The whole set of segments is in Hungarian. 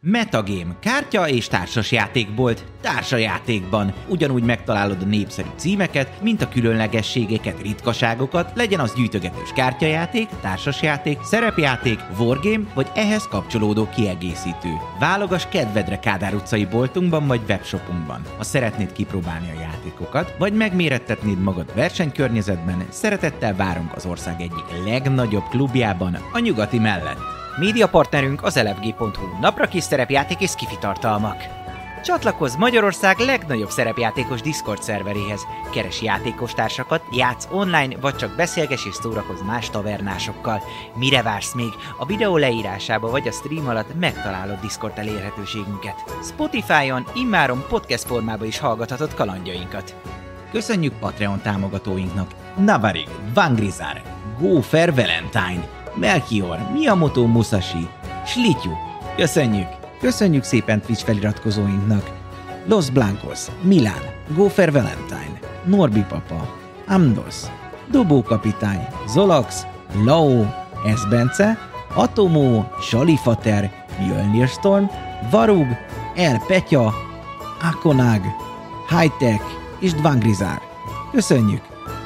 Metagame, kártya és társasjátékbolt, társajátékban. Ugyanúgy megtalálod a népszerű címeket, mint a különlegességeket, ritkaságokat, legyen az gyűjtögetős kártyajáték, társasjáték, szerepjáték, wargame vagy ehhez kapcsolódó kiegészítő. Válogass kedvedre Kádár utcai boltunkban vagy webshopunkban. Ha szeretnéd kipróbálni a játékokat, vagy megmérettetnéd magad versenykörnyezetben, szeretettel várunk az ország egyik legnagyobb klubjában, a Nyugati mellett. Médiapartnerünk az elefg.hu, napra kis szerepjáték és skifi tartalmak. Csatlakozz Magyarország legnagyobb szerepjátékos Discord szerveréhez. Keres játékostársakat, játsz online, vagy csak beszélges és szórakozz más tavernásokkal. Mire vársz még? A videó leírásába vagy a stream alatt megtalálod Discord elérhetőségünket. Spotify-on immáron podcast formában is hallgathatod kalandjainkat. Köszönjük Patreon támogatóinknak: Navarig, Vangrizar, Gófer Valentine, Melchior, Miyamoto Musashi, Slityu. Köszönjük! Köszönjük szépen Twitch feliratkozóinknak: Los Blancos, Milán, Gófer Valentine, Norbi Papa, Amdos, Dobó Kapitány, Zolax, Lao, Esbence, Atomó, Salifater, Mjölnir Storm, Varug, El Petya, Akonag, Hightech és Dvangrizár. Köszönjük!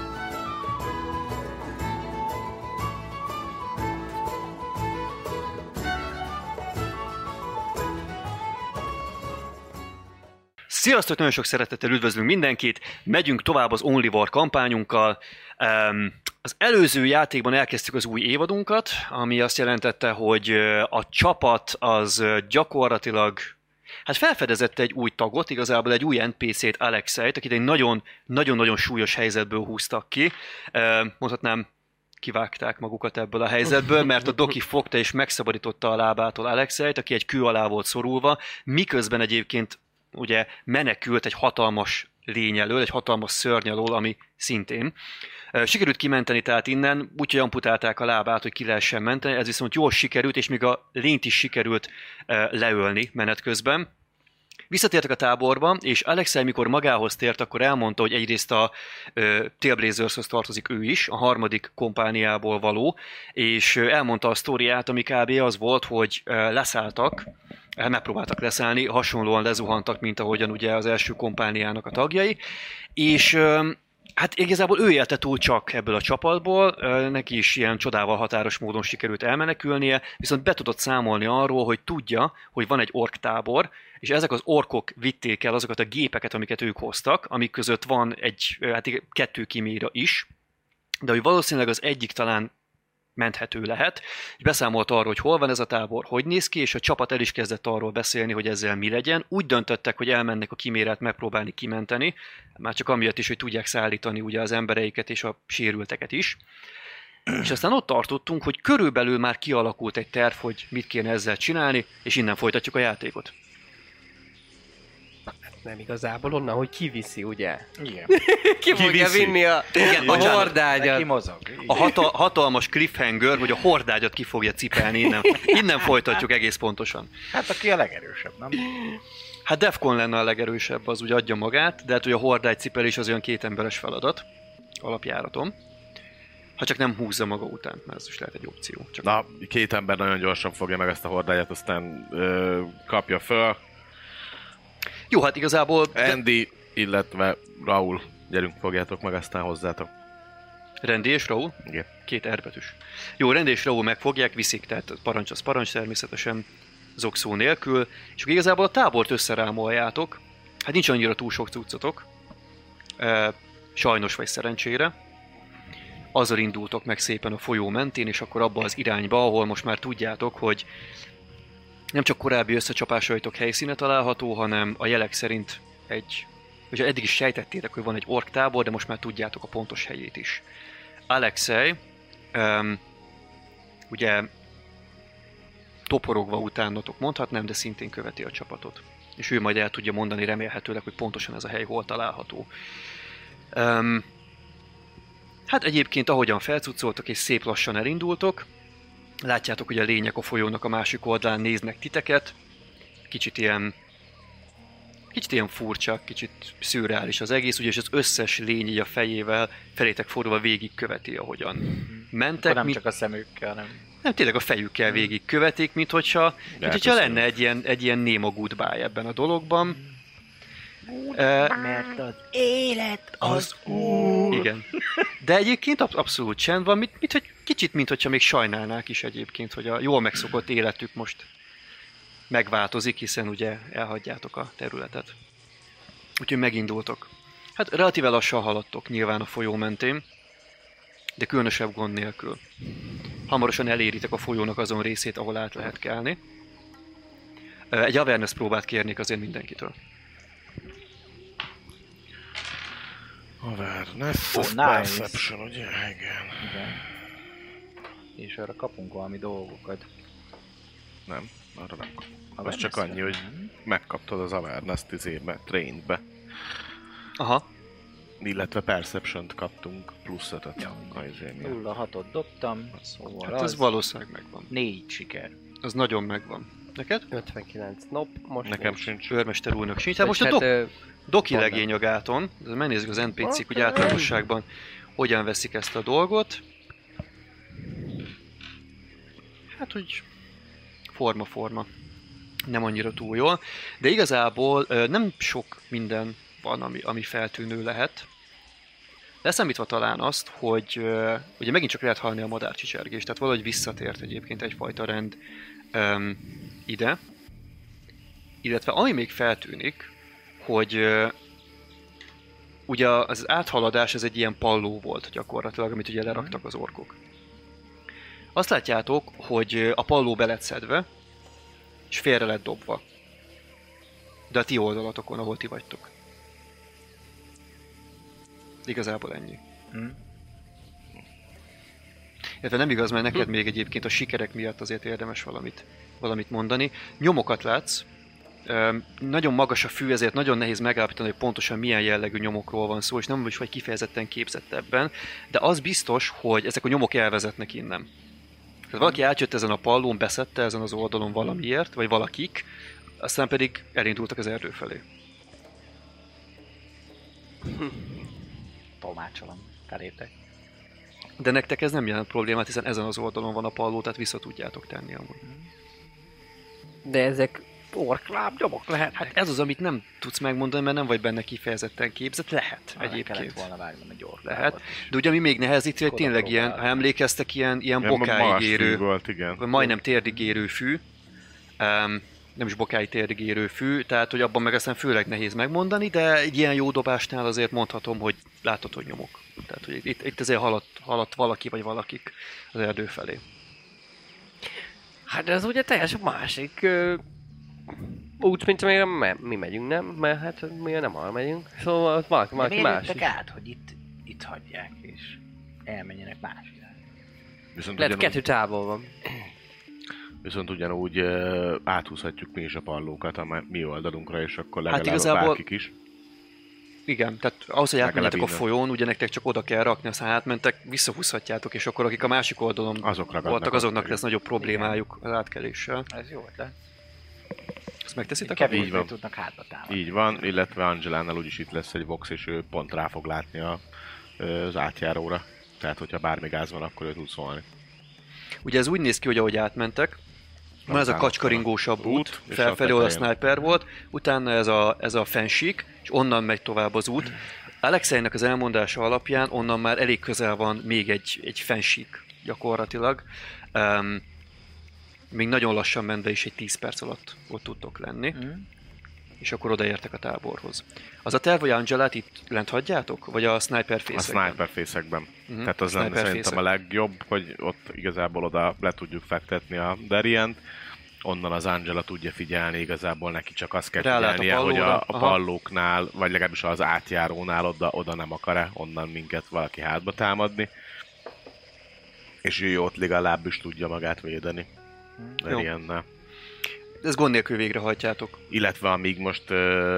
Sziasztok! Nagyon sok szeretettel üdvözlünk mindenkit, megyünk tovább az Only War kampányunkkal. Az előző játékban elkezdtük az új évadunkat, ami azt jelentette, hogy a csapat az gyakorlatilag felfedezett egy új tagot, igazából egy új NPC-t, Alexeit, akit egy nagyon-nagyon súlyos helyzetből húztak ki. Mondhatnám, kivágták magukat ebből a helyzetből, mert a Doki fogta és megszabadította a lábától Alexeit, aki egy kő alá volt szorulva, miközben egyébként ugye menekült egy hatalmas lény elől, egy hatalmas szörny alól, ami szintén. Sikerült kimenteni tehát innen, úgyhogy amputálták a lábát, hogy ki lehessen menteni, ez viszont jól sikerült, és még a lényt is sikerült leölni menet közben. Visszatértek a táborba, és Alexei, mikor magához tért, akkor elmondta, hogy egyrészt a Tailblazershoz tartozik ő is, a harmadik kompániából való, és elmondta a sztoriát, ami kb. Az volt, hogy leszálltak, megpróbáltak leszállni, hasonlóan lezuhantak, mint ahogyan ugye az első kompániának a tagjai, és hát igazából ő élte túl csak ebből a csapatból, neki is ilyen csodával határos módon sikerült elmenekülnie, viszont be tudott számolni arról, hogy tudja, hogy van egy ork tábor, és ezek az orkok vitték el azokat a gépeket, amiket ők hoztak, amik között van kettő kiméra is, de hogy valószínűleg az egyik talán menthető lehet. Beszámolt arról, hogy hol van ez a tábor, hogy néz ki, és a csapat el is kezdett arról beszélni, hogy ezzel mi legyen. Úgy döntöttek, hogy elmennek a kimérát megpróbálni kimenteni, már csak amiatt is, hogy tudják szállítani ugye az embereiket és a sérülteket is. És aztán ott tartottunk, hogy körülbelül már kialakult egy terv, hogy mit kéne ezzel csinálni, és innen folytatjuk a játékot. Nem igazából onnan, hogy kiviszi, ugye? Igen. Ki fogja vinni a hordágyat? A hatalmas cliffhanger, hogy a hordágyat ki fogja cipelni innen. Innen folytatjuk egész pontosan. Hát aki a legerősebb, nem? Hát Defcon lenne a legerősebb, az úgy adja magát, de hát hogy a hordágy cipelés az olyan 2 emberes feladat alapjáraton. Ha csak nem húzza maga után, mert ez is lehet egy opció. Csak... Na, 2 ember nagyon gyorsan fogja meg ezt a hordágyat, aztán kapja föl. Jó, hát igazából... Andy, illetve Raúl, gyerünk, fogjátok meg, aztán hozzátok. Randy és Raúl? Igen. 2 erbetűs. Jó, Randy és Raúl megfogják, viszik, tehát parancs az parancs természetesen, zokszó nélkül, és akkor igazából a tábort összerámoljátok. Hát nincs annyira túl sok cuccotok. Sajnos vagy szerencsére. Azzal indultok meg szépen a folyó mentén, és akkor abba az irányba, ahol most már tudjátok, hogy nem csak korábbi összecsapásaitok helyszíne található, hanem a jelek szerint vagy eddig is sejtettétek, hogy van egy ork tábor, de most már tudjátok a pontos helyét is. Alexei, ugye toporogva utánatok mondhatnám, de szintén követi a csapatot. És ő majd el tudja mondani remélhetőleg, hogy pontosan ez a hely hol található. Hát egyébként ahogyan felcuccoltak és szép lassan elindultok, látjátok, hogy a lények a folyónak a másik oldalán néznek titeket. Kicsit ilyen furcsa, kicsit szürreális az egész, ugyanis az összes lény így a fejével felétek fordulva végig követi, ahogyan mentek. Nem csak a szemükkel, nem. Nem, tényleg a fejükkel végig követik, mint hogyha lenne egy ilyen néma goodbye ebben a dologban. Mert az élet az úr. Igen. De egyébként abszolút csend van, kicsit, mintha még sajnálnák is egyébként, hogy a jól megszokott életük most megváltozik, hiszen ugye elhagyjátok a területet. Úgyhogy megindultok. Hát relatíve lassan haladtok nyilván a folyó mentén, de különösebb gond nélkül. Hamarosan eléritek a folyónak azon részét, ahol át lehet kelni. Egy awareness próbát kérnék azért mindenkitől. Awareness, nice. Perception, ugye? Igen. És arra kapunk valami dolgokat. Nem, arra nem. Az csak annyi, hogy megkaptad az Awareness-t izébe, trainedbe. Aha. Illetve Perception-t kaptunk, plusz 5-öt. 0-6-ot dobtam, szóval hát ez valószínűleg megvan. 4 siker. Az nagyon megvan. Neked? 59. Nope, most nekem sincs. Őrmester úrnak sincs. Hát most a Doki legény a gáton. Megnézzük az NPC-k, hogy általánosságban hogyan veszik ezt a dolgot. Hát, hogy forma. Nem annyira túl jól. De igazából nem sok minden van, ami feltűnő lehet. Leszámítva talán azt, hogy ugye megint csak lehet hallani a madárcsicsergést, tehát valahogy visszatért egyébként egyfajta rend ide. Illetve ami még feltűnik, hogy ugye az áthaladás ez egy ilyen palló volt gyakorlatilag, amit ugye leraktak az orkok. Azt látjátok, hogy a palló be lett szedve, és félre lett dobva. De a ti oldalatokon, ahol ti vagytok. Igazából ennyi. Illetve nem igaz, mert neked még egyébként a sikerek miatt azért érdemes valamit mondani. Nyomokat látsz. Nagyon magas a fű, ezért nagyon nehéz megállapítani, hogy pontosan milyen jellegű nyomokról van szó, és nem is vagy kifejezetten képzett ebben, de az biztos, hogy ezek a nyomok elvezetnek innen. Tehát valaki átjött ezen a pallón, beszedte ezen az oldalon valamiért, vagy valakik, aztán pedig elindultak az erdő felé. Tolmácsolom, felétek. De nektek ez nem jelent problémát, hiszen ezen az oldalon van a palló, tehát vissza tudjátok tenni amúgy. De ezek orklábnyomok lehet? Hát ez az, amit nem tudsz megmondani, mert nem vagy benne kifejezetten képzett. Lehet egyébként. Kellett volna vágnom egy lehet. De ugye ami még nehezíti, hogy tényleg ilyen, ha emlékeztek, ilyen bokáig érő, volt, igen. majdnem térdig érő fű. Nem is bokáig térdig érő fű, tehát hogy abban meg aztán főleg nehéz megmondani, de egy ilyen jó dobásnál azért mondhatom, hogy látod, hogy nyomok. Tehát, hogy itt azért haladt valaki vagy valakik az erdő felé. Hát ez ugye teljesen másik úgy, mint mi megyünk, nem? Mert hát mi nem arra megyünk. Szóval valaki másik. át, hogy itt hagyják és elmenjenek más irányba. Lehet kettő távol van. Viszont ugyanúgy áthúzhatjuk mi is a pallókat a mi oldalunkra, és akkor legalább igazából bárkik is. Igen, tehát ahhoz, hogy átmenjetek a folyón, ugye nektek csak oda kell rakni, aztán átmentek, visszahúzhatjátok, és akkor akik a másik oldalon voltak, azoknak lesz nagyobb problémájuk az átkeléssel. Ez jó ötlet. Ezt megteszitek? Kevésbé tudnak hátba támadni. Így van, illetve Angelánál úgyis itt lesz egy Vox, és ő pont rá fog látni az átjáróra. Tehát, hogyha bármi gáz van, akkor ő tud szólni. Ugye ez úgy néz ki, hogy ahogy átmentek, van ez a kacskaringósabb út, felfelé, ahol a sniper volt, utána ez a fensík, és onnan megy tovább az út. Alexeinek az elmondása alapján onnan már elég közel van még egy fensík gyakorlatilag. Még nagyon lassan ment, de is egy 10 perc alatt ott tudtok lenni. És akkor odaértek a táborhoz. Az a terv, hogy Angelát itt lent hagyjátok? Vagy a sniper fészekben? A sniper fészekben. Tehát az lenne szerintem a legjobb, hogy ott igazából oda le tudjuk fektetni a Darient. Onnan az Angela tudja figyelni, igazából neki csak azt kell figyelnie, hogy a pallóknál, vagy legalábbis az átjárónál oda nem akar-e onnan minket valaki hátba támadni. És ő ott legalábbis tudja magát védeni. Dariennel. Ez gond nélkül végrehajtjátok. Illetve amíg most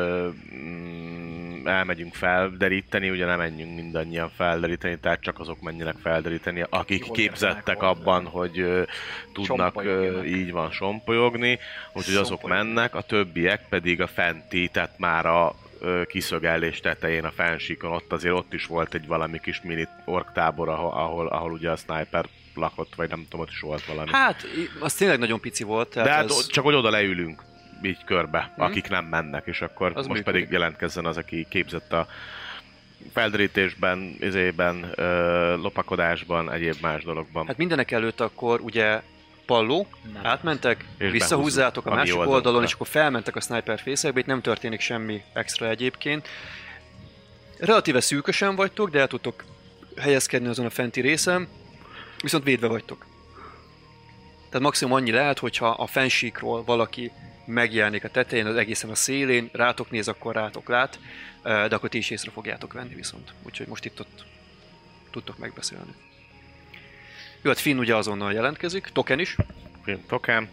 elmegyünk felderíteni, ugye nem menjünk mindannyian felderíteni, tehát csak azok menjenek felderíteni, akik képzettek abban, hogy tudnak így van sompolyogni, úgyhogy azok mennek, a többiek pedig a fenti, tehát már a kiszögellés tetején, a fensíkon, ott is volt egy valami kis mini ork tábor, ahol ugye a sniper lakott, vagy nem tudom, ott is volt valami. Hát, az tényleg nagyon pici volt. De hát csak hogy oda leülünk így körbe, akik nem mennek, és akkor az most működik. Pedig jelentkezzen az, aki képzett a feldrítésben, lopakodásban, egyéb más dologban. Hát mindenek előtt akkor ugye Palló, átmentek, visszahúzzátok a másik oldalon, és akkor felmentek a sniper fészekbe, itt nem történik semmi extra egyébként. Relatíve szűkösen vagytok, de el tudtok helyezkedni azon a fenti részen, viszont védve vagytok. Tehát maximum annyi lehet, hogyha a fensíkról valaki megjelenik a tetején, az egészen a szélén, rátok néz, akkor rátok lát, de akkor ti is észre fogjátok venni viszont. Úgyhogy most itt-ott tudtok megbeszélni. Jó, hát Finn ugye azonnal jelentkezik, Token is. Token.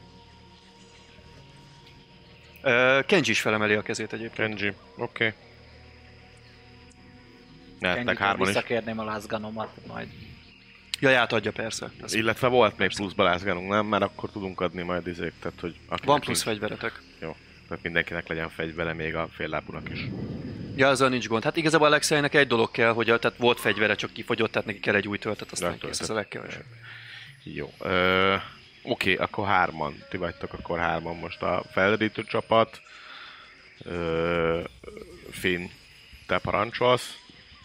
Kenji is felemeli a kezét egyébként. Kenji, oké. Kenjitől visszakérném a lázganomat majd. Jaj, átadja persze. Illetve volt még plusz lázganunk, nem? Mert akkor tudunk adni majd izék, tehát hogy... Van plusz fegyveretek. Jó, tehát mindenkinek legyen fegyvere, még a féllábúnak is. Ja, azzal nincs gond. Hát igazából Alexeinek egy dolog kell, hogy tehát volt fegyvere, csak kifogyott, tehát neki kell egy új töltet, aztán kész, ez a legkevesebb. Jó. Oké, akkor 3-an. Ti vagytok akkor 3-an most a feldrítő csapat. Finn, te parancsolsz.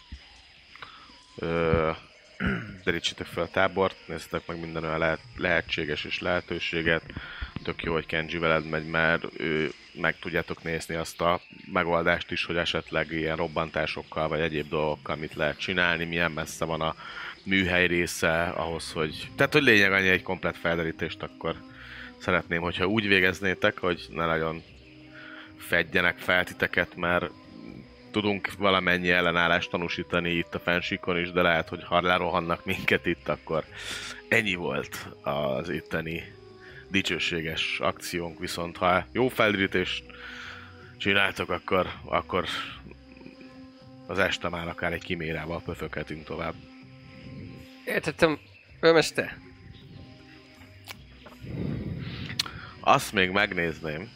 Derítsétek fel a tábort, nézzetek meg minden olyan lehetséges és lehetőséget. Tök jó, hogy Kenji veled megy, mert meg tudjátok nézni azt a megoldást is, hogy esetleg ilyen robbantásokkal vagy egyéb dolgokkal mit lehet csinálni, milyen messze van a műhely része ahhoz, hogy... Tehát, hogy lényeg annyi egy komplett felderítést, akkor szeretném, hogyha úgy végeznétek, hogy ne nagyon fedjenek fel titeket, mert tudunk valamennyi ellenállást tanúsítani itt a fensíkon is, de lehet, hogy ha lerohannak minket itt, akkor ennyi volt az itteni dicsőséges akciónk, viszont ha jó felderítést csináltok, akkor az este már akár egy kimérával pöföghetünk tovább. Értettem, őmeste. Azt még megnézném,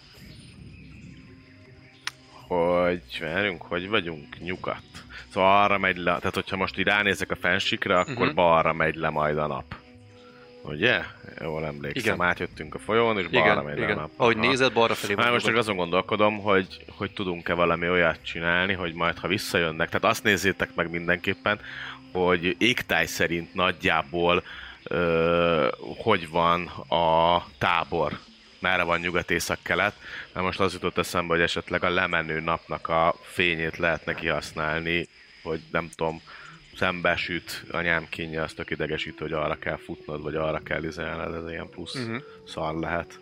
hogy várjunk, hogy vagyunk nyugat. Szóval arra megy le, tehát hogyha most így ránézek a fensíkra, akkor balra megy le majd a nap. Ugye? Jól emlékszem, igen. Átjöttünk a folyón, és balra megy le a nap. Ahogy nézed, balra felé. Már most csak azon gondolkodom, hogy tudunk-e valami olyat csinálni, hogy majd ha visszajönnek, tehát azt nézzétek meg mindenképpen, hogy égtáj szerint nagyjából hogy van a tábor, merre van nyugat-észak-kelet, mert most az jutott eszembe, hogy esetleg a lemenő napnak a fényét lehetne kihasználni, hogy nem tudom, szembesüt anyám kínja, azt tök idegesítő, hogy arra kell futnod, vagy arra kell izelned, ez ilyen plusz szar lehet.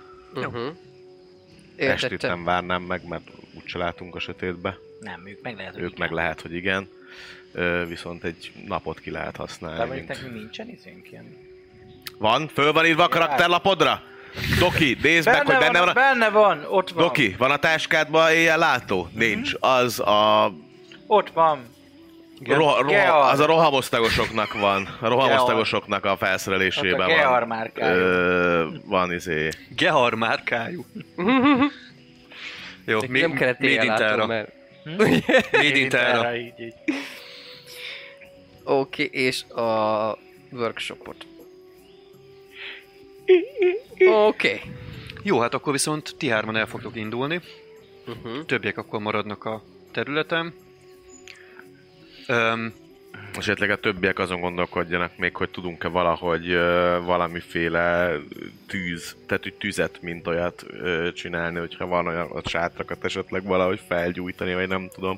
Estit nem várnám meg, mert úgyse látunk a sötétbe. Nem, ők meg lehet, hogy ők meg lehet, hogy igen. Viszont egy napot ki lehet használni. De mondjuk nekünk nincsen izénk ilyen. Van? Föl van írva a karakterlapodra? Doki, nézd meg, hogy benne van. Benne van, ott van. Doki, van a táskádban éjjel látó? Nincs. Az a... Ott van. Az a rohamosztagosoknak van. A rohamosztagosoknak a felszerelésében van. Gehar márkájú. Van izé. Gehar márkájú. Jó, nem kellett éjjel mert... Made in Terra. Oké, és a workshopot. Oké. Jó, hát akkor viszont ti 3-an el fogtok indulni. Többiek akkor maradnak a területen. Esetleg a többiek azon gondolkodjanak még, hogy tudunk-e valahogy valamiféle tüzet, mint olyat csinálni, hogyha van olyan a sátrakat esetleg valahogy felgyújtani, vagy nem tudom.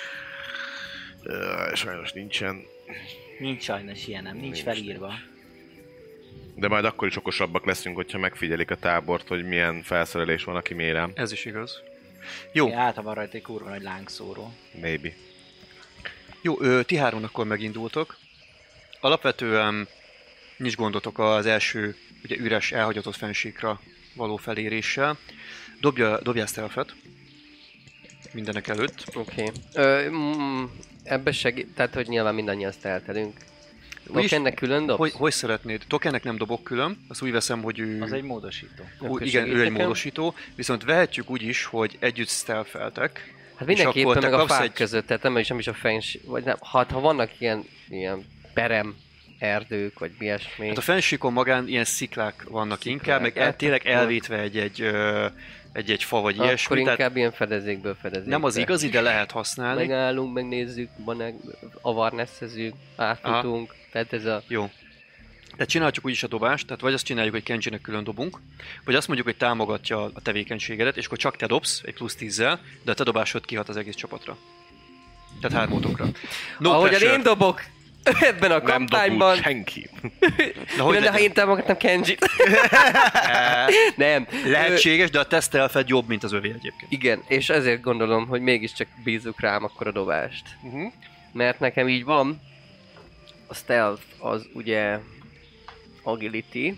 Sajnos nincsen. Nincs sajnos ilyen, nem. Nincs felírva. De majd akkor is okosabbak leszünk, hogyha megfigyelik a tábort, hogy milyen felszerelés van, aki mérem. Ez is igaz. Jó. Általában rajta egy kurva nagy lángszóró. Maybe. Jó, ti 3 akkor megindultok. Alapvetően nincs gondotok az első ugye, üres, elhagyatott fensíkra való feléréssel. Dobjál stealth-et. Mindenek előtt. Oké. Ebbe segít, tehát hogy nyilván mindannyian stealth-elünk. Tokennek külön dobsz? Hogy szeretnéd? Tokennek nem dobok külön, azt úgy veszem, hogy ő... Az egy módosító. Igen, ő egy módosító, viszont vehetjük úgy is, hogy együtt stealth-eltek. Hát mindenképpen meg a fák között, tehát nem is a fenség, vagy nem, ha vannak ilyen perem erdők, vagy ilyesmi. Hát a fensíkon magán ilyen sziklák vannak inkább, meg tényleg elvétve egy fa vagy ilyesmi. Akkor inkább ilyen fedezékből fedezékbe. Nem az igazi, de lehet használni. Megállunk, megnézzük, avarnesszezünk, átfutunk, tehát ez a... Jó. Tehát csináljuk úgyis a dobást, tehát vagy azt csináljuk, hogy Kenjinek külön dobunk, vagy azt mondjuk, hogy támogatja a tevékenységedet, és akkor csak te dobsz egy plusz 10-zel, de a te dobásod kihat az egész csapatra. Tehát hármótokra. No ahogyan én dobok ebben a nem kampányban... dobul senki. Na, hogy de ha én támogatnám Kenjit. Nem. Lehetséges, de a te stealth jobb, mint az övé egyébként. Igen, és ezért gondolom, hogy mégiscsak bízzuk rám akkor a dobást. Mert nekem így van, a stealth az ugye agility,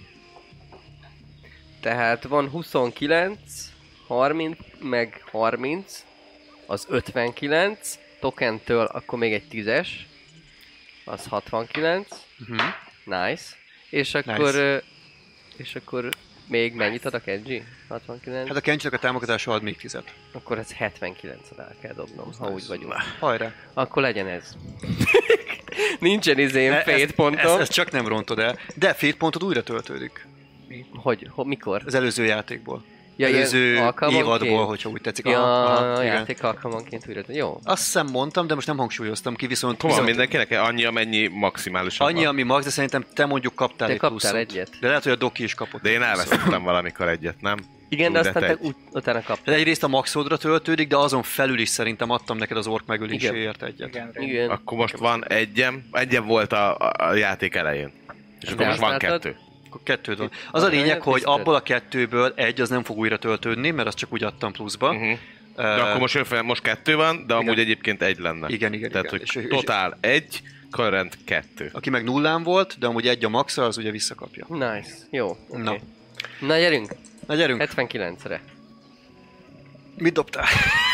tehát van 29, 30, meg 30, az 59, tokentől akkor még egy 10-es, az 69, nice, és akkor, Nice. és akkor még mennyit ad a Kenji? 69? Hát a Kenjinek a támogatása ad még 10-et. Akkor ez 79-et el kell dobnom, ha úgy vagyunk. Hajrá! Akkor legyen ez. Nincsen izém fate Ezt pontom. csak nem rontod el. De fate pontod újra töltődik. Mikor? Az előző játékból. Ja, előző ilyen alkalmanként? évadból, hogyha úgy tetszik. Ja, a igen. játék alkalmanként újra. Jó. Azt hiszem mondtam, de most nem hangsúlyoztam ki, viszont... Van mindenkinek annyi, amennyi maximálisan Annyi, van. ami max, de szerintem te mondjuk kaptál Te egy kaptál pluszot. egyet. De lehet, hogy a Doki is kapott. De én egy pluszot. elvesztettem valamikor egyet, nem? Igen, de Úgy, aztán te te utána kaptál. Tehát egyrészt a maxodra töltődik, de azon felül is szerintem adtam neked az ork megöléséért egyet. Igen. Akkor most van egyem volt a játék elején. És akkor most van használtad? 2. Akkor 2 van. Az a lényeg, hogy abból a 2-ből egy az nem fog újra töltődni, mert azt csak úgy adtam pluszba. De akkor most 2 van, de amúgy igen. egyébként 1 lenne. Igen. Tehát, És- hogy totál 1, current 2. Aki meg nullán volt, de amúgy egy a maxa, az ugye visszakapja. Nice. Jó. Okay. Na. Na gyerünk. Na gyerünk, 79-re. mit dobtál?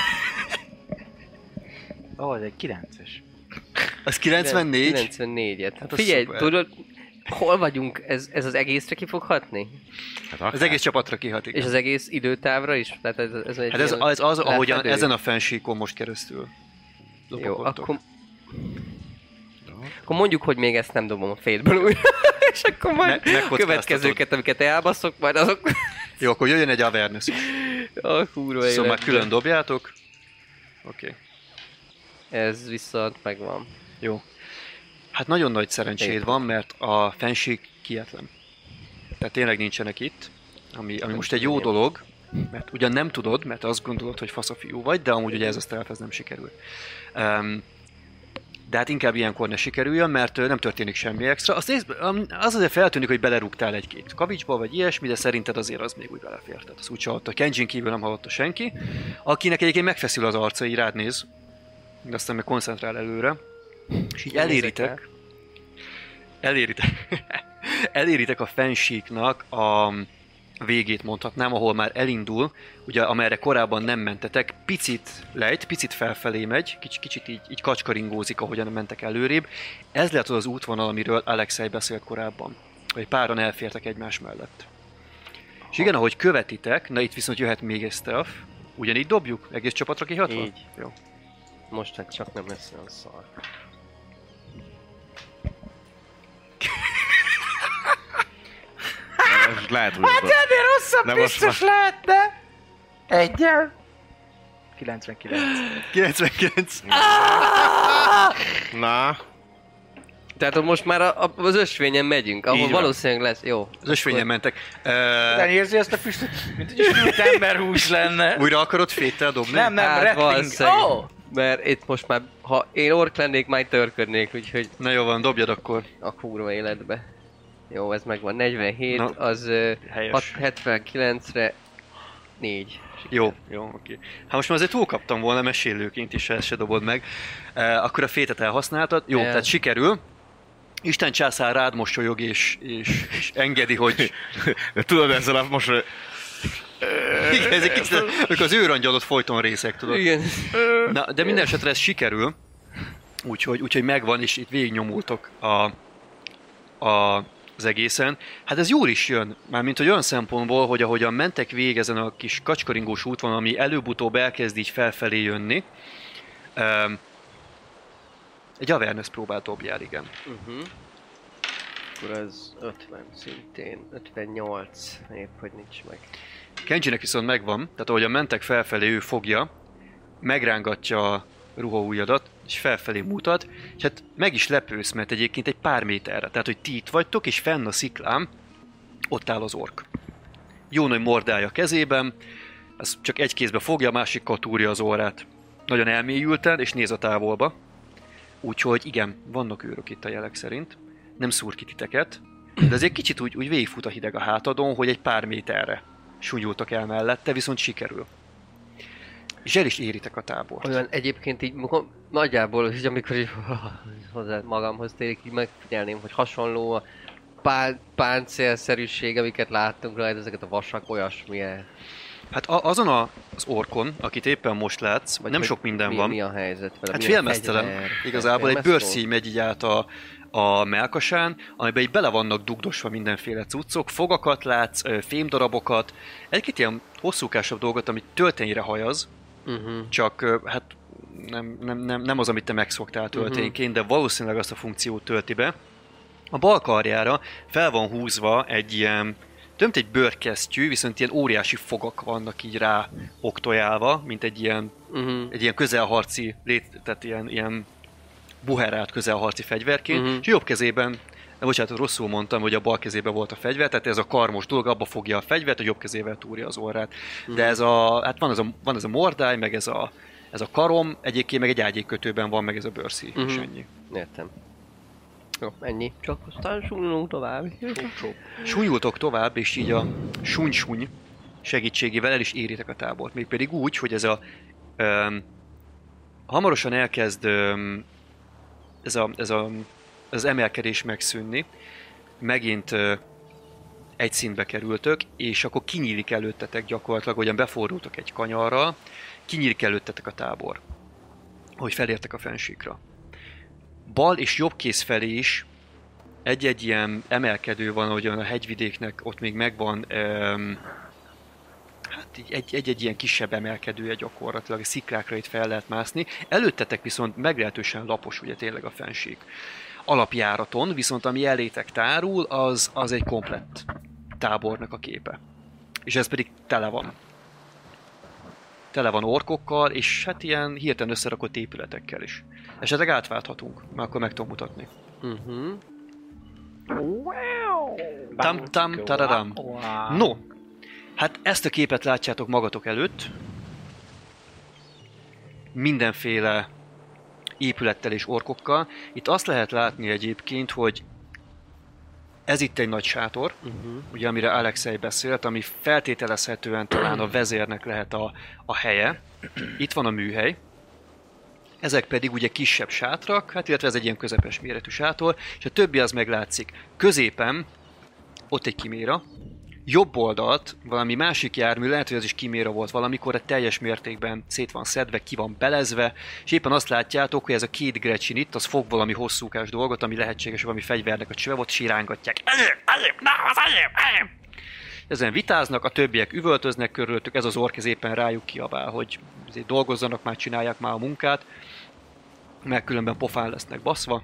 Ez egy 9-es. Az 94? 94-et. Hát az Figyelj, szuper. tudod, hol vagyunk? Ez az egészre ki fog hatni? Hát Az egész csapatra kihat, igen. És az egész időtávra is? Tehát ez egy Hát ez ilyen az ahogyan lefedő? ezen a fensíkon most keresztül Jó, lopakodtok. akkor mondjuk, hogy még ezt nem dobom a fade-ből újra. És akkor majd megkockáztatod. következőket, amiket elbaszok, majd azok... Jó, akkor jöjjön egy awareness is. A kurva Szóval már életbe. külön dobjátok. Oké. Ez viszont megvan. Jó. Hát nagyon nagy szerencséd Épp. van, mert a fenség kietlen. Tehát tényleg nincsenek itt, ami most egy jó dolog, mert ugyan nem tudod, mert azt gondolod, hogy fasz a fiú vagy, de amúgy ugye ez a stealth, ez nem sikerült. De hát inkább ilyenkor ne sikerüljön, mert nem történik semmi extra. Az azért feltűnik, hogy belerúgtál egy-két kavicsba, vagy ilyesmi, de szerinted azért az még úgy belefért. Tehát az úgy hallotta. Kenjin kívül nem hallotta senki, akinek egyébként megfeszül az arca, így rád néz, de aztán meg koncentrál előre, és így eléritek a fensíknak a végét mondhatnám, ahol már elindul, ugye amerre korábban nem mentetek, picit felfelé megy, kicsit így kacskaringózik, ahogyan mentek előrébb. Ez lehet az útvonal, amiről Alexei beszélt korábban, hogy páran elfértek egymás mellett. És igen, ahogy követitek, na itt viszont jöhet még egy stealth, ugyanígy dobjuk, egész csapatra kihatva? Így. Jó. Most hát csak nem lesz olyan szar. Most lehet, hogy hát Ennél rosszabb De most biztos lehetne! Egyel? 99. 99. Na, Tehát most már az ösvényen megyünk, ahol Így van. valószínűleg lesz. Jó. Az ösvényen mentek. Nem érzi azt a füstöt, mint hogy ismét emberhús lenne. Újra akarod féttel dobni? Nem, Hát retting. valószínűleg. Oh! Mert itt most már, ha én ork lennék, majd törködnék, úgyhogy Na jó van, dobjad akkor. a kurva életbe. Jó, ez megvan. 47, Na, az helyes. 79-re 4. Jó, oké. Hát most már azért túlkaptam volna mesélőként is, ha ezt se dobod meg. Akkor a fétet elhasználtad. Jó, tehát sikerül. Isten császár rád mosolyog és engedi, hogy... de tudod ezzel a most... Igen, ez egy kicsit, amikor az őrangyalot folyton részek, tudod. Igen. Na, de minden esetre ez sikerül. Úgyhogy megvan, és itt végignyomultok az egészen. Hát ez jól is jön, mármint hogy olyan szempontból, hogy ahogyan mentek végig ezen a kis kacskaringós útvon, ami előbb-utóbb elkezd így felfelé jönni, egy awareness próbát dobjál, igen. akkor az 50 szintén, 58, épp hogy nincs meg. Kenjinek viszont megvan, tehát ahogyan mentek felfelé, ő fogja, megrángatja a ruhaujjadat, és felfelé mutat, és hát meg is lepősz, mert egyébként egy pár méterre, tehát hogy ti itt vagytok, és fenn a sziklán ott áll az ork. Jó nagy mordája kezében, az csak egy kézbe fogja, a másikkal túrja az orrát. Nagyon elmélyülten, és néz a távolba. Úgyhogy igen, vannak őrök itt a jelek szerint. Nem szúr ki titeket, de azért kicsit úgy végigfut a hideg a hátadon, hogy egy pár méterre súnyultak el mellette, viszont sikerül. És el is éritek a tábort. Olyan egyébként így nagyjából, és amikor így hozzá magamhoz térek, így megfigyelném, hogy hasonló a páncélszerűség, amiket láttunk rajta, ezeket a vasak olyasmilyen. Hát azon az orkon, akit éppen most látsz, vagy nem sok minden van. Mi a helyzet vele? Hát félmeztelen. Igazából egy bőrszíj megy így át a mellkasán, amiben így bele vannak dugdosva mindenféle cuccok, fogakat látsz, fémdarabokat, egy-két ilyen hosszúkásabb dolgot, amit töltenyre hajaz, csak hát nem az, amit te megszoktál töltényként, de valószínűleg azt a funkciót tölti be. A bal karjára fel van húzva egy ilyen, több egy bőrkesztyű, viszont ilyen óriási fogak vannak így rá oktojálva, mint egy ilyen közelharci, tehát ilyen buherált közelharci fegyverként, és jobb kezében, bocsánat, rosszul mondtam, hogy a bal kezében volt a fegyver, tehát ez a karmos dolog, abba fogja a fegyvert, a jobb kezével túrja az orrát. De ez hát van ez a mordály, meg ez a karom, egyébként meg egy ágyékkötőben van, meg ez a bőrszíj, és ennyi. Értem. Jó, ennyi. Csak aztán súlyulunk tovább. Súlyultok tovább, és így a súny segítségével el is éritek a tábort. Mégpedig úgy, hogy ez a hamarosan elkezd ez az emelkedés megszűnni. Megint egy szintbe kerültök, és akkor kinyílik előttetek gyakorlatilag, hogyan befordultok egy kanyarral, kinyílik előttetek a tábor, hogy felértek a fensíkra. Bal és jobb kéz felé is egy-egy ilyen emelkedő van, ahogyan a hegyvidéknek ott még megvan hát egy-egy ilyen kisebb emelkedője gyakorlatilag, a sziklákra itt fel lehet mászni. Előttetek viszont meglehetősen lapos ugye tényleg a fensík. Alapjáraton, viszont ami elétek tárul, az egy komplett tábornak a képe. És ez pedig tele van. Tele van orkokkal, és hát ilyen hirtelen összerakott épületekkel is. Esetleg átválthatunk, mert akkor meg tudom mutatni. Tam, tararam. No, hát ezt a képet látjátok magatok előtt. Mindenféle épülettel és orkokkal. Itt azt lehet látni egyébként, hogy ez itt egy nagy sátor, ugye, amire Alexei beszélt, ami feltételezhetően talán a vezérnek lehet a helye. Itt van a műhely. Ezek pedig ugye kisebb sátrak, hát illetve ez egy ilyen közepes méretű sátor, és a többi az meglátszik. Középen ott egy kiméra, jobb oldalt valami másik jármű, lehet, hogy az is kiméra volt valamikor, de teljes mértékben szét van szedve, ki van belezve, és éppen azt látjátok, hogy ez a két Gretchen itt, az fog valami hosszúkás dolgot, ami lehetséges, valami fegyvernek a csöve, ott sirángatják. Ezen vitáznak, a többiek üvöltöznek körülöttük, ez az ork ez éppen rájuk kiabál, hogy dolgozzanak már, csinálják már a munkát, mert különben pofán lesznek baszva.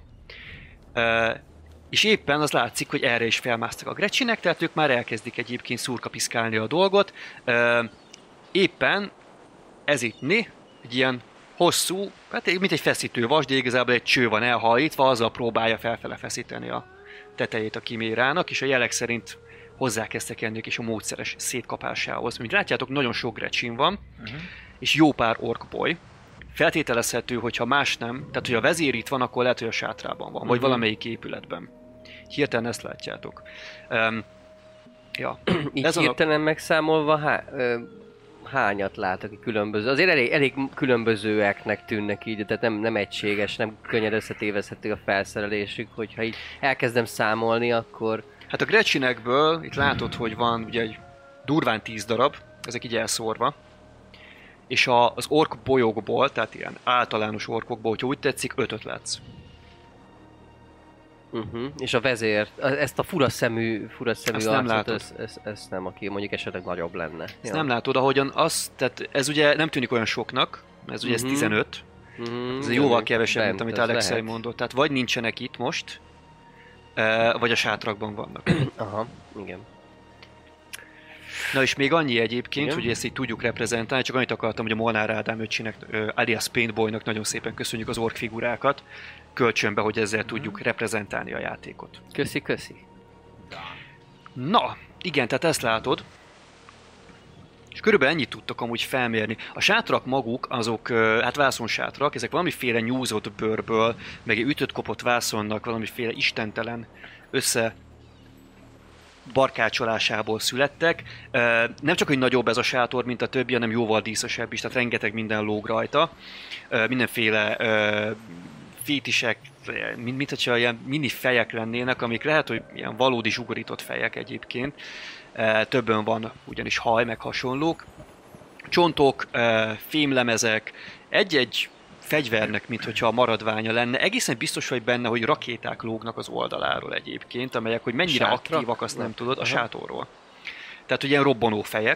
És éppen az látszik, hogy erre is felmásztak a Gretchenek, tehát ők már elkezdik egyébként szurkapiszkálni a dolgot. Éppen ez itt egy ilyen hosszú, hát mint egy feszítő vas, de igazából egy cső van elhajítva, azzal próbálja felfele feszíteni a tetejét a kimérának, és a jelek szerint hozzákezdtek ennek és a módszeres szétkapásához. Mint látjátok, nagyon sok Gretchen van, és jó pár orkboly. Feltételezhető, hogyha más nem, tehát hogy a vezér itt van, akkor lehet, hogy a sátrában van, vagy valamelyik épületben. Hirtelen ezt látjátok. Ja. Így hirtelen megszámolva hányat látok ki különböző? Azért elég különbözőeknek tűnnek így, tehát nem egységes, nem könnyed összetévezhető a felszerelésük, hogyha így elkezdem számolni, akkor... Hát a Gretchenekből itt látod, hogy van ugye egy durván 10 darab, ezek így elszórva. És az ork bolyokból, tehát ilyen általános orkokból, hogyha úgy tetszik, 5-öt látsz. És a vezér, ezt a furaszemű nem arcot, ezt nem, aki mondjuk esetleg nagyobb lenne. Ezt nem látod, ahogyan tehát ez ugye nem tűnik olyan soknak, ez ugye ez 15. Ez jóval kevesebb, mint amit Alexei mondott. Tehát vagy nincsenek itt most, vagy a sátrakban vannak. Aha, igen. Na és még annyi egyébként, Igen. hogy ezt így tudjuk reprezentálni, csak annyit akartam, hogy a Molnár Ádám öccsinek, alias Paintboynak nagyon szépen köszönjük az ork figurákat, kölcsönbe, hogy ezzel tudjuk reprezentálni a játékot. Köszi. Na, igen, tehát ezt látod. És körülbelül ennyit tudtok amúgy felmérni. A sátrak maguk, azok, hát vászonsátrak, ezek valamiféle nyúzott bőrből, meg egy ütött-kopott vászonnak valamiféle istentelen össze barkácsolásából születtek. Nem csak, hogy nagyobb ez a sátor, mint a többi, hanem jóval díszesebb is, tehát rengeteg minden lóg rajta. Mindenféle fétisek, mint hogyha ilyen mini fejek lennének, amik lehet, hogy ilyen valódi zsugorított fejek egyébként. Többen van ugyanis haj, meg hasonlók. Csontok, fémlemezek, egy-egy fegyvernek, mint hogyha a maradványa lenne. Egészen biztos vagy benne, hogy rakéták lógnak az oldaláról egyébként, amelyek, hogy mennyire aktívak, azt nem tudod, a sátorról. Tehát, hogy ilyen robbanó fejek.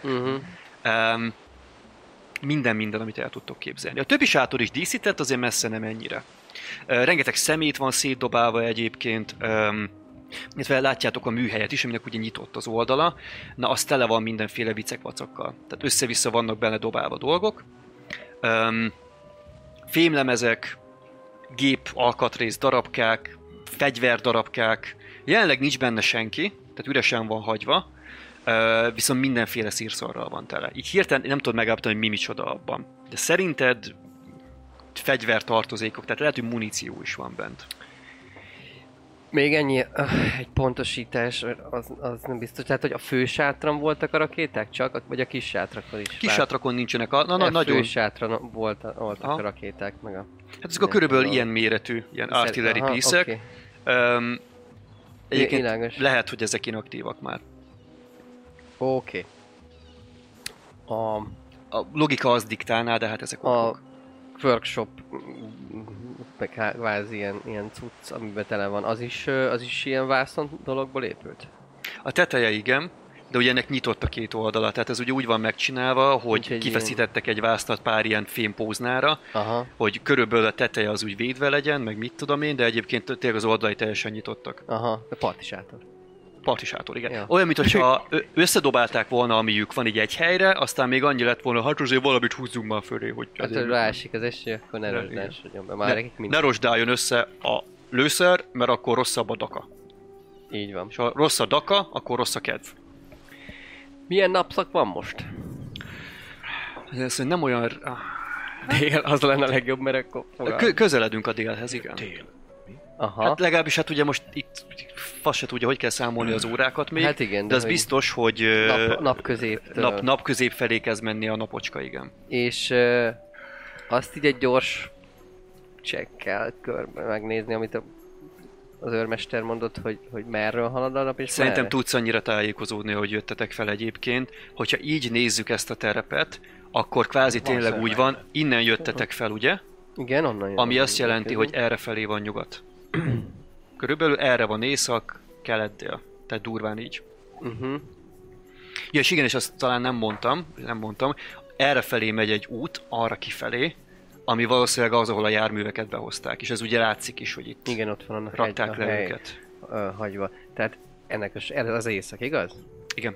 Minden, amit el tudtok képzelni. A többi sátor is díszített, azért messze nem ennyire. Rengeteg szemét van szétdobálva egyébként, illetve látjátok a műhelyet is, aminek ugye nyitott az oldala. Na, az tele van mindenféle vicekvacakkal. Tehát össze-vissza vannak benne dobálva dolgok. Fémlemezek, gép alkatrész darabkák, fegyverdarabkák. Jelenleg nincs benne senki, tehát üresen van hagyva, viszont mindenféle szírszarral van tele. Így hirtelen nem tudod megállapítani, hogy mi micsoda abban. De szerinted fegyvertartozékok, tehát lehet, hogy muníció is van bent. Még ennyi, egy pontosítás, az nem biztos. Tehát, hogy a fősátran voltak a rakéták csak, vagy a kis sátrakon is? Kis sátrakon nincsenek, nagyon... Fősátran voltak a rakéták, meg a... Hát ezek a körülbelül ilyen méretű, ilyen artillery piece-ek. Okay. Egyébként lehet, hogy ezek inaktívak már. Oké. A logika az diktálná, de hát ezek a workshop, meg kvázi ilyen cucc, amiben tele van, az is ilyen vászon dologból épült? A teteje igen, de ugye ennek nyitott a két oldala, tehát ez ugye úgy van megcsinálva, hogy kifeszítettek egy vásztat pár ilyen fémpóznára, hogy körülbelül a teteje az úgy védve legyen, meg mit tudom én, de egyébként tényleg az oldalai teljesen nyitottak. Aha, de partisátor. Partisátor, igen. Ja. Olyan, mintha összedobálták volna, amiük van így egy helyre, aztán még annyi lett volna, hát azért valamit húzzunk már fölé, hogy... Hát, hogy ráesik az eső, akkor ne rozsdásodjon be. Már ne rozsdáljon össze a lőszer, mert akkor rosszabb a daka. Így van. És ha rossz a daka, akkor rossz a kedv. Milyen napszak van most? Ez nem olyan... Dél, az lenne a legjobb, mert akkor... Közeledünk a délhez, igen. Dél. Aha. Hát legalábbis hát ugye most itt fasz se tudja, hogy kell számolni az órákat még, hát igen, de az biztos, hogy napközép felé kezd menni a napocska, igen. És azt így egy gyors checkkel körbe megnézni, amit az őrmester mondott, hogy merről halad a nap, és szerintem merre? tudsz annyira tájékozódni, hogy jöttetek fel egyébként. Hogyha így nézzük ezt a terepet, akkor kvázi tényleg úgy van, innen jöttetek fel, ugye? Igen, onnan jön. Ami azt jelenti, hogy errefelé van nyugat. Körülbelül erre van észak, kelet-dél. Tehát durván így. Ja, és igen, és azt talán nem mondtam. Errefelé megy egy út, arra kifelé, ami valószínűleg az, ahol a járműveket behozták. És ez ugye látszik is, hogy itt igen, ott van a rakták le őket. Hagyva. Tehát ez az észak, igaz? Igen.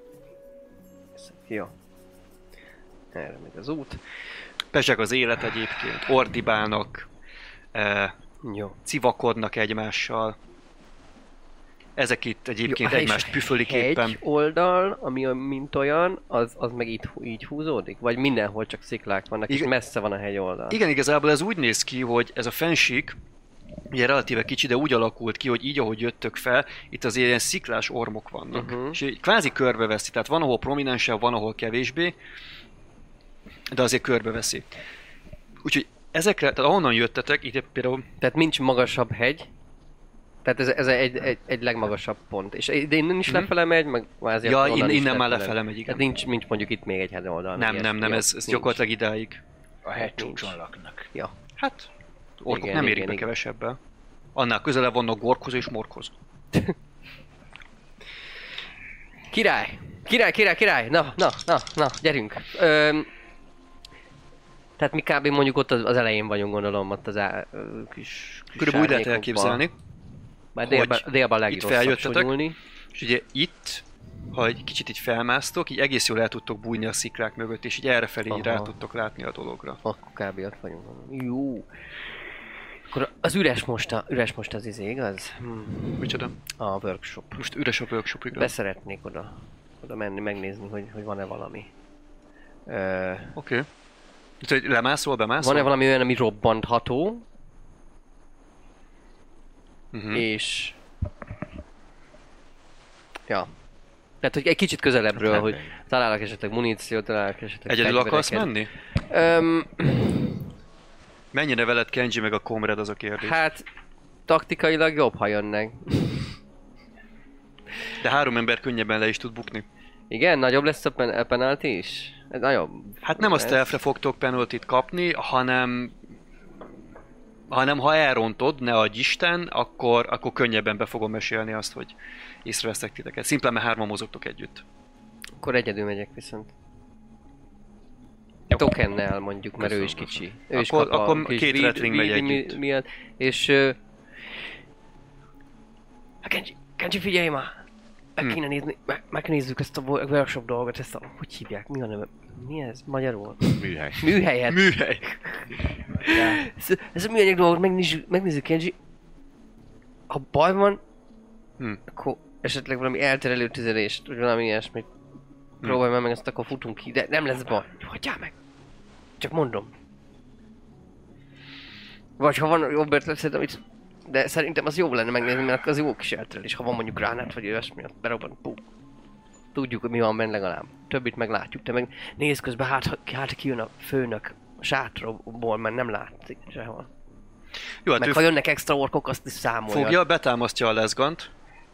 Jó. Erre megy az út. Pezseg az élet egyébként, ordibálnak, civakodnak egymással. Ezek itt egyébként egymást püfölik éppen. Egy oldal, ami mint olyan, az meg így húzódik? Vagy mindenhol csak sziklák vannak, és messze van a hegy oldal? Igen, igazából ez úgy néz ki, hogy ez a fensík, ugye relatíve kicsi, de úgy alakult ki, hogy így, ahogy jöttök fel, itt azért ilyen sziklás ormok vannak. És kvázi körbeveszi, tehát van, ahol prominensebb, van, ahol kevésbé, de azért körbeveszi. Úgyhogy ezekre, tehát ahonnan jöttetek, itt például... Tehát nincs magasabb hegy, tehát ez egy legmagasabb pont. És de innen is lefele megy, meg azért ja, innen már lefele megy, igen. Tehát nincs mondjuk itt még egy hegy oldal. Nem, ez gyakorlatilag idáig. A hegycsúcson laknak. Ja. Hát, orkok nem érik be kevesebbel. Annál közelebb vannak Gorkhoz és Morkhoz. Király! Na, gyerünk! Tehát mi kb. Mondjuk ott az elején vagyunk, gondolom, ott az kis körülbelül úgy lehet elképzelni. Már délben legrosszabb sonyulni. És ugye itt, ha egy kicsit így felmásztok, így egész jól el tudtok bújni a sziklák mögött, és így errefelé így rá tudtok látni a dologra. Akkor kb. Ott vagyunk. Jó. Akkor az üres most az izé, igaz? Micsoda? A workshop. Most üres a workshop, igaz? Beszeretnék oda menni, megnézni, hogy van-e valami. Oké. Úgyhogy lemászol, bemászol? Van-e valami olyan, ami robbantható? És... Ja. Tehát, hogy egy kicsit közelebbről, hogy találok esetleg muníciót, találok esetleg egyedül akarsz menni? Mennyire veled Kenji meg a Comrade, az a kérdés? Hát, taktikailag jobb, ha jönnek. De 3 ember könnyebben le is tud bukni. Igen? Nagyobb lesz a penalty is? Ez nagyobb. Hát nem a stealth-re fogtok penalty-t kapni, hanem ha elrontod, ne adj Isten, akkor könnyebben be fogom mesélni azt, hogy észreveszek titeket. Szimplán, mert 3-an mozogtok együtt. Akkor egyedül megyek viszont. Tokennel mondjuk, mert ő is kicsi. Ő is akkor 2 rattling megy együtt. Miatt. És... Kenji, figyelj már! Meg kéne nézni, megnézzük ezt a workshop dolgot, ezt a... Hogy hívják? Mi a neve? Mi ez? Magyarul? Műhely. Műhelyet. Műhely. Ez a műanyag dolgot megnézzük, Kenji. Ha baj van, akkor esetleg valami elterelő tüzelést, vagy valami ilyesmit. Próbálj meg ezt, akkor futunk ki, de nem lesz baj. Hagyjál meg! Csak mondom. Vagy ha van jobb ötlet, amit... De szerintem az jó lenne megnézni, mert az jó kis elterelés. Ha van mondjuk gránát vagy olyasmi, ott berobban, pum. Tudjuk, hogy mi van benne legalább. Többit meglátjuk. Te meg nézd közben, hát kijön a főnök a sátorból, mert nem látszik sehol. Jó, hát meg ha jönnek extra orkok, azt is számolja. Fogja, betámasztja a leszgant.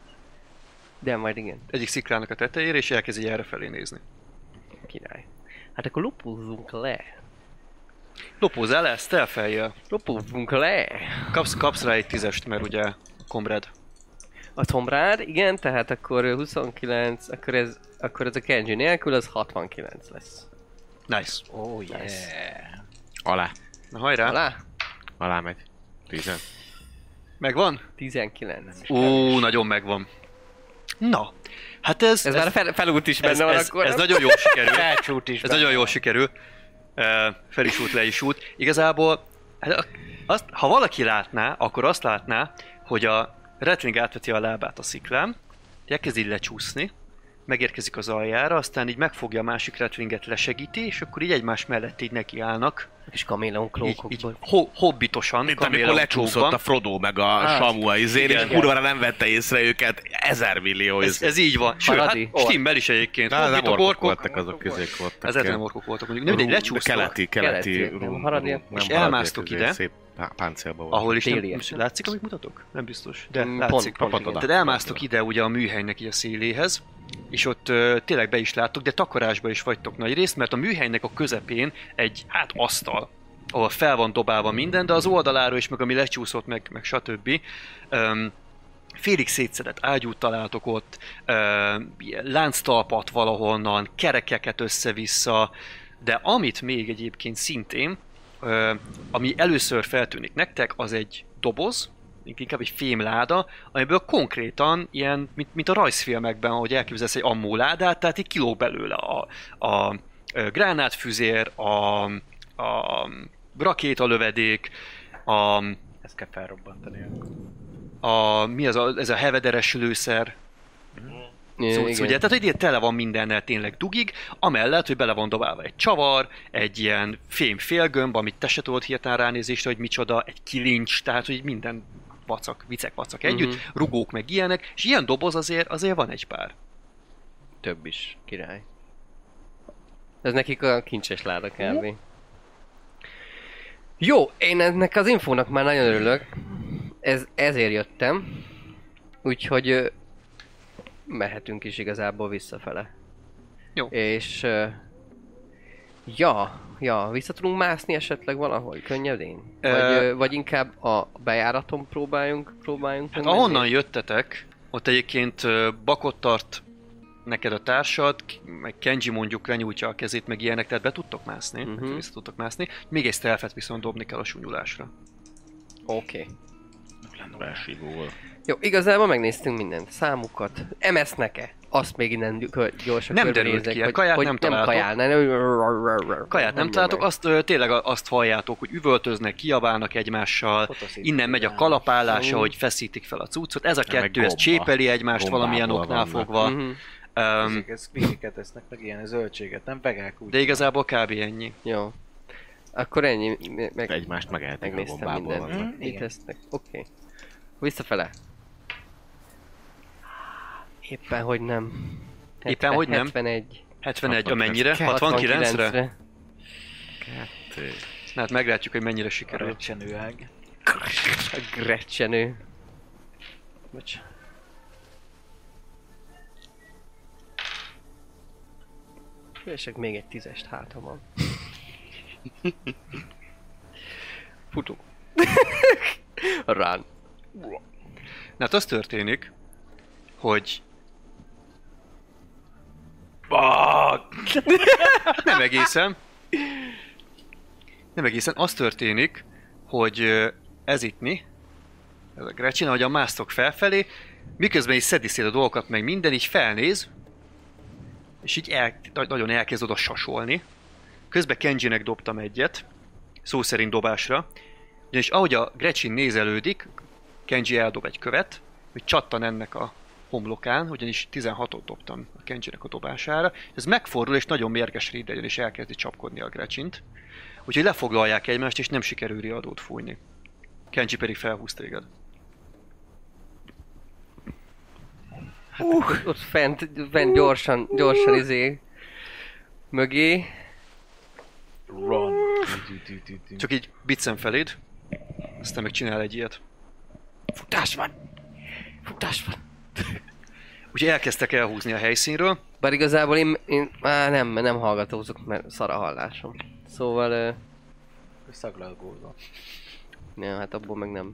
De majd igen. Egyik sziklának a tetejére, és elkezdi errefelé nézni. Király. Hát akkor lopózzunk le. Lopózzál le, stealth-eljel. Lopózzunk le. Kapsz rá egy 10-est, mert ugye Comrade. A Comrade, igen, tehát akkor 29, akkor ez a Kenji nélkül, az 69 lesz. Nice. Oh yeah. Nice. Alá. Na hajrá. Alá megy. 10. Megvan? 19. Nagyon megvan. Na, hát ez már a felút is benne van akkor. Ez nagyon jól sikerül. Felcsút is. Ez nagyon jól sikerül. Fel is út, le is út. Igazából, hát ha valaki látná, akkor azt látná, hogy a Rattling átveti a lábát a sziklán, elkezd így lecsúszni, megérkezik az aljára, aztán így megfogja a másik Rattlinget, lesegíti, és akkor így egymás mellett így nekiállnak. És kaméleon klókokból. Hobbitosan. Mint amikor lecsúszott a Frodo meg a Samua izén, és kurvára nem vette észre őket 1000 millió. Ez így van. Sőt, hát stimmel is egyébként. Nem orkok voltak, azok közék voltak. Ezért nem orkok voltak, mondjuk. Nem, lecsúsztak. Keleti. És elmásztok ide. Szép páncélban volt. Ahol is nem, látszik, amit mutatok? Nem biztos. De látszik. Tehát elmásztok ide ugye a műhelynek így a széléhez, és ott tényleg be is láttok, de takarásba is vagytok nagy részt, mert a műhelynek a közepén egy asztal, ahol fel van dobálva minden, de az oldaláról is, meg ami lecsúszott, meg stb. Félig szétszedett ágyút találtok ott, lánctalpat valahonnan, kerekeket össze-vissza, de amit még egyébként szintén, ami először feltűnik nektek, az egy doboz, inkább egy fémláda, amiből konkrétan ilyen, mint a rajzfilmekben, ahogy elképzelsz egy ammóládát, tehát így kilóg belőle a gránátfüzér, a rakétalövedék, ezt kell felrobbantani. Mi az ez a hevederes lőszer, ugye, tehát hogy tele van mindennel tényleg dugig, amellett, hogy bele van dobálva egy csavar, egy ilyen fém félgömb, amit te se tudod hirtelen ránézésre, hogy micsoda, egy kilincs, tehát hogy minden vicek együtt, rugók meg ilyenek, és ilyen doboz azért van egy pár. Több is, király. Ez nekik a kincses láda kb. Jó, én ennek az infónak már nagyon örülök. Ezért jöttem. Úgyhogy mehetünk is igazából visszafele. Jó. És vissza tudunk mászni esetleg valahogy könnyedén? Vagy inkább a bejáraton próbáljunk hát ahonnan jöttetek, ott egyébként bakot tart neked a társad, meg Kenji mondjuk lenyújtja a kezét, meg ilyenek, tehát be tudtok mászni, vissza tudtok mászni. Még egy stealth-et viszont dobni kell a súnyulásra. Oké. Belsívóval. Jó, igazából megnéztünk mindent. Számukat. MS-nek-e? Azt még innen gyorsan nem derült ki, a kaját nem találtok. Kaját nem találtok, azt tényleg azt halljátok, hogy üvöltöznek, kiabálnak egymással, innen megy a kalapálása, hogy feszítik fel a cuccot. Ez a kettő, ez csépeli egymást valamilyen oknál fogva. Ez spiriket esznek, meg ilyen zöldséget, nem vegák úgy. De igazából kb. Ennyi. Jó. Akkor ennyi. Egymást megehetik a gombából. Itt esznek. Oké. Visszafele. Éppen hogy nem. Éppen hogy nem? 71. 71 amennyire? 69-re? Kettő. Na hát meglátjuk, hogy mennyire sikerül. Grecsenőág. A grecsenő. Bocs. Keresek még egy 10-est, hát ha van. Futunk. Run. Na hát az történik, hogy... Nem egészen. Nem egészen. Az történik, hogy ez itt mi? Ez a Gretchen, ahogyan másztok felfelé, miközben is szedi szét a dolgokat, meg minden, így felnéz, és így nagyon elkezd oda sasolni. Közben Kenjinek dobtam egyet, szó szerint dobásra, ugyanis ahogy a Gretchen nézelődik, Kenji eldob egy követ, hogy csattan ennek a homlokán, ugyanis 16-ot dobtam a Kenjinek a dobására. Ez megfordul, és nagyon mérges ide jön, és elkezdi csapkodni a Gretchent. Úgyhogy lefoglalják egymást, és nem sikerül riadót fújni. Kenji pedig felhúz téged. Hát ott fent gyorsan mögé. Run. Csak így biccen feléd, aztán meg csinál egy ilyet. Futás van! Úgyhogy elkezdtek elhúzni a helyszínről. Bár igazából én nem hallgatózok, mert szar a hallásom. Szóval... Szaglalgózva. Ja, hát abból meg nem.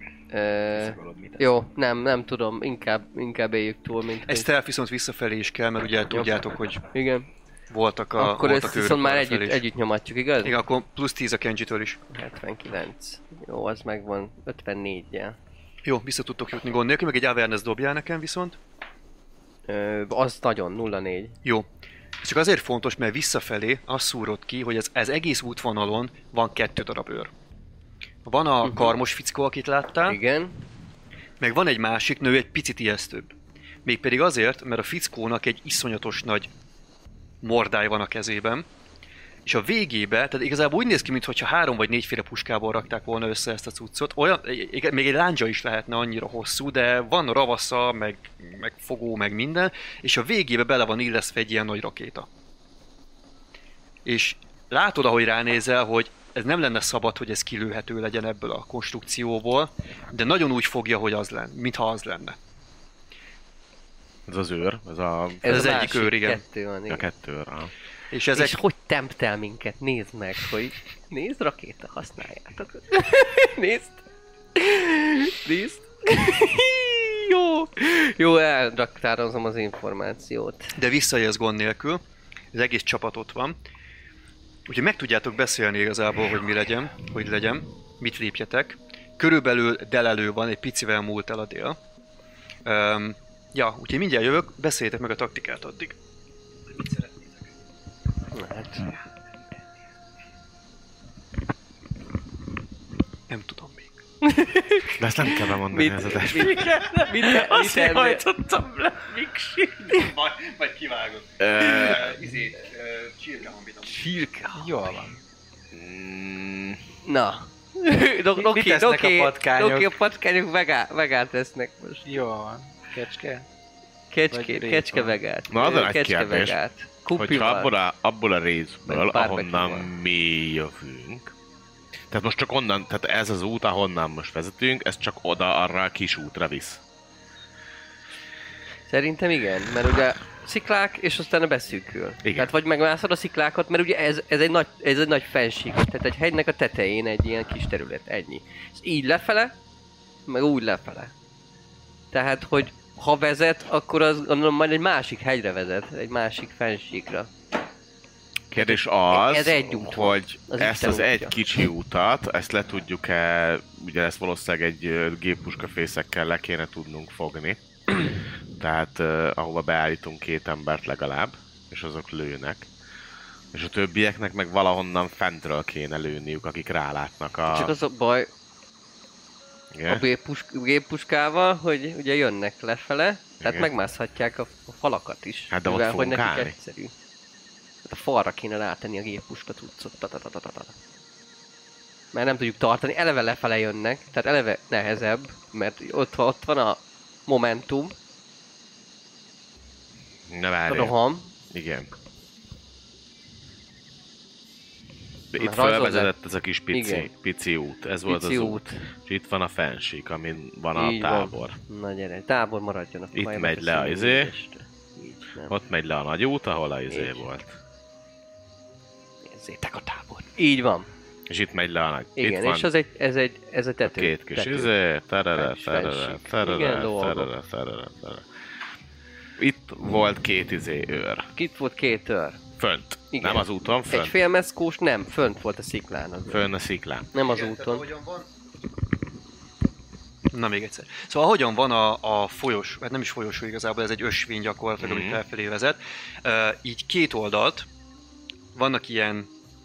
Jó, nem tudom, inkább éljük túl, mint... Egy stealth viszont visszafelé is kell, mert ugye tudjátok, hogy igen. voltak akkor ezt viszont már együtt nyomatjuk, igaz? Igen, akkor plusz 10 a Kenjitől is. 79. Jó, az megvan 54-jel. Jó, vissza tudtok jutni gond nélkül, meg egy awareness dobjál nekem viszont. Az nagyon, 04. Jó. Ez csak azért fontos, mert visszafelé azt szúrod ki, hogy ez egész útvonalon van 2 darab őr. Van a karmos fickó, akit láttál. Igen. Meg van egy másik nő, egy picit ijesztőbb. Mégpedig azért, mert a fickónak egy iszonyatos nagy mordály van a kezében, és a végébe, tehát igazából úgy néz ki, mintha 3 vagy 4 féle puskából rakták volna össze ezt a cuccot. Olyan, még egy láncsa is lehetne annyira hosszú, de van ravasza, meg fogó, meg minden, és a végébe bele van illeszve egy ilyen nagy rakéta. És látod, ahogy ránézel, hogy ez nem lenne szabad, hogy ez kilőhető legyen ebből a konstrukcióból, de nagyon úgy fogja, hogy az lenne, mintha az lenne. Ez az őr, ez az egyik őr, igen. 2 van, igen. A 2 őr, És hogy temptel minket, nézd meg, hogy nézd, rakéta használjátok. Nézd. Jó, elraktározom az információt. De visszajössz gond nélkül, az egész csapat ott van. Úgyhogy meg tudjátok beszélni igazából, hogy mi legyen, hogy legyen, mit lépjetek. Körülbelül delelő van, egy picivel múlt el a dél. Ja, úgyhogy mindjárt jövök, beszéljétek meg a taktikát addig. Mit szeretnétek? Hát. Nem tudom még. De ezt nem kell bemondani ez az est. Azért hajtottam le, Miksi. Majd kivágod. Csirke. Jól van. Na. Mit tesznek a patkányok? Doki, a patkányok vegát esznek most. Jól van. Kecske? Kecske vegát. Na, az a nagy kérdés, vegát. hogyha abból a részből, ahonnan mi jövünk, tehát most csak onnan, tehát ez az út, ahonnan most vezetünk, ez csak oda, arra a kis útra visz. Szerintem igen, mert ugye sziklák, és aztán beszűkül. Igen. Tehát vagy megmászod a sziklákat, mert ugye ez egy nagy fensík, tehát egy hegynek a tetején egy ilyen kis terület, ennyi. És így lefele, meg úgy lefele. Tehát, hogy ha vezet, akkor az majd egy másik hegyre vezet, egy másik fensíkra. Kérdés az, ez egy út hogy ezt az egy útja. kicsi utat, ezt le tudjuk-e, ugye ezt valószínűleg egy géppuskafészekkel le kéne tudnunk fogni. Tehát ahova beállítunk 2 embert legalább, és azok lőnek. És a többieknek meg valahonnan fentről kéne lőniük, akik rálátnak a... Csak az a baj Igen? a géppuskával, hogy ugye jönnek lefele, tehát Igen. megmászhatják a falakat is. Hát de ott mivel, hogy fogunk nekik állni. egyszerű. Hát a falra kéne rátenni a géppuska cuccot. Mert nem tudjuk tartani, eleve lefele jönnek, tehát eleve nehezebb, mert ott van a momentum, Ne a várjál. roham. Igen. De Na, itt rajzold le. felvezetett ez a kis Igen. pici út. Ez volt Pici az út. út. És itt van a fensík, amin van a Így tábor. Van. Na gyere, tábor maradjon. Itt Majd megy le a beszélünk izé. este. Így, nem. Ott megy le a nagy út, ahol a izé Így. volt. Nézzétek a tábor. Így van. És itt megy le a nagy. Igen, itt van és ez a tető. 2 kis tető. izé, terere. Igen, dolgok. Itt volt 2 izé őr. Itt volt 2 őr. Fönt. Igen. Nem az úton, Egy fönt. félmeszkós nem, fönt volt a sziklán. Az Fönn a sziklán. nem az úton. Na még egyszer. Szóval hogyan van a folyos, hát nem is folyosó igazából, ez egy ösvény gyakorlatilag, ami felfelé vezet. Így 2 oldalt vannak ilyen,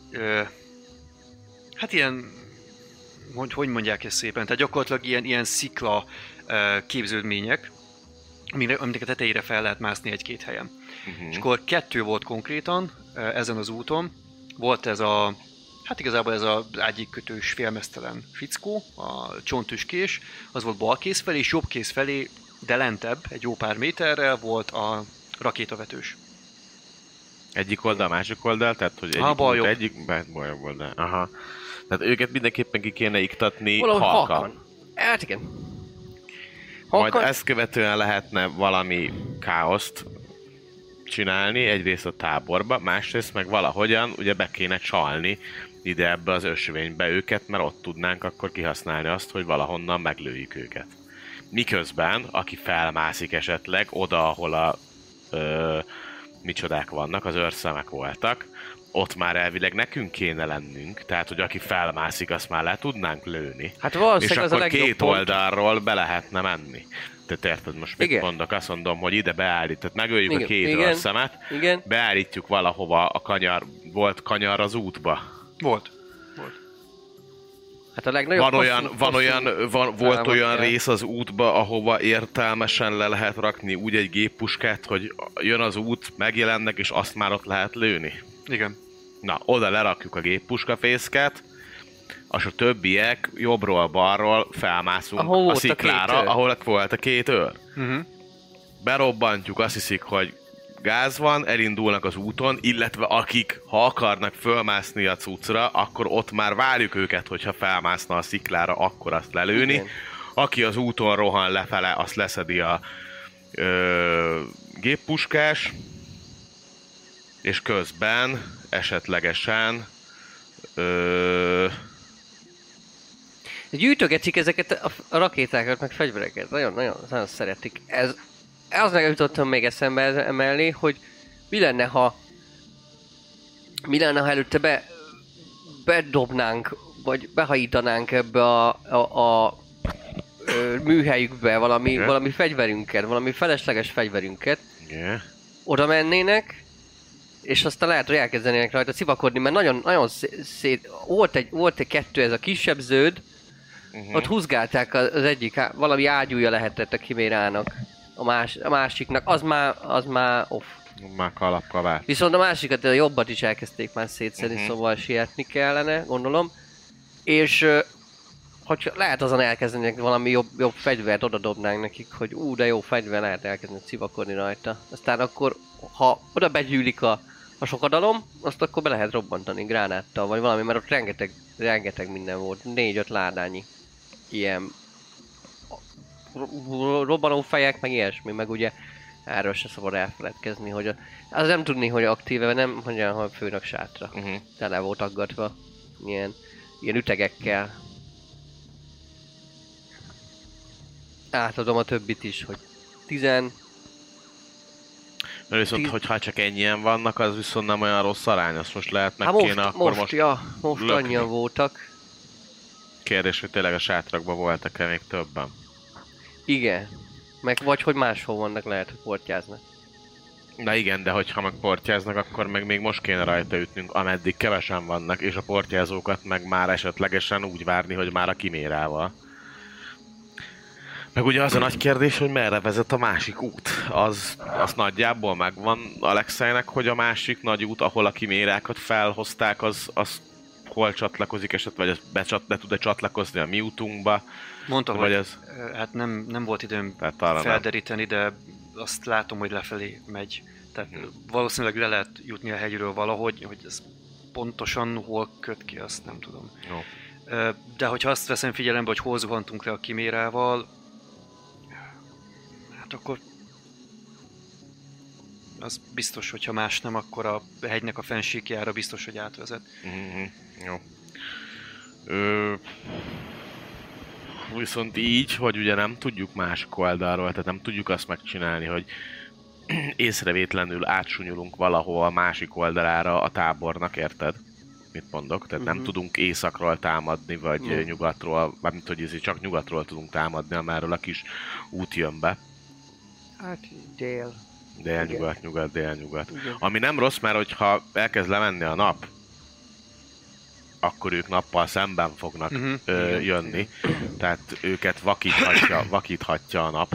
hát ilyen, hogy mondják ezt szépen, tehát gyakorlatilag ilyen szikla képződmények, aminek a tetejére fel lehet mászni 1-2 helyen. És akkor 2 volt konkrétan ezen az úton. Volt ez hát igazából ez az ágyékkötős félmeztelen fickó, a csontüskés, az volt bal kéz felé, és jobb kéz felé, de lentebb, egy jó pár méterrel volt a rakétavetős. Egyik oldal, másik oldal, tehát hogy bal jobb. bal jobb oldal. Aha. Tehát őket mindenképpen ki kéne iktatni Valahogy halkan. halkan. Hát igen. Majd Halkan. ezt követően lehetne valami káoszt csinálni, egyrészt a táborba, másrészt meg valahogyan ugye be kéne csalni ide ebbe az ösvénybe őket, mert ott tudnánk akkor kihasználni azt, hogy valahonnan meglőjük őket. Miközben, aki felmászik esetleg oda, ahol a micsodák vannak, az őrszemek voltak, ott már elvileg nekünk kéne lennünk, tehát hogy aki felmászik, azt már le tudnánk lőni. Hát És valószínűleg az a akkor legjobb 2 pont. oldalról be lehetne menni. Tehát érted most mit Igen. mondok? Azt mondom, hogy ide beállít, tehát megöljük Igen, a 2 igen. őrszemet, Igen. beállítjuk valahova a kanyar, volt kanyar az útba. Volt. Hát a legnagyobb Volt távol olyan kell. rész az útba, ahova értelmesen le lehet rakni úgy egy géppuskát, hogy jön az út, megjelennek, és azt már ott lehet lőni. Igen. Na, oda lerakjuk a géppuskafészket, és a többiek jobbról-balról felmászunk Ahol a volt a sziklára, 2 őr. ahol volt a 2 őr. Uh-huh. Berobbantjuk, azt hiszik, hogy gáz van, elindulnak az úton, illetve akik, ha akarnak fölmászni a cuccra, akkor ott már várjuk őket, hogyha felmászna a sziklára, akkor azt lelőni. Igen. Aki az úton rohan lefele, azt leszedi a géppuskás, és közben esetlegesen Gyűjtögetik ezeket a rakétákat, meg fegyvereket. Nagyon szeretik. Az nekem jutottam még eszembe emellé, hogy mi lenne, ha előtte bedobnánk, vagy behajítanánk ebbe a műhelyükbe valami fegyverünket, valami felesleges fegyverünket. yeah. Oda mennének, és aztán lehet, hogy elkezdenének rajta civakodni, mert nagyon szét... Volt egy 2, ez a kisebb zöld, ott húzgálták az egyik, valami ágyúja lehetett a kimérának, a másiknak, az már off. Már kalapka vált. Viszont a másikat, a jobbat is elkezdték már szétszedni, szóval sietni kellene, gondolom. És hogy lehet azon elkezdenek valami jobb fegyvert odadobnánk nekik, hogy de jó fegyver, lehet elkezdeni civakodni rajta. Aztán akkor, ha oda begyűlik a sokadalom, azt akkor be lehet robbantani gránáttal, vagy valami, mert ott rengeteg minden volt, 4-5 ládányi ilyen robbanófejek, meg ilyesmi, meg ugye erről se szabad elfeledkezni, hogy az nem tudni, hogy aktíve, nem, hogy főnök sátra. Tele volt aggatva ilyen ütegekkel. Átadom a többit is, hogy 10... De viszont, hogyha csak ennyien vannak, az viszont nem olyan rossz arány, azt most lehet meg kéne akkor most annyian voltak. Kérdés, hogy tényleg a sátrakban voltak-e még többen? Igen. Meg vagy, hogy máshol vannak, lehet, hogy portyáznak. Na igen, de hogyha meg portyáznak, akkor meg még most kéne rajta ütnünk, ameddig kevesen vannak, és a portyázókat meg már esetlegesen úgy várni, hogy már a kimérával. Meg ugye az a nagy kérdés, hogy merre vezet a másik út. Az nagyjából megvan Alexeinek, hogy a másik nagy út, ahol a kimérákat felhozták, az hol csatlakozik, esetleg vagy be tud-e csatlakozni a mi útunkba? Mondta, hogy ez... hát nem volt időm felderíteni, de azt látom, hogy lefelé megy. Tehát valószínűleg le lehet jutni a hegyről valahogy, hogy ez pontosan hol köt ki, azt nem tudom. Jó. De hogyha azt veszem figyelembe, hogy hol zuhantunk le a kimérával, hát akkor az biztos, hogyha más nem, akkor a hegynek a fennsíkjára biztos, hogy átvezet. Jó. Viszont így, hogy ugye nem tudjuk másik oldalról, tehát nem tudjuk azt megcsinálni, hogy észrevétlenül átsúnyulunk valahol a másik oldalára a tábornak, érted? Mit mondok? Tehát nem tudunk északról támadni, vagy nyugatról, mármint hogy csak nyugatról tudunk támadni, amerről a kis út jön be. Hát dél. Dél-nyugat. Ami nem rossz, mert hogyha elkezd lemenni a nap, akkor ők nappal szemben fognak jönni. Tehát őket vakíthatja a nap.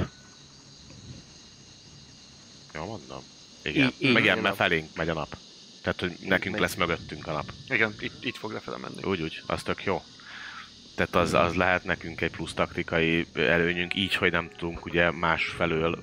Jó, mondom? Igen. Meg ilyen, mert felénk megy a nap. Tehát, hogy nekünk lesz mögöttünk a nap. Igen, itt fog lefele menni. Úgy, az tök jó. Tehát az lehet nekünk egy plusz taktikai előnyünk, így, hogy nem tudunk ugye másfelől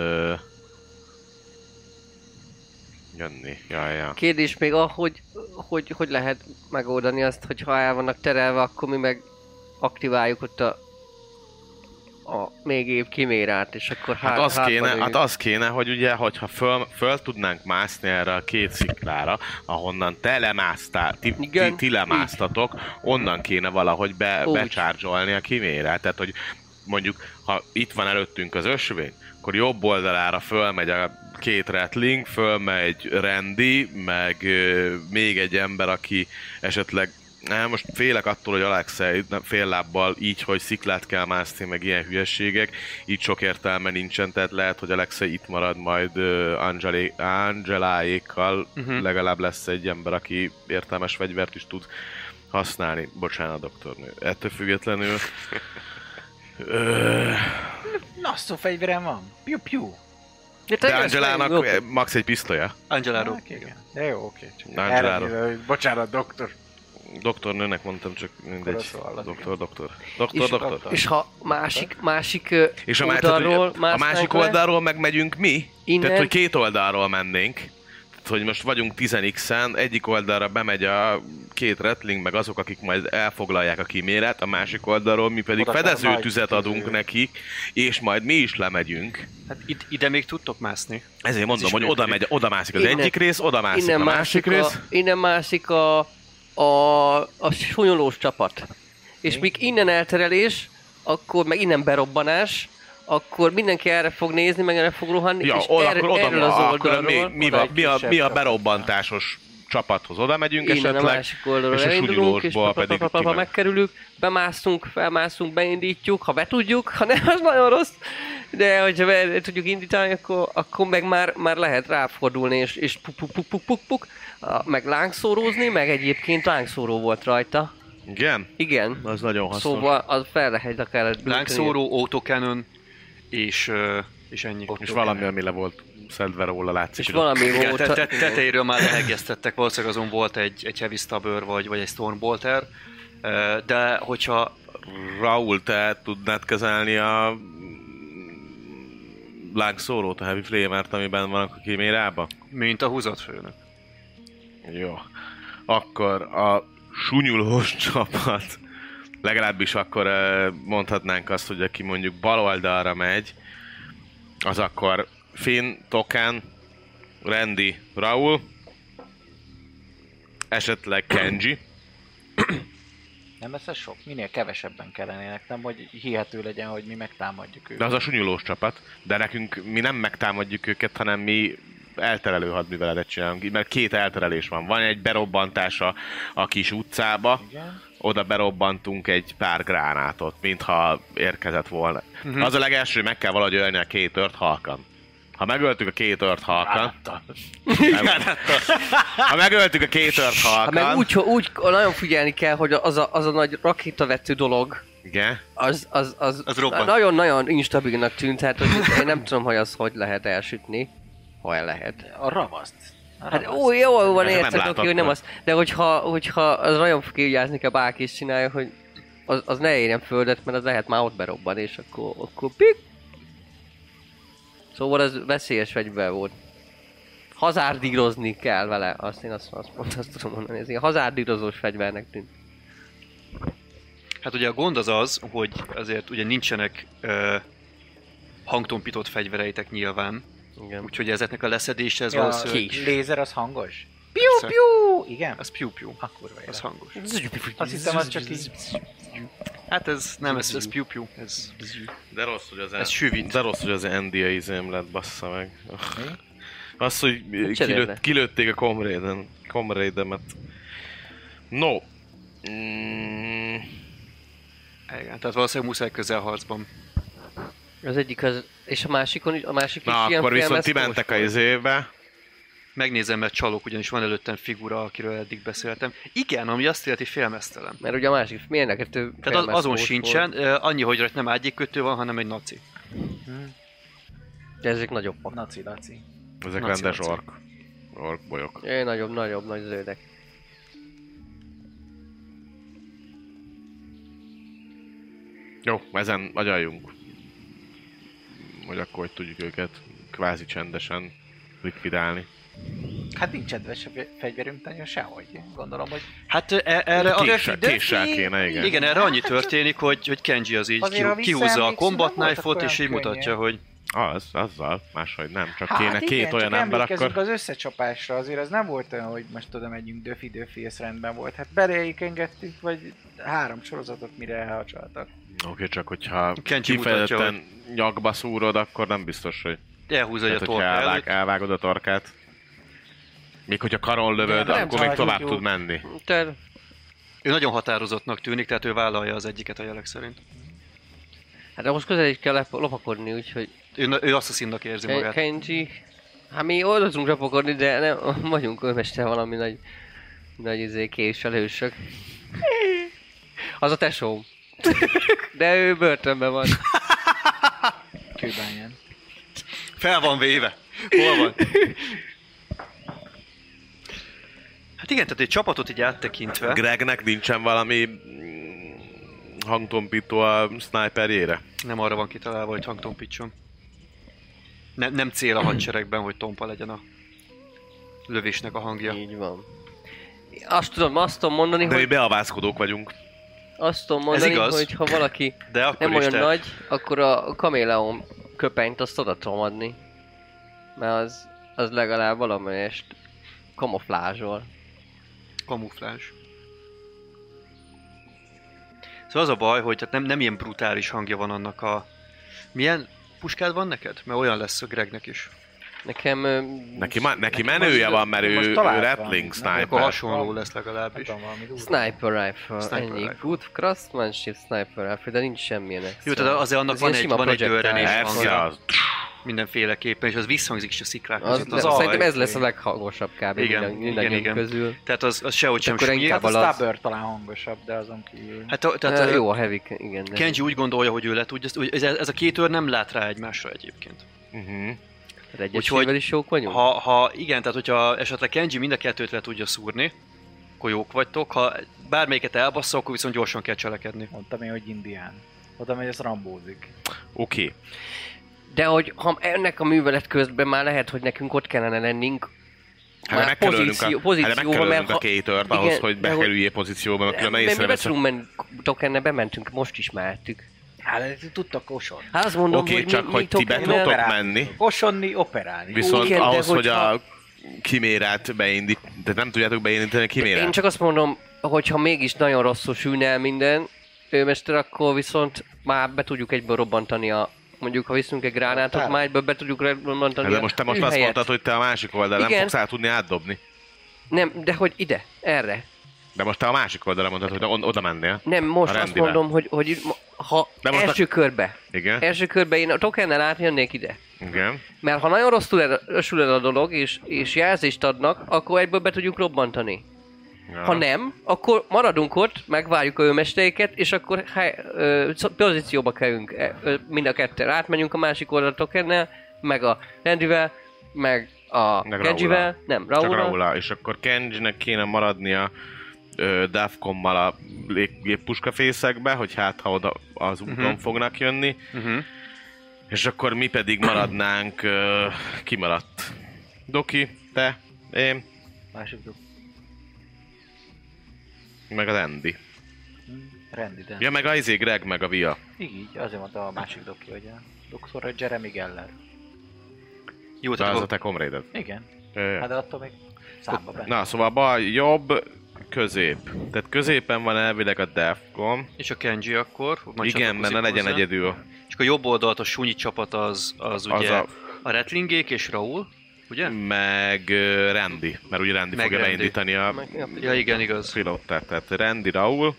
jönni. Ja. Kérdés még hogy lehet megoldani azt, hogy ha el vannak terelve, akkor mi meg aktiváljuk ott a még év kimérát, és akkor az kéne, hogy ugye, hogyha föl tudnánk mászni erre a két sziklára, ahonnan te lemásztál, ti lemásztatok, onnan kéne valahogy becsárgyolni a kimérát. Tehát, hogy mondjuk, ha itt van előttünk az ösvény, akkor jobb oldalára fölmegy a két rattling, fölmegy Randy, meg még egy ember, aki esetleg most félek attól, hogy Alexei fél lábbal így, hogy sziklát kell mászni, meg ilyen hülyeségek, így sok értelme nincsen, tehát lehet, hogy Alexei itt marad majd Angeláékkal, legalább lesz egy ember, aki értelmes fegyvert is tud használni. Bocsánat, doktornő. Ettől függetlenül... Nasszó fegyverem van. Piu-piu. De Angelának max egy pisztolya. Angeláról. Igen. De jó, oké. Angeláról. Bocsánat, doktor. Doktornőnek mondtam, csak mindegy. Doktor. És ha másik oldalról a másik oldalról megmegyünk mi? Innen. Tehát, hogy két oldalról mennénk. Tehát, hogy most vagyunk 10x-en, egyik oldalra bemegy a két rattling, meg azok, akik majd elfoglalják a kimérát, a másik oldalról mi pedig fedezőtüzet adunk nekik, és majd mi is lemegyünk. Hát ide még tudtok mászni. Ezért mondom, hogy oda mászik az egyik rész, oda mászik a másik rész. Innen mászik a sunyolós csapat. És míg innen elterelés, akkor meg innen berobbanás, akkor mindenki erre fog nézni, meg erre fog rohanni, ja, és erről az oldalról... Mi a berobbantásos csapathoz oda megyünk esetleg, és a sunyolósból pedig megkerülünk, bemászunk, felmászunk, beindítjuk, ha be tudjuk, ha nem, az nagyon rossz. De hogyha be tudjuk indítani, akkor meg már lehet ráfordulni, és puk, meg lángszórózni, meg egyébként lángszóró volt rajta. Igen. Az nagyon hasznos. Szóval az fel lehet akár... Lángszóró, autocannon, és ennyi. És valami, ami le volt szedve róla, látszik. És valami volt... Tetejéről már lehegeztettek, valószínűleg azon volt egy Heavy Stabber, vagy egy Stormbolter, de hogyha... Raúl, te tudnád kezelni a lángszórót, a Heavy Flamert, amiben van a kimérában? Mint a húzatfőnök. Jó. Akkor a sunyulós csapat, legalábbis akkor mondhatnánk azt, hogy aki mondjuk bal oldalra megy, az akkor Finn, Token, Randy, Raúl, esetleg Kenji. Nem ez sok? Minél kevesebben kellenének, nem? Hogy hihető legyen, hogy mi megtámadjuk őket. De az a sunyulós csapat, de mi nem megtámadjuk őket, hanem mi elterelő hadműveletet csinálunk, mert 2 elterelés van. Van egy berobbantása a kis utcába, oda berobbantunk egy pár gránátot, mintha érkezett volna. Az a legelső, hogy meg kell valahogy ölni a 2 Earth Halkan. Ha megöltük a 2 Earth Halkan... Ha megöltük a 2 Earth Halkan... Meg úgy nagyon figyelni kell, hogy az a nagy rakétavető dolog, igen? Az robbant. nagyon-nagyon instabilnak tűnt, tehát hogy én nem tudom, hogy az hogy lehet elsütni, ha el lehet. A ravaszt. Hát jó van, Ez nem érted, oké, hogy nem az. De hogyha az nagyon kivigyázni kell, bárki is csinálja, hogy az ne érjen földet, mert az lehet már ott berobban, és akkor pik. Szóval ez veszélyes fegyver volt. Hazárdírozni kell vele, azt tudom mondani, ez ilyen hazárdírozós fegyvernek tűnt. Hát ugye a gond az, hogy azért ugye nincsenek hangtompított fegyvereitek nyilván. Igen. Úgyhogy ezeknek a leszedése ez Ja, valószínűleg... lézer az hangos? Piu-piu! Igen? Az piu-piu. Kurva Az hangos. Azt hiszem, az csak így... Hát ez nem, ez piu-piu. Ez De rossz, hogy az, süvít. De rossz, hogy az NDA izém lett, bassza meg. Az, hogy cserélne? kilőtték a comrade-emet. No. Igen, tehát valószínűleg muszáj közelharcban. Az egyik az, és a másik is Na, ilyen akkor viszont ti félmeztós mentek a volt. izébe. Megnézem, mert csalok, ugyanis van előttem figura, akiről eddig beszéltem. Igen, ami azt illeti félmeztelen. Mert ugye a másik, milyen neked Tehát azon sincsen, annyi, hogy rajta nem ágyékkötő van, hanem egy naci. De ezek nagyobbak. Naci. Ezek Naci, rendes naci. ork bolyok. Nagyobb, nagy zöldek. Jó, ezen agyaljunk. Hogy akkor hogy tudjuk őket kvázi csendesen likvidálni. Hát nincs edves fegyverünk nagyon sehogy. Gondolom, hogy... Hát erre Késsel kéne, igen. Igen, erre annyi történik, hogy Kenji az így Azért, ha kihúzza a visszaemlékszem, combat nem voltak knife-ot, és így olyan mutatja, könnyen. hogy Azzal, máshogy nem. Csak Hát kéne igen, 2 olyan csak ember, emlékezünk akkor... az összecsapásra, azért az nem volt olyan, hogy most oda megyünk döfi, ez rendben volt. Hát beléjük engedtük, vagy 3 sorozatot, mire elhacsaltak. Oké, csak hogyha Kenji kifejezetten nyakba szúrod, akkor nem biztos, hogy... elhúzza a Tehát, hogyha torka előtt. elvágod a torkát. Még hogyha karon lövöd, De nem akkor még csaljuk tovább jó. tud menni. Ő nagyon határozottnak tűnik, tehát ő vállalja az egyiket a jelek szerint. Hát ahhoz közel is kell lopakodni, úgyhogy... Ő asszaszínnak érzi magát. Kenji... Hát mi oda tudunk lopakodni, de nem vagyunk önmester valami nagy késsel hősök. Az a tesóm. De ő börtönben van. Kőbányán. Fel van véve. Hol van? Hát igen, tehát egy csapatot így áttekintve. Gregnek nincsen valami hangtompító a sniperjére? Nem arra van kitalálva, hogy hangtompítson. Nem cél a hadseregben, hogy tompa legyen a lövésnek a hangja. Így van. Azt tudom mondani, De mi hogy... beavászkodók vagyunk. Azt tudom mondani, igaz. hogy ha valaki De akkor nem is olyan te... nagy, akkor a kaméleon köpenyt azt oda tudom adni. Mert az legalább valamelyest kamuflázsol. Kamuflázs. Szóval az a baj, hogy hát nem ilyen brutális hangja van annak a... Milyen puskád van neked? Mert olyan lesz a Gregnek is. Nekem... Neki menője van, mert most ő talált Rattling valami. Akkor sniper. hasonló lesz legalábbis. Nem tudom, valami durva. Sniper rifle, Sniper ennyi. rifle. Good craftsmanship sniper rifle, de nincs semmilyen extra. Jó, tehát azért annak Ez van ilyen egy, sima van egy projectile. örrenés Persze, hangja. az. Mindenféleképpen, és az visszhangzik is a sziklák Az, között. Az szerintem aj. ez lesz a leghangosabb kb. Igen, minden igen. közül. Tehát az sehogy sem Akkor súlyik. inkább Hát a alatt. Stubber talán hangosabb, de azon kívül. Hát tehát Jó a heavy, igen. De Kenji úgy gondolja, hogy ő le tudja, ez a 2 őr nem lát rá egymásra egyébként. egyesével is jók vagyunk? Igen, tehát hogyha esetleg Kenji mind a 2-t le tudja szúrni, akkor jók vagytok, ha bármelyiket elbassza, akkor viszont gyorsan kell cselekedni. Mondtam én, hogy indián. Oda megy, az rambózik. Oké. De hogy ha ennek a művelet közben már lehet, hogy nekünk ott kellene lennünk. Hát meg kell ölnünk a 2 őrt ahhoz, igen, hogy de hogy- bekerüljél pozícióba, mert különben mi be észreveszem. tudunk Tokenne bementünk, most is mehettük. Hát tudtak kosonni. Hát azt mondom, Oké, hogy csak hogy ti be Tokennel- tudtok menni, Kosonni, operálni. viszont Igen, de ahhoz, hogy hogyha- a kimérát de nem tudjátok beindítani a kimérát. Én csak azt mondom, hogyha mégis nagyon rosszul sülne el minden, őmester, akkor viszont már be tudjuk egyből robbantani a Mondjuk, ha viszünk egy gránátot, már egyből be tudjuk robbantani. De most te azt mondtad, hogy te a másik oldalra nem fogsz tudni átdobni. Nem, de hogy ide, erre. De most te a másik oldalra mondtad, hogy oda mennél. Nem, most azt mondom, hogy ha első körbe. Igen. Első körbe én a tokennel átjönnék ide. Igen. Mert ha nagyon rosszul ösül el a dolog, és jelzést adnak, akkor egyből be tudjuk robbantani. Ja. Ha nem, akkor maradunk ott, megvárjuk a őmesteréket, és akkor pozícióba kerülünk mind a ketten. Átmenjünk a másik oldalra tokennel, meg a Randyvel, meg a Kenjivel, nem, Raula. És akkor Kenjinek kéne maradnia Dafcommal a puskafészekbe, hogy hát ha oda az úton fognak jönni. És akkor mi pedig maradnánk, ki maradt? Doki, te, én. Másik Doki. Meg a Randy. Randy, de. Ja, meg a Greg, meg a Via. Így, azért mondta a másik Doki, hogy a doktor Jeremy Geller. Jó, tehát az a te comrade-ed. Igen. Hát de attól még számba benne. Na, szóval bal, jobb, közép. Tehát középen van elvileg a Defcon. És a Kenji akkor. Igen, mert ne legyen egyedül. És a jobb oldalt a Sunyi csapat az ugye a Retlingék és Raúl, ugye? Meg Randy, mert ugye Randy fogja beindítani a ja, igen, igaz. Pilotát, tehát Randy, Raúl.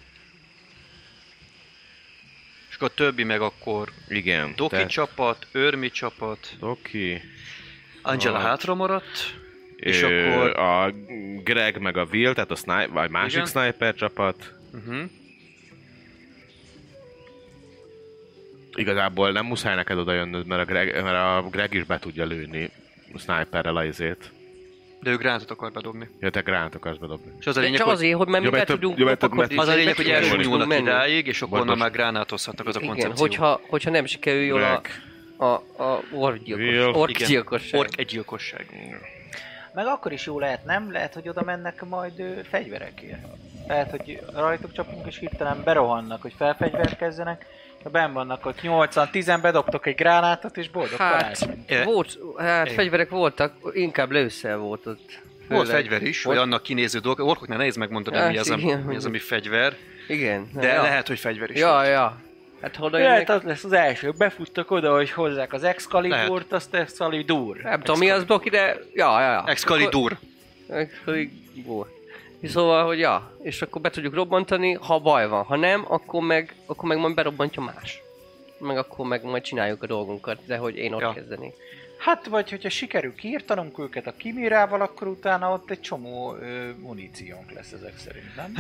És akkor a többi meg akkor igen, Doki csapat, Örmi csapat. Doki. Angela hátra maradt. És akkor a Greg meg a Will, tehát a másik sniper csapat. Igazából nem muszáj neked oda jönnöd, mert a Greg is be tudja lőni a sniperrel a izét. De ő gránátot akar bedobni. Ja, te gránátot akarsz bedobni. És az a lényeg, csak azért, hogy mi be tudunk... Az a lényeg, hogy elsúnyulnak idáig, és akkor onnan már gránátozhatnak, az a koncepció. Igen, hogyha nem sikerül jól a orkgyilkosság. Meg akkor is jó lehet, nem? Lehet, hogy oda mennek majd fegyverekért. Lehet, hogy rajtuk csapunk és hirtelen berohannak, hogy felfegyverkezzenek. Ha benn vannak ott 80-10, bedobtok egy gránátot és boldog fegyverek voltak, inkább lőszer volt ott. Volt fegyver is, vagy annak kinéző dolgok. Orkoknál nehéz megmondani, mi az, ami fegyver. Igen. De lehet, hogy fegyver is. Ja. Hát lehet, az lesz az első. Befuttak oda, hogy hozzák az Excaliburt, azt Excalibur. Nem tudom mi az Doki, de... Ja. Excalibur. Szóval, hogy és akkor be tudjuk robbantani, ha baj van. Ha nem, akkor meg majd berobbantja más. Meg akkor meg majd csináljuk a dolgunkat, de hogy én ott kezdenék. Hát, vagy hogyha sikerül kiírtanunk őket a Kimirával, akkor utána ott egy csomó muníciónk lesz ezek szerint, nem?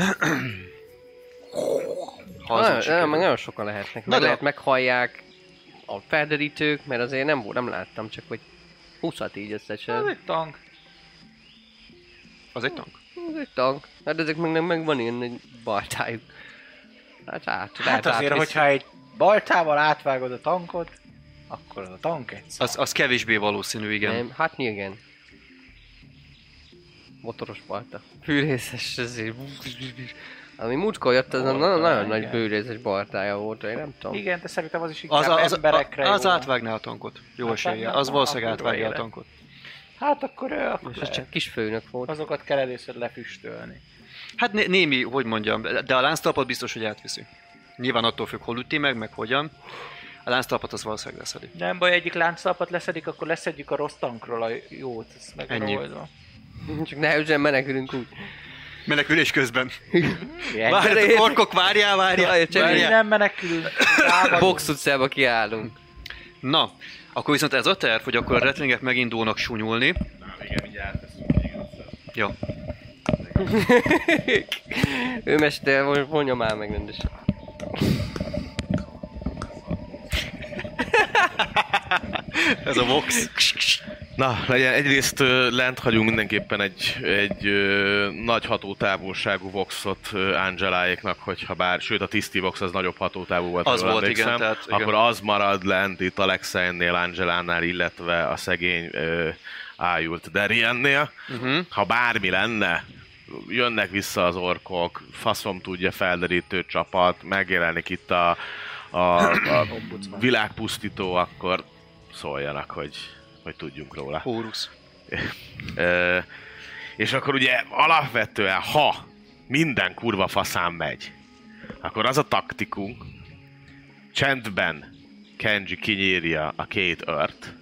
Meg nagyon sokan lehetnek. Lehet meghallják a felderítők, mert azért nem láttam, csak hogy 20-at így összesen. Az egy tank. Az egy tank? Az egy tank. Hát ezek meg van ilyen egy baltájuk. Hát azért, hogyha egy baltával átvágod a tankot, akkor az a tank egy szám. Az kevésbé valószínű, igen. Nem, hát igen. Motoros balta. Fűrészes, ezért... Ami múltkor jött, az nagyon nagy bőrészes baltája volt, én nem tudom. Igen, de szerintem az is inkább emberekre az átvágná a tankot. Jó eséllyel. Az valószínűleg átvágja a tankot. Hát akkor csak kis főnök volt. Azokat kell először lefüstölni. Hát némi, hogy mondjam, de a lánctalpat biztos, hogy átviszi. Nyilván attól függ, hol üti meg hogyan. A lánctalpat az valószínűleg leszedi. Nem baj, egyik lánctalpat leszedik, akkor leszedjük a rossz tankról a jót. Ez meg ennyi. Csak nehezen menekülünk úgy. Menekülés közben. Várjatok, orkok, várjál. Nem menekülünk. Box utcába kiállunk. Na, akkor viszont ez a terv, hogy akkor a retlingek megindulnak sunyulni. Igen, mindjárt elteszünk. Jó. Ő mester, mondja már meg rendesen. Ez a vox. Na, legyen egyrészt lent hagyunk mindenképpen egy nagy hatótávolságú voxot Angeláéknak, hogyha bár, sőt a tiszti vox az nagyobb hatótávú volt. Az volt, igen, tehát, akkor igen. az marad lent itt Alexeinnél, Angelánál, illetve a szegény ájult Dariennél. Ha bármi lenne, jönnek vissza az orkok, faszom tudja felderítő csapat, megjelenik itt a világpusztító, akkor szóljanak, hogy tudjunk róla. Hórusz. És akkor ugye alapvetően, ha minden kurva faszán megy, akkor az a taktikunk, csendben Kenji kinyírja a 2 ört.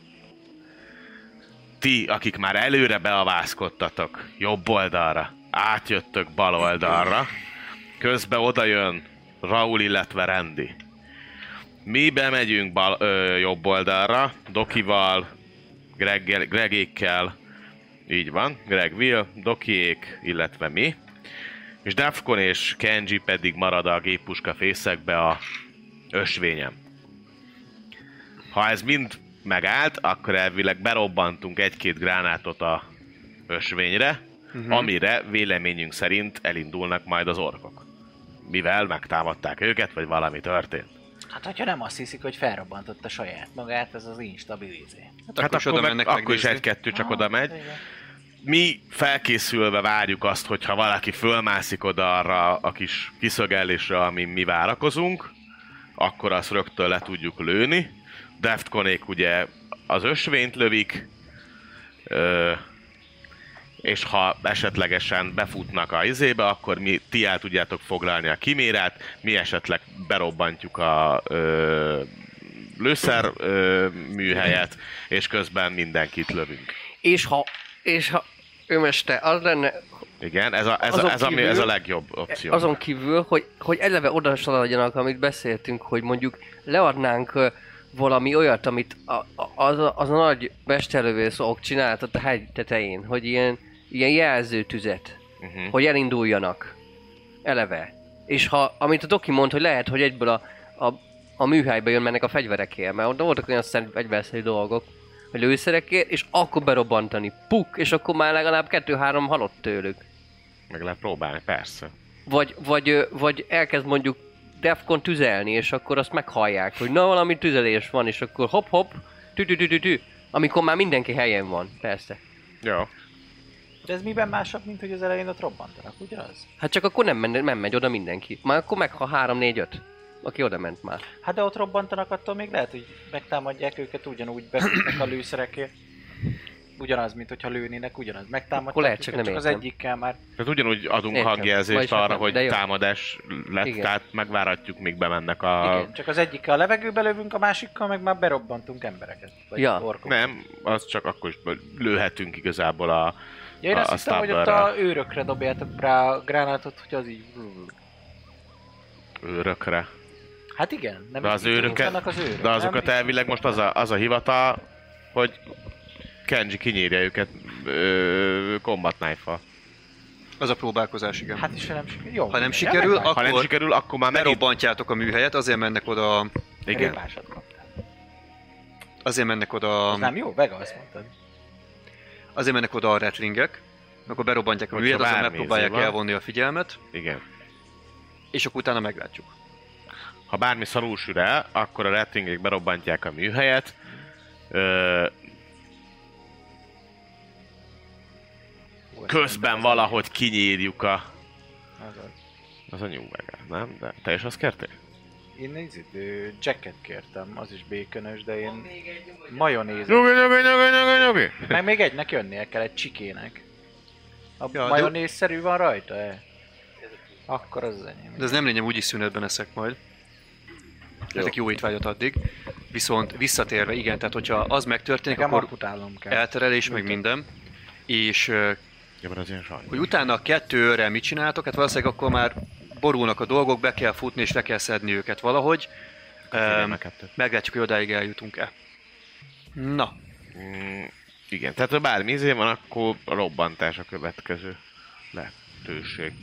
Ti, akik már előre beavászkodtatok jobb oldalra, átjöttök bal oldalra, közben odajön Raúl, illetve Randy. Mi bemegyünk jobb oldalra, Dokival, Gregékkel, így van, Greg Will, Dokiék, illetve mi. És Defcon és Kenji pedig marad a géppuska fészekbe a ösvényen. Ha ez mind megállt, akkor elvileg berobbantunk 1-2 gránátot a ösvényre, amire véleményünk szerint elindulnak majd az orkok. Mivel megtámadták őket, vagy valami történt. Hát, hogyha nem azt hiszik, hogy felrobbantotta saját magát, ez az instabil izé. Hát akkor is 1-2 csak oda megy. Mi felkészülve várjuk azt, hogyha valaki fölmászik oda arra a kis kiszögellésre, amin mi várakozunk, akkor azt rögtön le tudjuk lőni. Defconék ugye az ösvényt lövik, és ha esetlegesen befutnak a izébe, akkor ti el tudjátok foglalni a kimérát, mi esetleg berobbantjuk a lőszer műhelyet, és közben mindenkit lövünk. És ha őmeste, az lenne... Igen, ez a legjobb opció. Azon kívül, hogy eleve oda szaladjanak, amit beszéltünk, hogy mondjuk leadnánk valami olyat, amit az a nagy mesterlövész ok csinált a hegy tetején, hogy ilyen jelzőtüzet, hogy elinduljanak eleve. És amit a Doki mond, hogy lehet, hogy egyből a műhelybe jön mennek a fegyverekért, mert oda voltak olyan fegyverszerű dolgok, hogy lőszerekért, és akkor berobbantani. Puk! És akkor már legalább 2-3 halott tőlük. Meg lehet próbálni, persze. Vagy elkezd mondjuk Defcon tüzelni, és akkor azt meghallják, hogy na valami tüzelés van, és akkor hopp, tü. Amikor már mindenki helyen van, persze. Jó. De ez miben másabb, mint hogy az elején ott robbantanak, ugyanaz? Hát csak akkor nem megy oda mindenki. Már akkor meg, ha 3-4-5. Aki oda ment már. Hát de ott robbantanak, attól még lehet, hogy megtámadják őket, ugyanúgy befutnak a lőszerekért. Ugyanaz, mint hogyha lőnének, ugyanaz. Megtámadják lehet, csak őket, nem csak az értem. egyikkel már. Tehát ugyanúgy adunk hangjelzést arra, hogy de támadás lett, igen. Tehát megváratjuk, míg bemennek a... Igen, csak az egyikkel a levegőbe lövünk, a másikkal meg már berobbantunk embereket. Vagy Ja. orkokat. Nem, az csak akkor is lőhetünk igazából a... Ja, én azt hiszem, hogy ott a őrökre dobjátok rá a gránátot, hogy az így... Őrökre. Hát igen, nem De az őröket, az őrök, de azokat nem? elvileg most az a hivatal, hogy Kenji kinyírja őket combat knife-val. Az a próbálkozás, igen. Hát is nem sikerül. Jó, Ha nem sikerül, Ha nem sikerül, akkor már megint... berobbantjátok a műhelyet, azért mennek oda... Igen. Azért mennek oda... Ez nem jó? Vega, azt mondtad. Azért mennek oda a retlingek, akkor berobbantják a Hogyha műhelyet, azért bármi megpróbálják izé van. elvonni a figyelmet, Igen. és akkor utána meglátjuk. Ha bármi szarul sül el, akkor a rettingek berobbantják a műhelyet. Közben valahogy kinyírjuk a... Az a New Vegas, nem? De te is azt kértél? Én jacket kértem, az is békönös, de én majonézet. Nyugi! Meg még egynek jönnie kell, egy csikének. A Ja, de- majonézszerű van rajta, Akkor az enyém. De ez nem lényeg, úgyis szünetben eszek majd. Ezek jó étvágyat addig. Viszont visszatérve, igen, tehát hogyha az megtörténik, Nekem akkor amputálnom kell. elterelés, meg minden. És Ja, mert az ilyen sajnos. hogy utána a 2 őrrel mit csináltok, hát valószínűleg akkor már borulnak a dolgok, be kell futni és le kell szedni őket valahogy. Meglátjuk, hogy odáig eljutunk-e. Na, Igen, tehát ha bármi izé van, akkor a robbantás a következő lehetőség.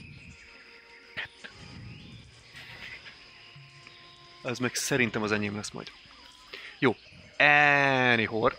ez meg szerintem az enyém lesz majd. Jó. Anyhow.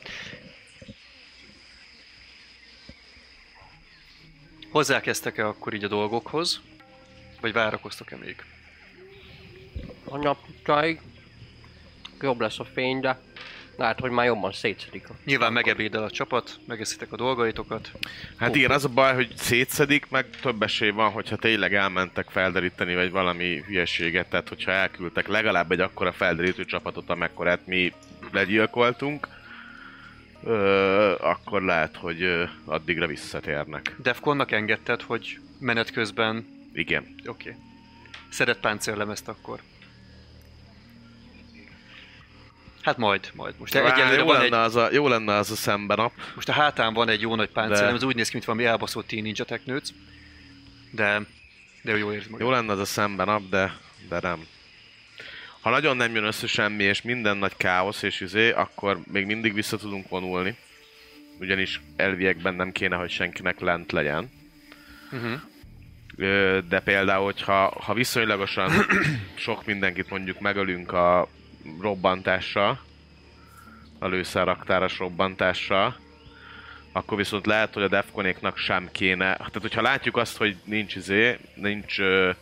Hozzákezdtek-e akkor így a dolgokhoz? Vagy várakoztok-e még? A naptáig jobb lesz a fény, de lehet, hogy már jobban szétszedik. Nyilván megebédel a csapat, megeszitek a dolgaitokat. Hát igen, az a baj, hogy szétszedik, meg több esély van, hogyha tényleg elmentek felderíteni, vagy valami hülyeséget, tehát hogyha elküldtek legalább egy akkora felderítő csapatot, amekkorát mi legyilkoltunk, akkor lehet, hogy addigra visszatérnek. Defconnak engedted, hogy menet közben... Igen. Szedett páncéllemezt akkor. Hát majd. Most egyelőre jó lenne az a szembenap. Most a hátán van egy jó nagy páncél, ez úgy néz ki, mint valami elbaszott Teen Ninja Technőc. De jó érzi magát. Jó lenne az a szembenap, de nem. Ha nagyon nem jön össze semmi, és minden nagy káosz és akkor még mindig vissza tudunk vonulni. Ugyanis elviekben nem kéne, hogy senkinek lent legyen. De például, hogyha viszonylagosan sok mindenkit mondjuk megölünk a robbantással, a lőszerraktáros robbantással, akkor viszont lehet, hogy a Defconéknak sem kéne. Tehát, hogyha látjuk azt, hogy nincs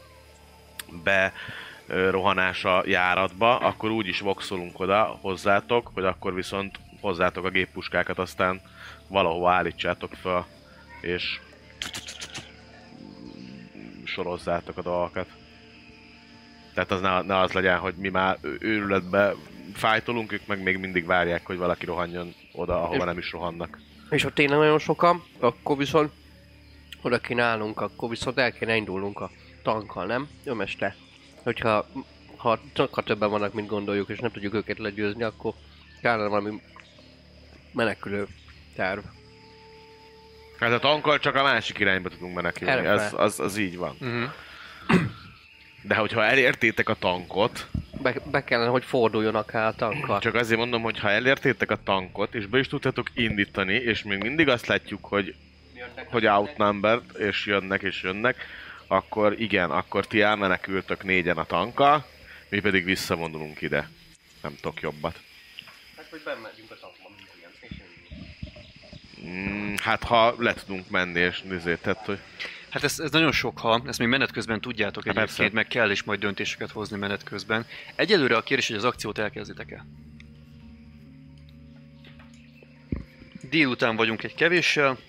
rohanás a járatba, akkor úgy is voxolunk oda hozzátok, hogy akkor viszont hozzátok a géppuskákat, aztán valahova állítsátok fel, és sorozzátok a dolgokat. Tehát az ne az legyen, hogy mi már őrületbe fájtolunk, ők meg még mindig várják, hogy valaki rohanjon oda, ahova nem is rohannak. És ha tényleg nagyon sokan, akkor viszont oda kéne állnunk, akkor viszont el kéne indulnunk a tankkal, nem? Ömeste. Hogyha sokkal többen vannak, mint gondoljuk, és nem tudjuk őket legyőzni, akkor kellene valami menekülő terv. Hát a tankkal csak a másik irányba tudunk menekülni, az így van. De hogyha elértétek a tankot... Be kellene, hogy forduljonak el a tankkal. Csak azért mondom, hogy ha elértétek a tankot, és be is tudtátok indítani, és még mindig azt látjuk, hogy outnumbered, és jönnek, akkor igen, akkor ti elmenekültök 4-en a tankkal, mi pedig visszavonulunk ide. Nem tudok jobbat. Hát, hogy bemegyünk a tankban, hát ha le tudunk menni, és tehát, hogy... Hát ez nagyon sok, ha ezt még menet közben tudjátok egyébként, meg kell is majd döntéseket hozni menet közben. Egyelőre a kérdés, hogy az akciót elkezditek-e. Délután vagyunk egy kevéssel.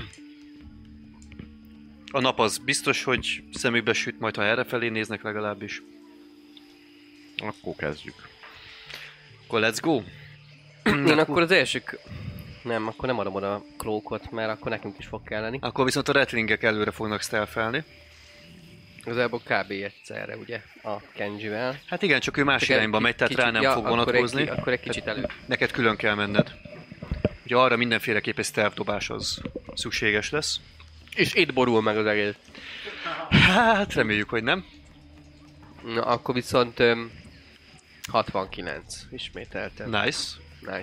A nap az biztos, hogy szemükbe süt, majd ha errefelé néznek legalábbis. Akkor kezdjük. Akkor let's go! Én akkor az elsők... Nem, akkor nem adom oda a klókot, mert akkor nekünk is fog kelleni. Akkor viszont a retlingek előre fognak stealthelni. Igazából kb. Egyszerre, ugye, a Kenjivel. Hát igen, csak ő más irányba megy, tehát rá nem fog vonatkozni. Akkor egy kicsit elő. Neked külön kell menned. Ugye arra mindenféleképp egy stealth dobás az szükséges lesz. És itt borul meg az egész. Hát reméljük, hogy nem. Na, akkor viszont 69 ismételtem. Nice.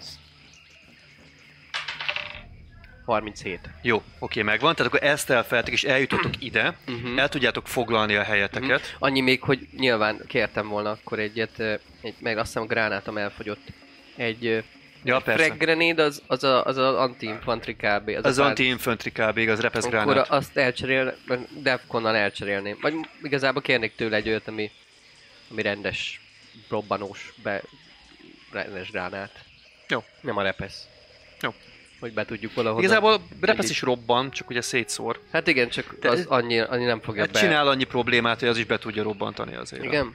37. Jó, oké, megvan. Tehát akkor ezt elfeltek és eljutottok ide. El tudjátok foglalni a helyeteket. Annyi még, hogy nyilván kértem volna akkor egyet, meg azt hiszem a gránátom elfogyott. Egy frag grenade az anti-infantry kb. Az anti-infantry kb. Az repesz gránát. Akkor azt Defconnal elcserélném. Vagy igazából kérnék tőle egy olyat, ami rendes, robbanós, rendes gránát. Jó. Nem a repesz. Jó. Hogy be tudjuk valahol. Igazából repesz is robban, csak ugye szétszór. Hát igen, csak az annyi nem fogja be. Csinál annyi problémát, hogy az is be tudja robbantani azért. Igen.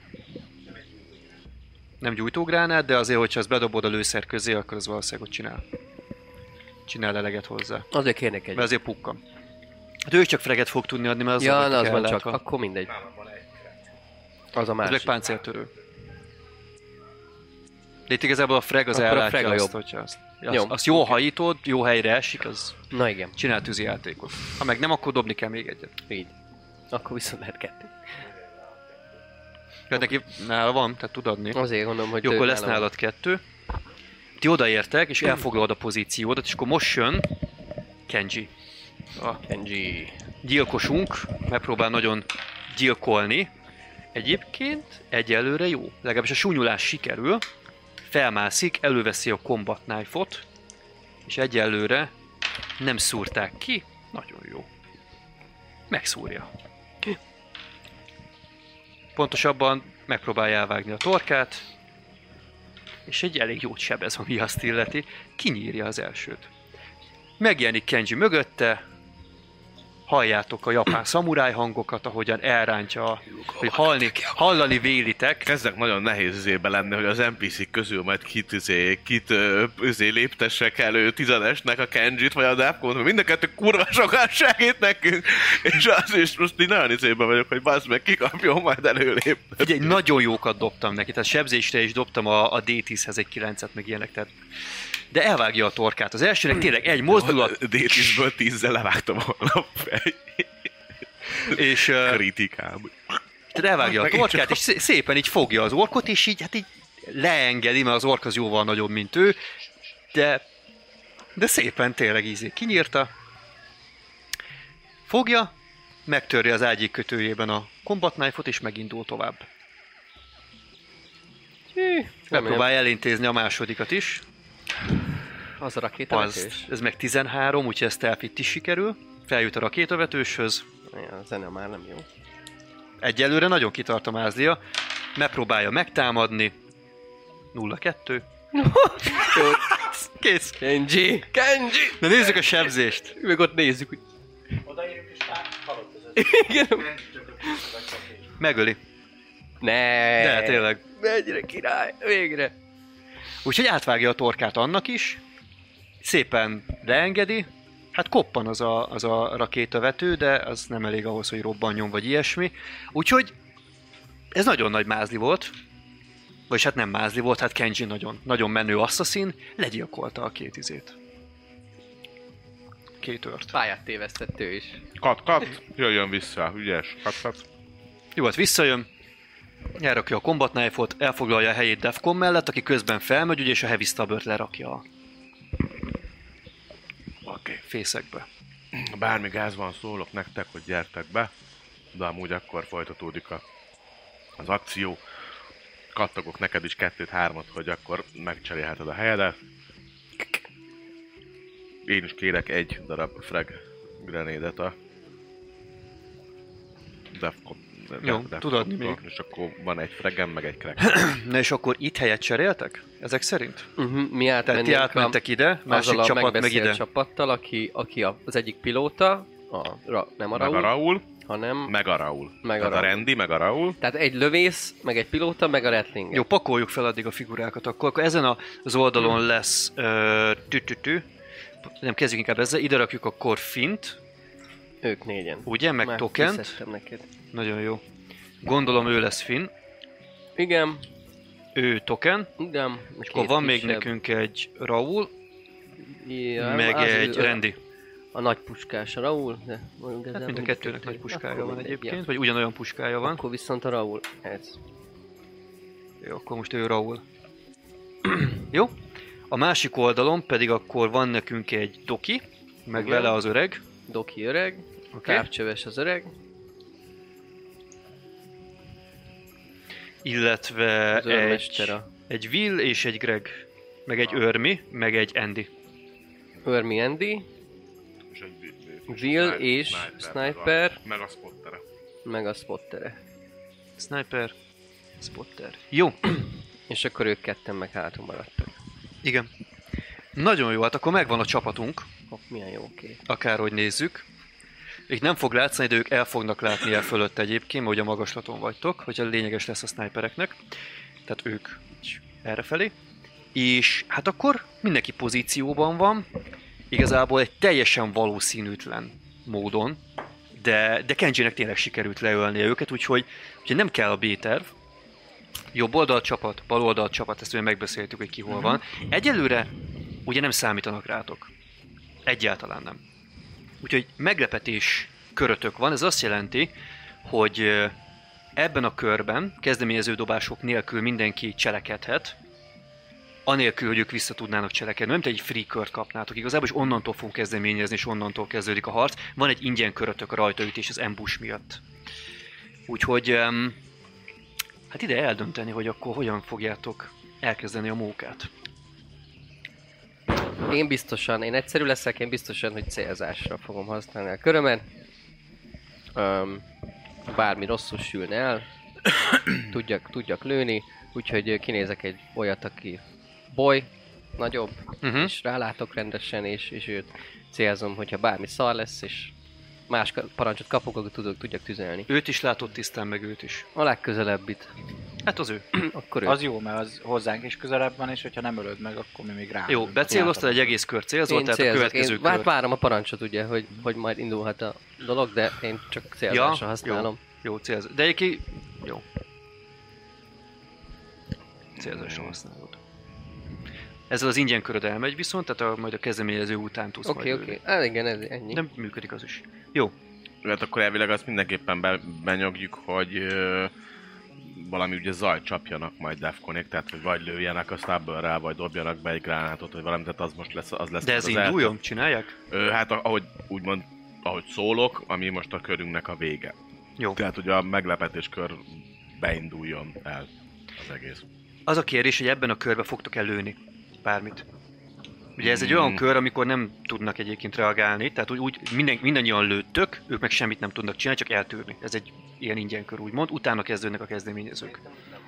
Nem gyújtógránát, de azért, hogyha ezt bedobod a lőszer közé, akkor az valószínűleg hogy csinál eleget hozzá. Azért kérnék egy. Mert azért pukkan. Hát ő csak freget fog tudni adni, mert az az van csak, akkor mindegy. Az a másik. Ez meg páncéltörő. De itt igazából a frag az ellátja azt, hogyha azt jó hajítod, jó helyre esik, az na igen. Csinál tűzijátékot. Ha meg nem, akkor dobni kell még egyet. Így. Akkor viszont lehet 2. Ja, neki nála van, tehát tud adni. Azért gondolom, hogy... Jó, akkor lesz nálad 2. Ti odaértek, és elfoglalod a pozíciódat, és akkor most jön Kenji. A Kenji gyilkosunk megpróbál nagyon gyilkolni. Egyébként egyelőre jó. Legalábbis a súnyulás sikerül. Felmászik, előveszi a combat knife-ot, és egyelőre nem szúrták ki. Nagyon jó. Megszúrja. Pontosabban megpróbálja elvágni a torkát, és egy elég jót sebez, ami azt illeti. Kinyírja az elsőt. Megjelenik Kenji mögötte, halljátok a japán szamuráj hangokat, ahogyan elrántja, hogy hallani vélitek. Kezdek nagyon nehéz izébe lenni, hogy az NPC-k közül majd kit léptessek elő 10-esnek a Kenjit, vagy a Defcont, mert mind a kettő kurva sokat segít nekünk, és az is most így nagyon izébe vagyok, hogy bassz meg kikapjon majd előlépni. Ugye, nagyon jókat dobtam neki, tehát sebzésre is dobtam a D10-hez egy 9-et, meg ilyenek, tehát... De elvágja a torkát. Az elsőnek tényleg egy mozdulat... D10-ből 10-zel levágtam a fej. És... kritikám. Tehát elvágja a torkát, és szépen így fogja az orkot, és így, hát így leengedi, mert az ork az jóval nagyobb, mint ő, de szépen tényleg ízik. Kinyírta, fogja, megtörje az ágyék kötőjében a combat knife-ot, és megindul tovább. Megpróbálja elintézni a másodikat is. Az a rakétavetős? Ez meg 13, úgyhogy ezt elfitt is sikerül. Feljut a rakétavetőshöz. A zene már nem jó. Egyelőre nagyon kitart a mázlia. Megpróbálja megtámadni. 0-2. Kész. Kenji! Na nézzük a sebzést. Meg ott nézzük, hogy... Odaérünk és halott az Igen. Megöli. Ne. De tényleg. Mennyire király, végre. Úgyhogy átvágja a torkát annak is. Szépen leengedi. Hát koppan az a rakétavető, de az nem elég ahhoz, hogy robbanjon, vagy ilyesmi. Úgyhogy ez nagyon nagy mázli volt. Vagyis hát nem mázli volt, hát Kenji nagyon menő asszaszín, legyilkolta a két őrt. Pályát tévesztett ő is. Kat, jöjjön vissza, ügyes, kat. Jó, hát visszajön, elrakja a combat knife-ot, elfoglalja a helyét Defcon mellett, aki közben felmegy, ugye, és a heavy stubbert lerakja a fészekbe. Bármi gáz van, szólok nektek, hogy gyertek be, de amúgy akkor folytatódik az akció. Kattogok neked is 2-3-at, hogy akkor megcserélheted a helyedet. Én is kérek egy darab frag grenédet a Defcon. Jó, tud adni még. És akkor van egy fragem, meg egy crack. Na és akkor itt helyet cseréltek? Ezek szerint? Mi átmentek ide, másik csapat meg ide. Csapattal, aki az egyik pilóta, nem a Raúl, hanem... Meg a Raúl. A Randy, meg a Raúl. Tehát egy lövész, meg egy pilóta, meg a Rattling. Jó, pakoljuk fel addig a figurákat. Akkor ezen az oldalon lesz... Nem, kezdjük inkább ezzel. Ide rakjuk akkor Fint. Ők négyen. Ugye, meg már Tokent. Neked. Nagyon jó. Gondolom ő lesz Finn. Igen. Ő Token. Igen. És akkor van még nekünk egy Raúl. Ja, meg egy Randy. A nagy puskás a Raúl, de... Hát mind a kettőnek nagy puskája van egyébként, vagy ugyanolyan puskája van. Akkor viszont a Raúl, ez. Jó, akkor most ő Raúl. Jó. A másik oldalon pedig akkor van nekünk egy Doki, meg vele az öreg. Doki öreg, Távcsöves az öreg. Illetve egy Will és egy Greg, meg egy Örmi, meg egy Andy. Örmi Andy, Will és Sniper, meg a Spottere. Sniper, Spotter. Jó. És akkor ők ketten meg hátul maradtak. Igen. Nagyon jó, hát akkor megvan a csapatunk. Milyen jó kép. Akárhogy nézzük. Itt nem fog látszani, de ők el fognak látni el fölött egyébként, mert ugye a magaslaton vagytok, hogyha lényeges lesz a snipereknek. Tehát ők errefelé. És hát akkor mindenki pozícióban van. Igazából egy teljesen valószínűtlen módon. De Kenjinek tényleg sikerült leölnie őket, úgyhogy nem kell a B-terv. Jobb oldalt csapat, bal oldalt csapat, ezt ugye megbeszéltük, hogy ki hol van. Egyelőre ugye nem számítanak rátok. Egyáltalán nem. Úgyhogy meglepetés körötök van, ez azt jelenti, hogy ebben a körben kezdeményező dobások nélkül mindenki cselekedhet, anélkül, hogy ők vissza tudnának cselekedni. Nem te egy free kört kapnátok igazából, és onnantól fogunk kezdeményezni, és onnantól kezdődik a harc. Van egy ingyen körötök a rajtaütés az ambush miatt. Úgyhogy hát ide eldönteni, hogy akkor hogyan fogjátok elkezdeni a mókát. Én egyszerű leszek, én biztosan, hogy célzásra fogom használni a körömet. Bármi rosszul sülne el, tudjak lőni, úgyhogy kinézek egy olyat, aki boly, nagyobb, és rálátok rendesen, és őt célzom, hogyha bármi szar lesz, és más parancsot kapok, akkor tudjak tüzelni. Őt is látod tisztán, meg őt is. A legközelebbit. Hát az ő. Akkor ő. Az jó, mert az hozzánk is közelebb van, és hogyha nem ölöd meg, akkor mi még rá. Jó, becéloztad egy egész kör célzol, tehát a következő kör. Hát várom a parancsot ugye, hogy majd indulhat a dolog, de én csak célzásra használom. Jó, célzás. De egyébként... Jó. Célzásra használod. Ezzel az ingyen köröd elmegy viszont, tehát majd a kezdeményező után tudsz majd Oké. Hát igen, ez ennyi. Nem működik az is. Jó. Hát akkor elvileg azt mindenképpen benyogjuk, hogy valami ugye zajt csapjanak majd Defconék, tehát hogy vagy lőjenek a Stubbornra, vagy dobjanak be egy gránátot, vagy valami, tehát az most lesz, az lesz. De ez induljon? Csinálják? Hát ahogy úgymond, ahogy szólok, ami most a körünknek a vége. Jó. Tehát hogy a meglepetéskör beinduljon el az egész. Az a kérdés, hogy ebben a körben fogtok lőni bármit. Ugye ez egy olyan kör, amikor nem tudnak egyébként reagálni, tehát úgy mindannyian lőttök, ők meg semmit nem tudnak csinálni, csak eltűrni. Ez egy ilyen ingyen kör úgymond, utána kezdődnek a kezdeményezők.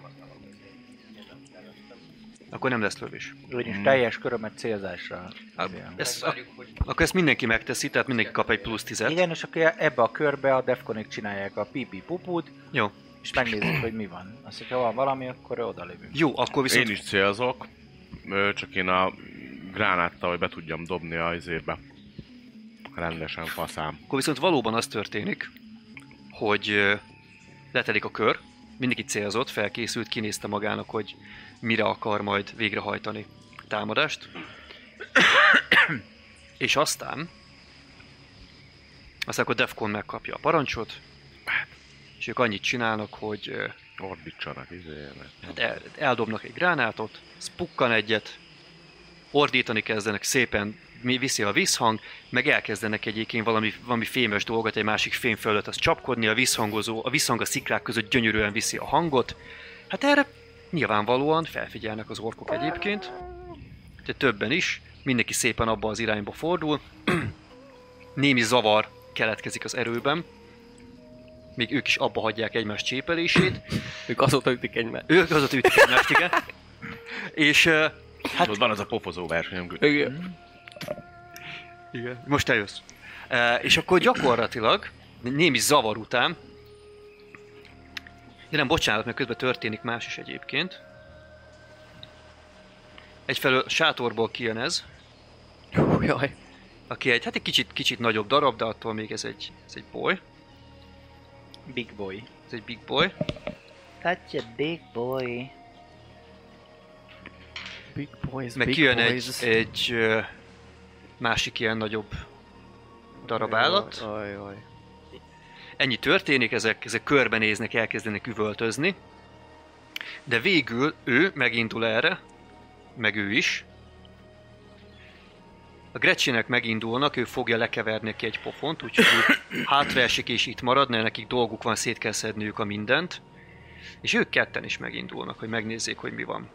Akkor nem lesz lövés. Úgyis teljes körömet célzásra. Akkor ezt mindenki megteszi, tehát mindenki kap egy plusz 10-et. Igen, és akkor ebbe a körbe a Defconék csinálják a pipi-puput. Jó. És megnézzük, hogy mi van. Azt, hogyha van valami, akkor odalövünk. Jó, akkor viszont... Én is célzok, csak én a gránáttal, hogy be tudjam dobni a izébe. Rendesen faszám. Akkor viszont valóban az történik, hogy letelik a kör, mindenki célzott, felkészült, kinézte magának, hogy mire akar majd végrehajtani támadást. És aztán akkor Defcon megkapja a parancsot, és ők annyit csinálnak, hogy ordítsanak izéjének. Eldobnak egy gránátot, spukkan egyet, ordítani kezdenek, szépen viszi a vízhang, meg elkezdenek egyébként valami fémes dolgot egy másik fém fölött az csapkodni, a vízhang a sziklák között gyönyörűen viszi a hangot. Hát erre nyilvánvalóan felfigyelnek az orkok egyébként, de többen is, mindenki szépen abba az irányba fordul, némi zavar keletkezik az erőben, még ők is abba hagyják egymás csépelését. Ők azóta ütik egymást. Igen. És hát... Van az a pofozó verseny. Igen. Most eljössz. És akkor gyakorlatilag, némi zavar után, de nem, bocsánat, mert közben történik más is egyébként. Egyfelől sátorból kijön ez. Jaj. Aki egy kicsit nagyobb darab, de attól még ez egy boy. Big boy. Ez egy big boy. That's a big boy. Big boys, meg big kijön boys. egy másik ilyen nagyobb darab állat. Ajaj. Ennyi történik, ezek körbenéznek, elkezdenek üvöltözni. De végül ő megindul erre, meg ő is. A Gretchennek megindulnak, ő fogja lekeverni neki egy pofont, úgyhogy hátraesik és itt marad, mert nekik dolguk van, szét kell szedniük a mindent. És ők ketten is megindulnak, hogy megnézzék, hogy mi van.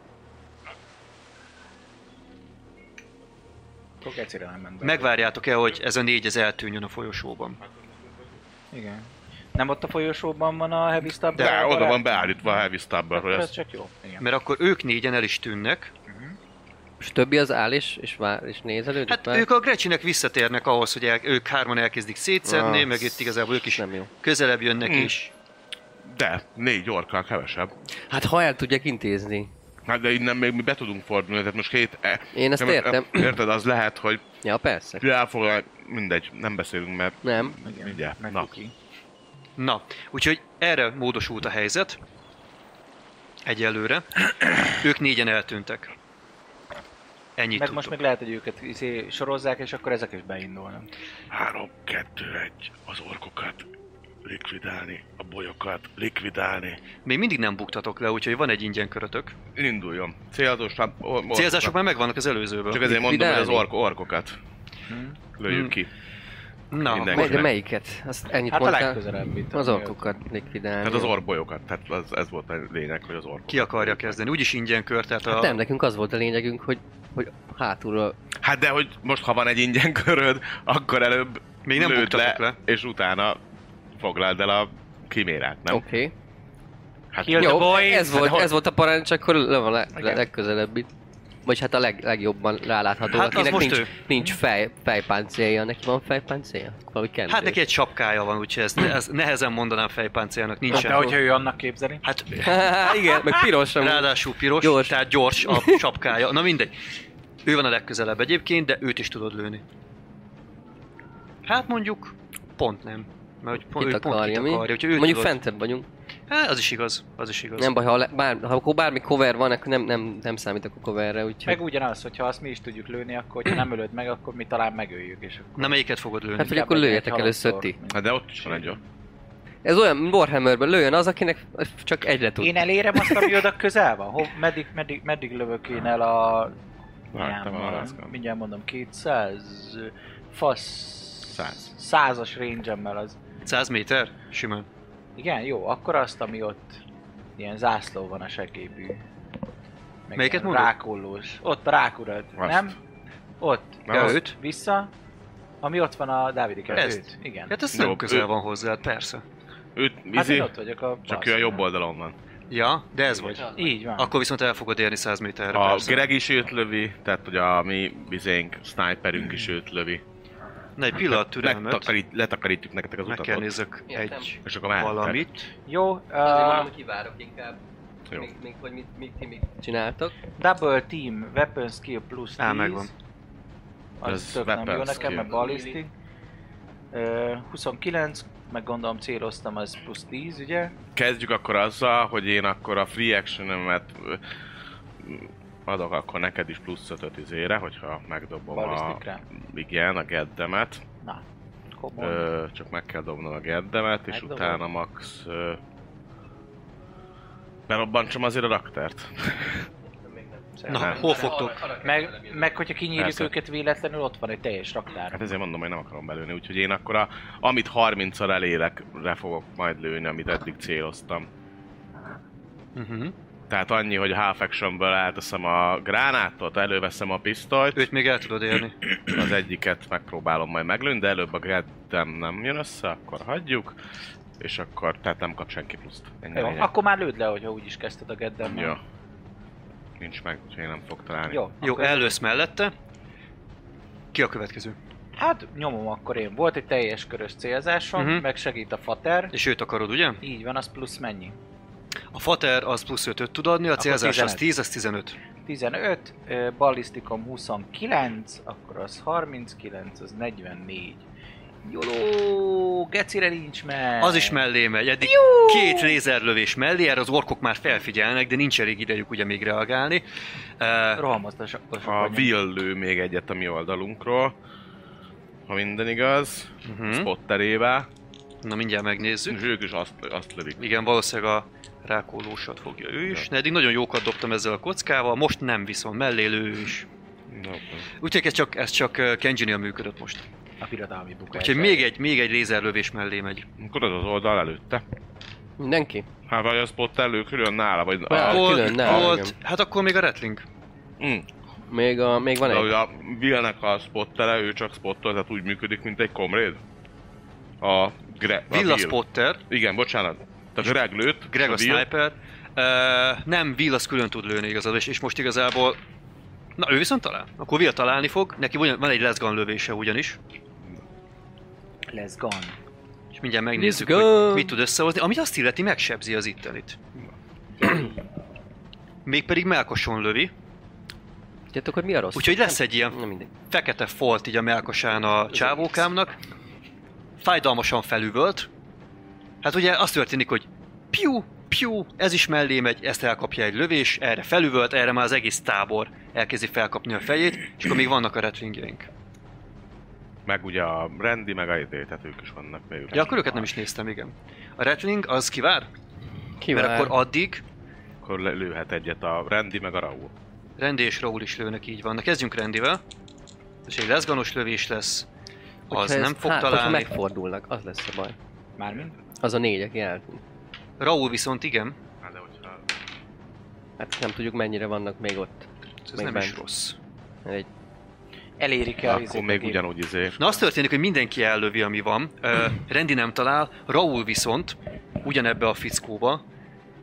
Megvárjátok-e, hogy ez a 4 eltűnjön a folyosóban? Igen. Nem ott a folyosóban van a Heavy Stubber? De oda van beállítva a Heavy Stubber, hogy ez csak jó. Igen. Mert akkor ők 4-en el is tűnnek. És többi az áll és nézelődik? Hát ők a Gretchennek visszatérnek ahhoz, hogy ők 3-an elkezdik szétszedni, meg itt igazából ők is nem jó. Közelebb jönnek is. De 4 orkkal kevesebb. Hát ha el tudják intézni. Hát de innen még mi be tudunk fordulni, tehát most 7... Én ezt értem. Érted, az lehet, hogy... Ja, persze. Elfoglal, mindegy, nem beszélünk, mert... Nem. Ugye, Na, úgyhogy erre módosult a helyzet. Egyelőre. Ők 4-en eltűntek. Ennyit meg tudtok. most meg lehet, hogy őket sorozzák, és akkor ezek is beindulnak. 3, 2, 1, az orkokat likvidálni, a bolyokat likvidálni. Még mindig nem buktatok le, úgyhogy van egy ingyen körötök. Induljon. Célzások már megvannak az előzőből. Csak ezért mondom, hogy az orkokat lőjük ki. Na, de melyiket? Azt ennyit hát mondtál? A legközelebbit. Az orkokat likvidálni. Tehát az orbolyokat, tehát ez volt a lényeg, hogy az orkokat. Ki akarja kezdeni? Úgyis ingyen kör, tehát hát nem, nekünk az volt a lényegünk, hogy hátulról... Hát de hogy most ha van egy ingyen köröd, akkor előbb még nem lőd le, és utána foglald el a kimérát, nem? Oké. Hát jó, ez volt a parancs, akkor le van legközelebb itt. Vagy hát a legjobban rálátható, Hát akinek nincs fejpáncélja. Neki van fejpáncélja? Hát neki egy sapkája van, úgyhogy ez nehezen mondanám fejpáncéljának, nincsen. De hogyha ő annak képzeli? Hát igen, meg piros. Ráadásul piros, tehát gyors a sapkája. Na mindegy. Ő van a legközelebb egyébként, de őt is tudod lőni. Hát mondjuk pont nem. Mert hogy Kit akarja, mi? Mondjuk tudod... fentebb vagyunk. Hát az is igaz. Nem baj, ha akkor bármi cover van, akkor nem számítok a coverre, úgyhogy... Meg ugyanaz, hogyha azt mi is tudjuk lőni, akkor ha nem ölöd meg, akkor mi talán megöljük, és akkor... Na melyiket fogod lőni? Hát vagy akkor lőjetek először ti. Hát de ott is van egy. Ez olyan Warhammerben lőjön az, akinek csak egyre tud. Én elérem azt, ami oda közel van? Meddig lövök én el a... Mindjárt mondom, 200... Fasz... 100-as range-emmel az. 100 méter? Simán. Igen, jó, akkor azt, ami ott ilyen zászló van a segélybű. Melyiket mondod? Rákollós. Ott a rákurad, nem? Ott. Ja, őt? Vissza. Ami ott van a Dávidiken. Őt. Igen. Hát ez nem közel van hozzá, persze. Őt, hát én ott vagyok a... Csak ő a jobb oldalon van. Ja, de ez vagy. Így van. Akkor viszont el fogod érni 100 méterre. A Greg is őt lövi, tehát hogy a mi bizénk, sniperünk is őt lövi. Na egy pillanat türelmet. Letakarítjuk nektek az meg utatot. Meg kell nézzük egy és akkor valamit. Jó. Azért mondom, hogy kivárok inkább. Még hogy mit csináltok. Double team, weapon skill plusz 10. Megvan. Az tök nem jó nekem, mert ballisztik. 29, meg gondolom céloztam, az plusz 10, ugye? Kezdjük akkor azzal, hogy én akkor a free action-emet adok akkor neked is plusz 5 izére, hogyha megdobom a geddemet. Na, csak meg kell dobnom a geddemet, és utána max... berobbantsam azért a raktert. Na, hol fogtok? Meg hogyha kinyírjuk őket véletlenül, ott van egy teljes raktár. Hát ezért mondom, hogy nem akarom belőni, úgyhogy én akkor amit 30-szor elélekre fogok majd lőni, amit eddig céloztam. Tehát annyi, hogy half actionből elteszem a gránátot, előveszem a pisztolyt. Őt még el tudod érni. Az egyiket megpróbálom majd meglőni, de előbb a geddem nem jön össze, akkor hagyjuk. És akkor, tehát nem kap senki pluszt. Jó, akkor már lőd le, hogyha úgyis kezdted a geddemmel. Jó. Nincs meg, úgyhogy én nem fog találni. Jó, ellősz mellette. Ki a következő? Hát nyomom akkor én. Volt egy teljes körös célzásom, meg segít a fater. És őt akarod, ugye? Így van, az plusz mennyi? A fater az plusz 5-öt tud adni, a célzás az 10, az 15. 15, ballisztikom 29, akkor az 39, az 44. Jóló, gecire nincs meg. Az is mellé megy, eddig 2 lézerlövés mellé, erre az orkok már felfigyelnek, de nincs elég idejük ugye még reagálni. Rohamoztasak. A Will lő még egyet a mi oldalunkról, ha minden igaz, spotterével. Na mindjárt megnézzük. És ők is azt lövik. Igen, valószínűleg a rákólósat fogja ő is. Ja. Eddig nagyon jókat dobtam ezzel a kockával, most nem viszont mellé lő ő is. Úgyhogy ez csak Kenjinél működött most. A birodalmi bukás. Úgyhogy még egy lézerlövés mellé megy. Akkor az oldal előtte. Mindenki? Hát vagy a spotter külön nála, vagy... Külön nála, hát akkor még a Rattling. Még van egy. A Willnek a spottere, ő csak spotter, tehát úgy működik, mint egy comrade. Will a spotter. Igen, bocsánat. A Greg lőtt. Greg a sniper. Nem, Will az külön tud lőni igazából, és most igazából... Na, ő viszont talál. Akkor Will találni fog. Neki van egy Les Gun lövése ugyanis. Les Gun. És mindjárt megnézzük, hogy mit tud összehozni. Amit azt illeti, megsebzi az ittenit. Mégpedig mellkason lövi. Tudjátok, hogy mi a rossz? Úgyhogy lesz egy ilyen fekete folt így a mellkasán a csávókámnak. Fájdalmasan felüvölt. Hát ugye az történik, hogy piu, ez is mellé megy, ezt elkapja egy lövés, erre felüvölt, erre már az egész tábor elkezdi felkapni a fejét, és akkor még vannak a retlingjeink. Meg ugye a Randy, meg a tehát ők is vannak még. Ja, akkor őket nem is néztem, igen. A retling az kivár? Kivár. Mert akkor addig... Akkor lőhet egyet a Randy, meg a Raúl. Randy és Raúl is lőnek, így van. Na kezdjünk Randyvel. És egy leszganos lövés lesz. Az nem fog találni. Megfordulnak, az lesz a baj. Mármint? Az a 4, aki eltűnt. Raúl viszont igen. Hát nem tudjuk mennyire vannak még ott. Ez még nem bent. Is rossz. Elérik el. Akkor még ugyanúgy izé. Na az történik, hogy mindenki ellövi, ami van. Randy nem talál. Raúl viszont ugyanebbe a fickóba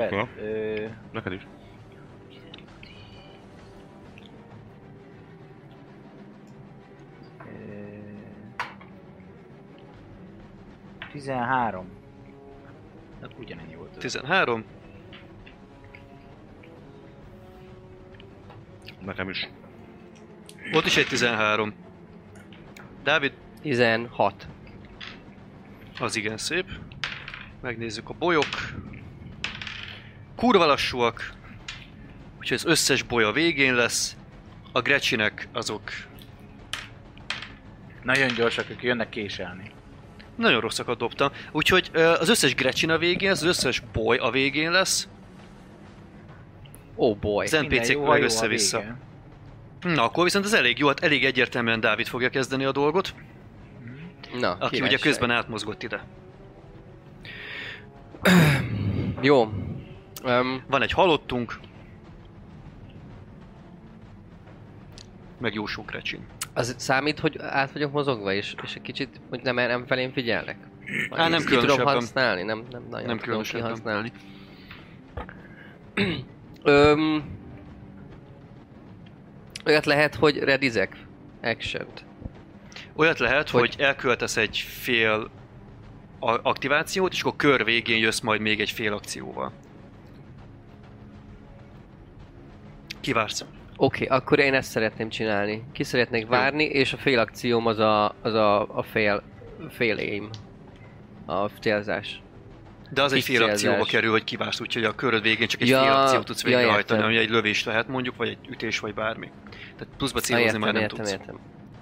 Neved? Neked is. Ö, 13. Ugyanennyi volt. 13. Nekem is. Ott is egy 13. Dávid? 16. Az igen szép. Megnézzük a bolyok. Kurva lassúak. Úgyhogy az összes boly a végén lesz. A Gretchinek azok Nagyon gyorsak, akik jönnek késelni. nagyon rosszakat dobtam. Úgyhogy az összes Gretchen a végén lesz, az összes boly a végén lesz. Oh boy. Az NPC-k meg össze-vissza. Na, akkor viszont ez elég jó, hát elég egyértelműen Dávid fogja kezdeni a dolgot. Na, aki királyság. ugye közben átmozgott ide. Jó. Van egy halottunk. Meg jó sok Gretchen. Az számít, hogy át vagyok mozogva, és egy kicsit, hogy nem felém figyelnek? Nem Ki tudom különösebben. használni? Nem nagyon Nem tudom különösebben. kihasználni. Olyat lehet, hogy redizek action-t. Olyat lehet, hogy elköltesz egy fél aktivációt, és akkor kör végén jössz majd még egy fél akcióval. Kivársz. Oké, akkor én ezt szeretném csinálni. Ki szeretnék várni, és a fél akcióm az a fél aim. A célzás. De az egy fél akcióba kerül, hogy kivársz, úgyhogy a köröd végén csak egy fél akciót tudsz végrehajtani, ami egy lövés lehet mondjuk, vagy egy ütés, vagy bármi. Tehát pluszba célozni már nem tudsz. Értem.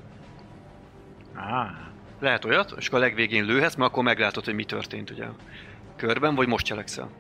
Lehet olyat, és akkor a legvégén lőhetsz, mert akkor meglátod, hogy mi történt ugye a körben, vagy most cselekszel.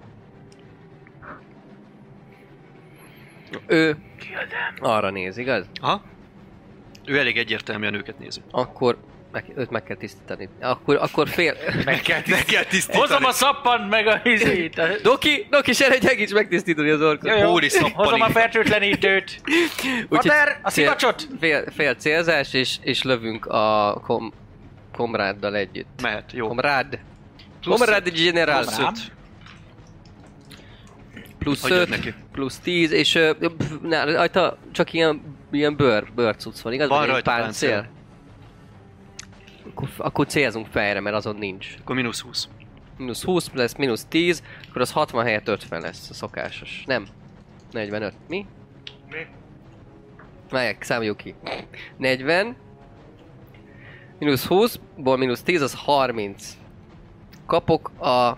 Ő arra néz, igaz? Aha. Ő elég egyértelműen őket nézi. Akkor őt meg kell tisztítani. Akkor fél... Meg kell tisztítani. Hozom a szappant meg a izét. Doki, segíts megtisztítani az orkot. Jó. Hozom a fertőtlenítőt. Mater, a szivacsot! Fél célzás, és lövünk a komráddal együtt. Mehet, jó. Komrád general. Plusz 5, plusz 10, és rajta csak ilyen bőrcucc van, igaz? Van rajta páncél. Akkor célzunk fejre, mert azon nincs. Akkor mínusz 20. Mínusz 20 lesz, mínusz 10, akkor az 60 helyett 50 lesz a szokásos. Nem. 45. Mi? Melyek? Számoljuk ki. 40. Mínusz 20-ból mínusz 10, az 30. Kapok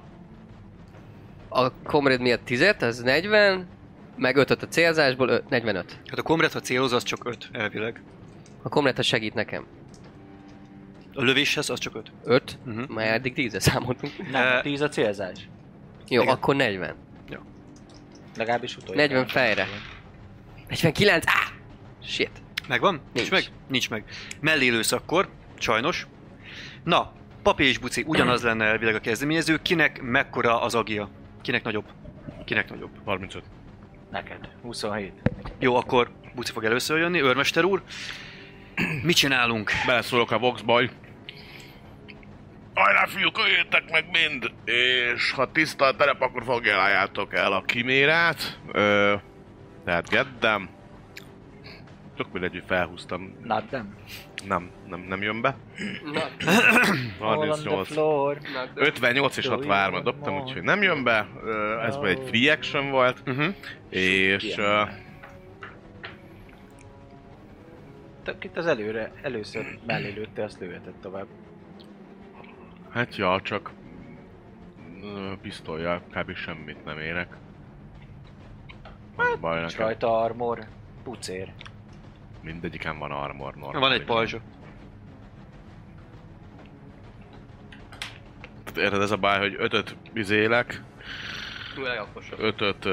a komréd miatt 10-et, ez 40, meg 5-öt a célzásból, 45. Hát a komréd, ha céloz, az csak 5 elvileg. A komréd, ha segít nekem. A lövéshez az csak 5. 5? Már eddig 10-re számoltunk. Nem, 10 a célzás. Jó, igen. akkor 40. Jó. Legalábbis utoljára. 40 fejre. 49! Shit. Megvan? Nincs meg. Mellé lősz akkor, sajnos. Na, Papi és Buci, ugyanaz lenne elvileg a kezdeményező. Kinek mekkora az agia? Kinek nagyobb? 35. Neked. 27. Jó, akkor Buci fog először jönni. Őrmester úr. Mit csinálunk? Beleszólok a Voxba. Hajrá fiúk, öljétek meg mind! És ha tiszta a terep, akkor foglaljátok el a kimérát. Tehát geddem. Tök mindegy, hogy felhúztam. Nem jön be. 38. 58 és 63-at dobtam, úgyhogy nem jön be. Ez egy free action volt. És... Itt az először mellé lőtte, azt lőhetett tovább. Hát ja, csak pisztollyal kb. Semmit nem érek. És rajta armor, pucér. Mindegyiken van armor, normális. Van egy pajzsa. Érted, ez a baj, hogy 5-öt izélek. 5-öt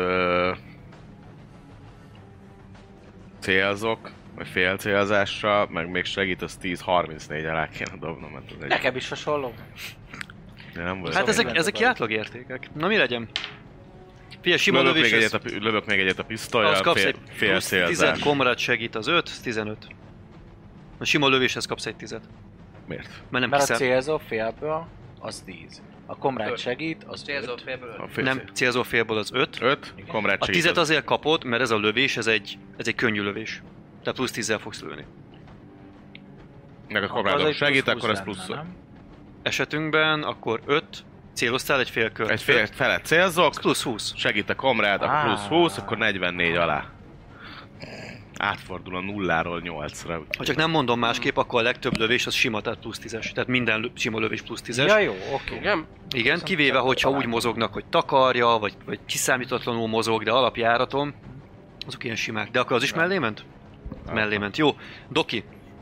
célzok, vagy fél célzással, meg még segít, az 10-34 alá kéne dobnom. Hát nekem is hasonló. Hát ezek átlagértékek. Na mi legyen? Figyelj, sima lövök még egyet a pisztollyal, fél célzás. 10 komrad segít az 5, 15. A sima lövéshez kapsz egy 10-et. Miért? Mert a célzó félből az 10. A komrád segít, az célzó 5. félből. Nem, célzó félből az 5. 5, komrád segít. A 10-et azért kapod, mert ez a lövés, ez egy könnyű lövés. Tehát plusz 10-zel fogsz lőni. Meg a komrádok segít, akkor ez plusz. Esetünkben akkor 5, céloztál egy fél kör. Egy felet célzok, plusz 20. Segít a komrád, akkor plusz 20, akkor 44 alá. Átfordul a 0-ról 8-ra. Ha csak nem mondom másképp, akkor a legtöbb lövés az sima, tehát plusz 10-es. Tehát minden sima lövés plusz 10-es. Ja jó, oké. Igen, kivéve, hogyha úgy mozognak, hogy takarja, vagy kiszámítatlanul mozog, de alapjáraton, azok ilyen simák. De akkor az is mellé ment? Mellé ment. Jó. Doki.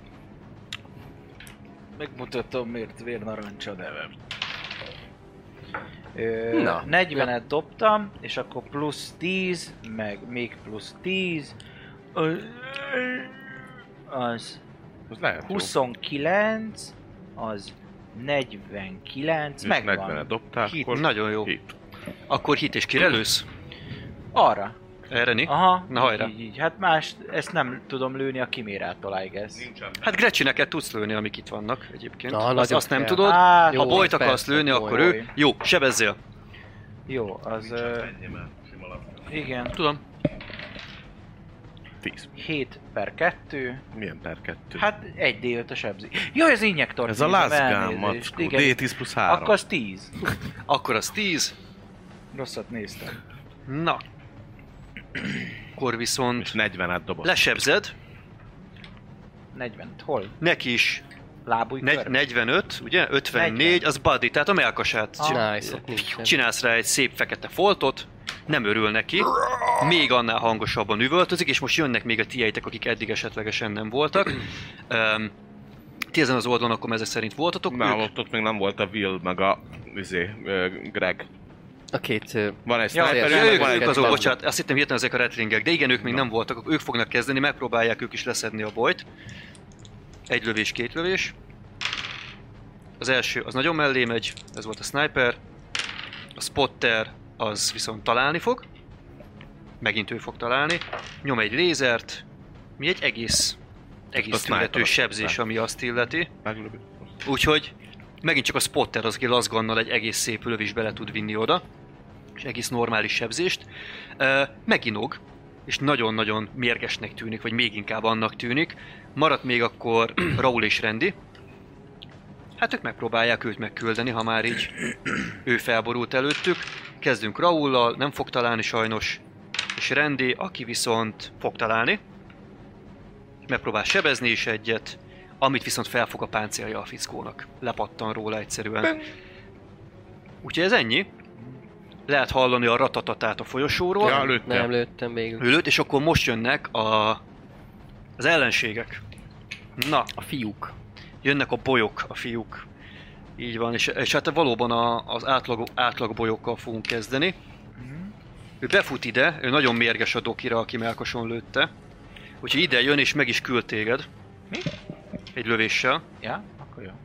Megmutatom, miért vérnarancs a nevem. 40-et dobtam, és akkor plusz 10, meg még plusz 10. Az lehet 29, az 49, megvan. 40-et dobtál, hit, akkor nagyon jó. Hit. Akkor hit, és kire lősz? Arra. Erre ni? Aha, na hajrá. Így. Hát más, ezt nem tudom lőni a kimérától, I guess. Hát Gretchineket tudsz lőni, amik itt vannak egyébként. Na, azt nem tudod. Ha Boyt akarsz lőni, akkor ő. Jó, sebezzél. Jó, az... igen. Tudom. 10. 7/2. Milyen per 2? Hát 1D5 a sebzés. Jaj, ez injektor. Ez a Lasgán, mackó. D10 plusz 3. Akkor az 10. Akkor az 10. Rosszat néztem. Na. Akkor viszont És 40-et dobott. lesebzed. 40. Hol? Neki is Lábújkör? 45, ugye? 54, 40. az body, tehát a melkasát. Nice, ott nincsen. Csinálsz rá egy szép fekete foltot, nem örül neki, még annál hangosabban üvöltözik, és most jönnek még a tieitek, akik eddig esetlegesen nem voltak. Ti ezen az oldalon akkor ezek szerint voltatok? Nem, ott még nem volt a Will, meg a Greg. A két... Van egy Ja, sniper, ők van egy azok, bazooka. bocsánat, azt hittem hirtelen ezek a retlingek, de igen, ők még nem voltak, ők fognak kezdeni, megpróbálják ők is leszedni a bolyt. Egy lövés, 2 lövés. Az első, az nagyon mellé megy, ez volt a sniper. A spotter, az viszont találni fog. Megint ő fog találni. Nyom egy lézert, mi egy egész tüntető sebzés, ami azt illeti. Meglövi. Úgyhogy megint csak a spotter az, aki lasgannal egy egész szép lövés bele tud vinni oda. És egész normális sebzést. Meginog, és nagyon-nagyon mérgesnek tűnik, vagy még inkább annak tűnik. Maradt még akkor Raúl és Randy. Hát ők megpróbálják őt megküldeni, ha már így ő felborult előttük. Kezdünk Raúllal, nem fog találni sajnos. És Randy, aki viszont fog találni. Megpróbál sebezni is egyet, amit viszont felfog a páncélja a fickónak. Lepattan róla egyszerűen. Úgyhogy ez ennyi. Lehet hallani a ratatatát a folyosóról. Ja, lőttem. Nem lőttem végül. Ő lőtt, és akkor most jönnek az ellenségek. Na, A fiúk. jönnek a bolyok, a fiúk. Így van, és hát valóban az átlag bolyokkal fogunk kezdeni. Ő befut ide, ő nagyon mérges a dokira, aki melkason lőtte. Úgyhogy ide jön és meg is küld téged. Mi? Egy lövéssel. Ja, akkor jó.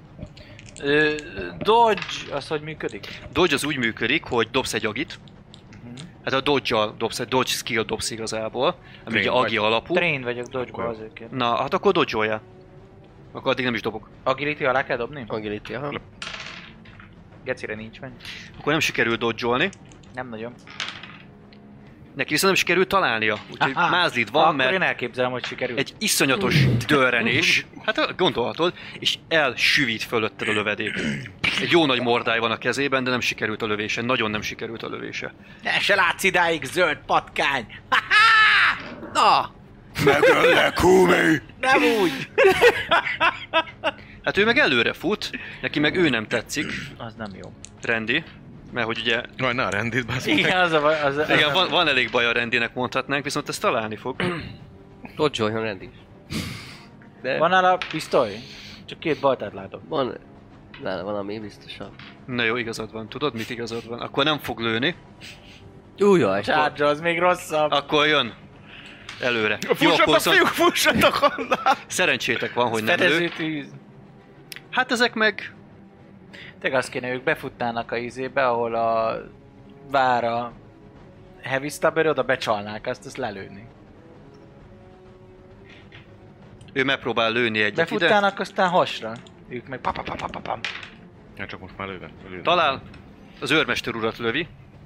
Dodge, az hogy működik? Dodge az úgy működik, hogy dobsz egy agit. Hát a dodge-al dobsz, egy dodge skill dobsz igazából, ami ugye agi alapú. Train vagyok Dodge-ba azért kérdem. Na, hát akkor dodge-oljál. Akkor addig nem is dobok. Agility alá kell dobni? Agility, aha. Gecire nincs meg. Akkor nem sikerül dodge-olni. Nem nagyon. Neki viszont nem sikerült találnia. Úgyhogy Aha. mázlid van, Akkor mert én elképzelem, hogy sikerült. egy iszonyatos dörrenés, hát gondolhatod, és elsüvít fölötted a lövedék. Egy jó nagy mordály van a kezében, de nem sikerült a lövése. Nagyon nem sikerült a lövése. Ne se látsz idáig, zöld patkány! Na! Megöllek, Humi! Nem úgy! Hát ő meg előre fut, neki meg ő nem tetszik, Az nem jó. Randy. Mert hogy ugye, Majd na, rendít, bassz. Igen, az a baj, igen, van elég baj a Randynek mondhatnánk, viszont ezt találni fog. Dodge-oljon Randy is. De Van nála pisztoly? Csak 2 baltát látok. van... Nála valami biztosan. Na jó, igazad van, tudod mit igazad van? Akkor nem fog lőni, Jújjaj! Charge az még rosszabb. akkor jön előre. Jó, Fussatok, akkor viszont fiúk, fussatok onnan! szerencsétek van, hogy nem Fedező lő. tűz. Hát ezek meg Tényleg azt kéne, ők befutnának a izébe, ahol a vár a Heavy Stabber, oda becsalnák azt lelőni. ő megpróbál lőni egyet ide. Befutnának aztán hasra. Ők meg papapapapapam. Ja, csak most már lőve. Talál, az őrmester urat lövi.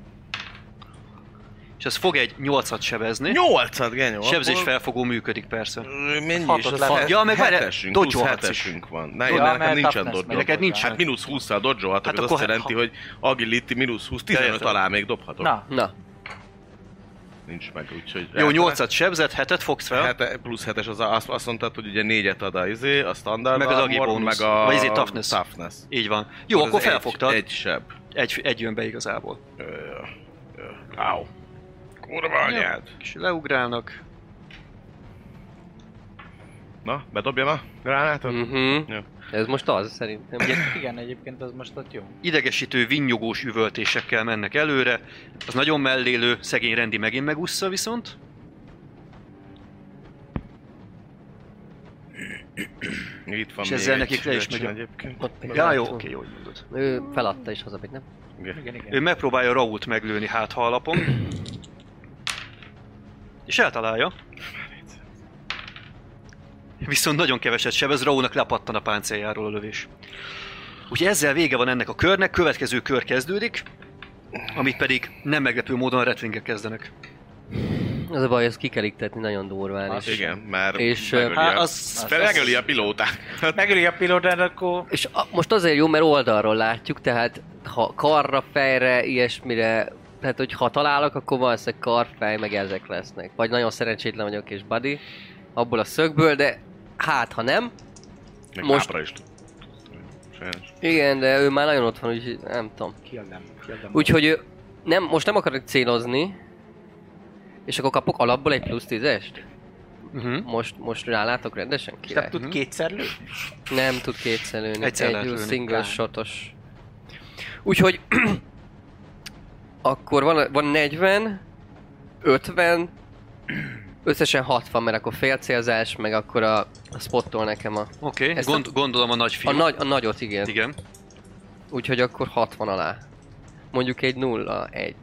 És ez fog egy 8-at sebezni. 8-at, genyó. Sebzés felfogó működik persze. Mennyi is Hatot az? lehet. Ja, meg várjál, hetesünk, plusz dodge-olhatsz is. hetesünk van. Ne, Ja, nekem mert nincsen toughness dodge. megy. Neked nincs. Hát mínusz 20-szal dodge-olhatok, Hát ez akkor azt jelenti, hogy agility mínusz 20, 15 értem. alá még dobhatok. Na, Na, Nincs meg, úgyhogy... Jó, 8-at sebzett, 7-et fogsz fel. Plusz 7-es, azt mondtad, hogy ugye 4-et ad a standard Meg az agi armor, bónusz. meg a Vagy toughness. toughness. Így van. Jó, akkor Ez felfogtad. Egy seb. Egy jön be igazából. Áú. Kurva anyád. És leugrálnak. Na, bedobjam a gránátot? Jó. ez most az szerintem. igen, egyébként az most ott jó. Idegesítő, vinnyogós üvöltésekkel mennek előre. Az nagyon mellélő, szegény Randy megint megúszza viszont. Itt van És még ezzel egy nekik le is flecsen megy a- egyébként. Ott meg Ja, a jó, látszó. oké, jól mondod. Ő feladta és hazamegy, nem? Igen. Igen, igen. Ő megpróbálja Rault meglőni hátha alapon. És eltalálja. Viszont nagyon keveset sebez, Raulnak lepattan a páncéljáról a lövés. Úgyhogy ezzel vége van ennek a körnek, következő kör kezdődik, amit pedig nem meglepő módon a retlingek kezdenek. Az a baj, ezt ki kell iktetni nagyon durván is. Igen, mert és megöli a pilótát. Megöli a pilótát, akkor... És most azért jó, mert oldalról látjuk, tehát ha karra, fejre, ilyesmire, tehát hogy ha találok, akkor valószínűleg kar, fej, meg ezek lesznek. Vagy nagyon szerencsétlen vagyok és buddy, abból a szögből, de hát ha nem. Még most... is Igen, de ő már nagyon ott van, úgyhogy nem tudom. Kiadnám. Úgyhogy most nem akarok célozni, és akkor kapok alapból egy plusz 10-est? Most rálátok rendesen, király? Tehát tud kétszer lőni? Nem tud kétszer lőni, egy single shotos. Úgyhogy akkor van 40, 50, összesen 60, mert akkor félcélzás, meg akkor a spottol nekem a... Oké, gondolom a nagy fiú. A nagyot, igen. Igen. Úgyhogy akkor 60 alá. Mondjuk egy 0, 1.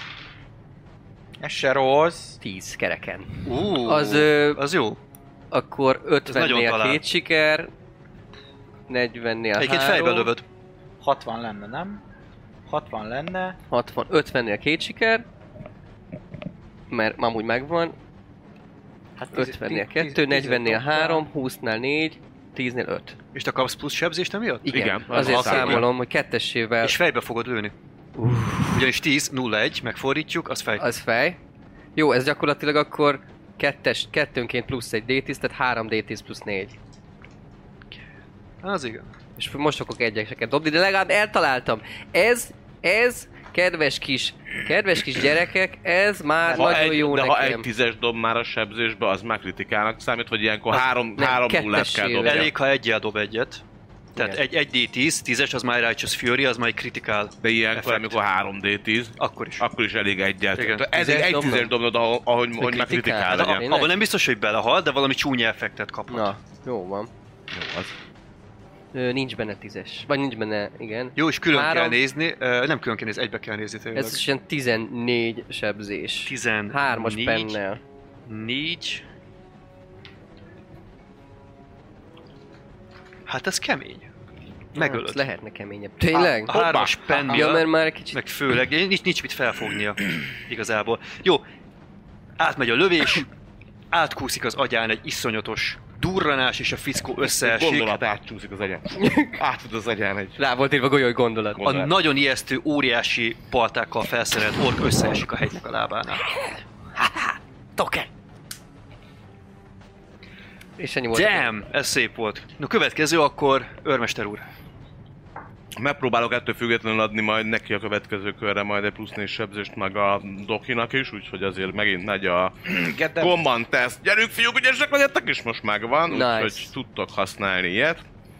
Ez se rossz. 10 kereken. Az jó. Akkor 50-nél 2 siker, 40-nél 3. Egyébként fejbe lövöd. 60 lenne, nem? 60 lenne. 60, 50-nél 2 siker. Mert amúgy megvan. Hát 50-nél 2, 40-nél 3, 20-nál 4, 10-nél 5. És te kapsz plusz sebzést emiatt? Igen, azért számolom, hogy kettessével... És fejbe fogod lőni. Ugyanis 10, 0-1, megfordítjuk, az fej. Az fej. Jó, ez gyakorlatilag akkor kettőnként plusz egy D10, tehát 3 D10 plusz 4. Az igen. És most fogok egyeseket dobni, de legalább eltaláltam. Ez kedves kis gyerekek, ez már nagyon jó nekem. De ha egy 10-es dob már a sebzésbe, az már kritikának számít, vagy ilyenkor 3-0-et kell dobni. Elég, ha egyel dob egyet. Tehát egy D10, 10-es az már Righteous Fury, az már egy kritikál. De ilyenkor, amikor 3D10, akkor is elég egyet. Ezért egy 10-es dobnod, ahogy már kritikál legyen. Abban nem biztos, hogy belehal, de valami csúnya effektet kaphat. Na, jó van. Jó az. Nincs benne 10-es. Vagy nincs benne, igen. Jó, és külön kell nézni, nem külön kell nézni, egybe kell nézni tényleg. Ez is ilyen 14 sebzés. 3-as pennel. 4. Hát ez kemény. Megölöd. Hát, lehetne keményebb. Tényleg? A 3-as pennél, ja, mert már egy kicsit... meg főleg, nincs mit felfognia igazából. Jó, átmegy a lövés, átkúszik az agyán egy iszonyatos durranás, és a fickó összeesik. Gondolat átcsúszik az agyán. Átfut az agyán egy... Rá volt írva golyói gondolat. A nagyon ijesztő, óriási paltákkal felszerelt ork összeesik a hegynek a lábánál. Toke! És ennyi volt. Damn! Ez szép volt. No, következő akkor Őrmester úr. Megpróbálok ettől függetlenül adni majd neki a következő körre majd egy plusz 4 sebzést meg a Dokinak is, úgyhogy azért megint megy a Command Test. Gyerünk fiúk, ügyesek legyetek, és most megvan, nice. Úgyhogy tudtok használni ilyet.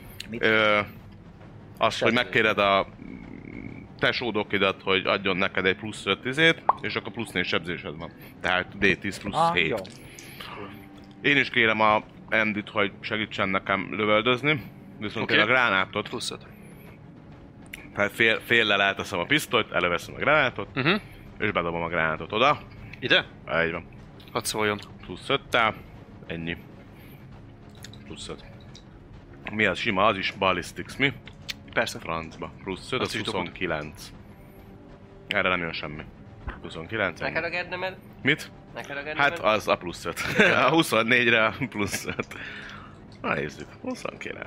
Azt, hogy megkéred a tesó Dokidat, hogy adjon neked egy plusz 5-10-ét, és akkor plusz 4 sebzésed van. Tehát D10 plusz 7. Jó. Én is kérem a Endit, hogy segítsen nekem lövöldözni, viszont én a gránátot pluszod. Tehát féllel elteszem a pisztolyt, előveszem a gránátot, és bedobom a gránátot oda. Ide? Így van. Hadd szóljon. Plusz 5-tel, ennyi. Plusz 5. Mi az sima? Az is ballistics, mi? Persze. Francba. Plusz 5, az 29. Erre nem jön semmi. 29. Neked a gednemed? Mit? Neked a gednemed? Hát az a plusz 5. A 24-re a plusz 5. Na nézzük. 29.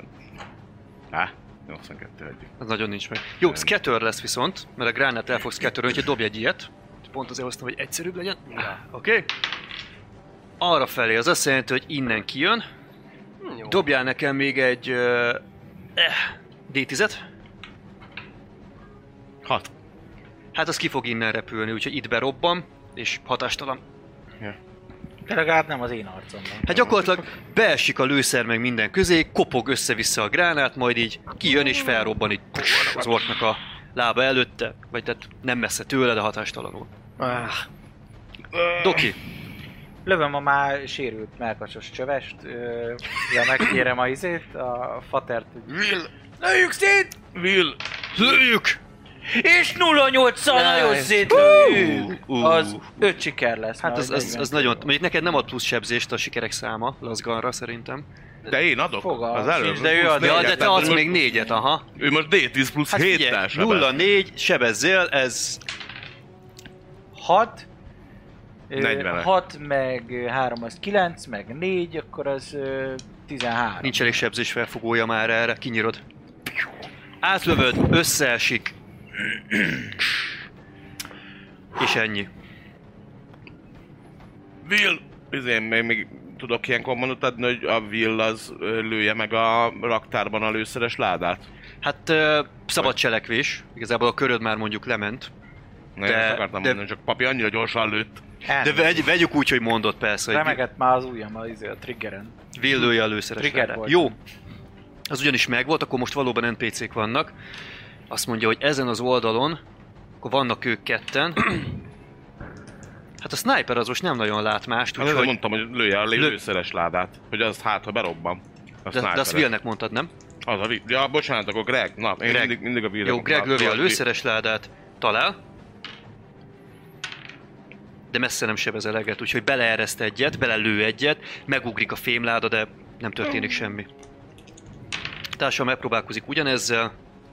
82 egyik. Az nagyon nincs meg. Jó, scatter lesz viszont, mert a gránát el fog scatterölni, hogyha dobj egy ilyet. Pont azért hoztam, hogy egyszerűbb legyen. Oké. Arra felé, az azt jelenti, hogy innen kijön. Jó. Dobjál nekem még egy D10-et. 6. Hát az ki fog innen repülni, úgyhogy itt berobban, és hatástalan. De legalább nem az én arcomban. Hát gyakorlatilag beesik a lőszer meg minden közé, kopog össze-vissza a gránát, majd így kijön és felrobban így az orknak a lába előtte, vagy tehát nem messze tőle, de hatástalanul. Doki. Lövöm a már sérült melkacsos csövest, de megkérem a izét, a fatert, hogy... Will! Lőjük szét! Will! Lőjük! És 0-8-szal nagyon szétlőjük! Az 5 siker lesz. Hát az nagyon... Mondjuk neked nem ad plusz sebzést a sikerek száma, Lazganra szerintem. De én adok. Az előbb. De ő ad. Ja, de te adsz még 4-et, aha. Ő most D10 plusz Hát 7-tel 0-4, sebezzél, ez... 6, 40. 6 meg 3 az 9, meg 4, akkor az 13. Nincs elég sebzés felfogója már erre, kinyírod. Átlövöd, összeesik. És ennyi. Will, még tudok ilyen kommentot adni, hogy a Will az lője meg a raktárban a lőszeres ládát? Hát szabad cselekvés, igazából a köröd már mondjuk lement. Ezt akartam mondani, csak papi annyira gyorsan lőtt. De vegyük úgy, hogy mondott persze. Remegett már az ujjam a triggeren. Will lője a lőszeres ládát. Jó. Az ugyanis megvolt, akkor most valóban NPC-k vannak. Azt mondja, hogy ezen az oldalon, akkor vannak ők ketten. Hát a sniper az most nem nagyon lát mást, úgyhogy... Hát mondtam, hogy lője a lőszeres ládát, hogy az hát, ha berobban. De azt Willnek mondtad, nem? Az a Will. Ja, bocsánat, akkor Greg. Na, én Greg. Mindig a Will. Jó, Greg lövi a lőszeres ládát, talál. De messze nem sebez eleget, úgyhogy beleereszt egyet, belelő egyet, megugrik a fémláda, de nem történik semmi. Társam megpróbálkozik ugyanezzel.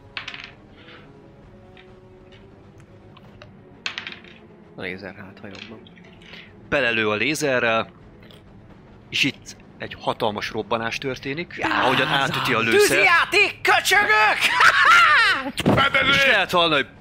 A lézer hát, ha jobban. Belelő a lézerrel, és itt egy hatalmas robbanás történik, ahogyan átüti a lőszer. Tűzijáték, köcsögök! És lehet hallani, hogy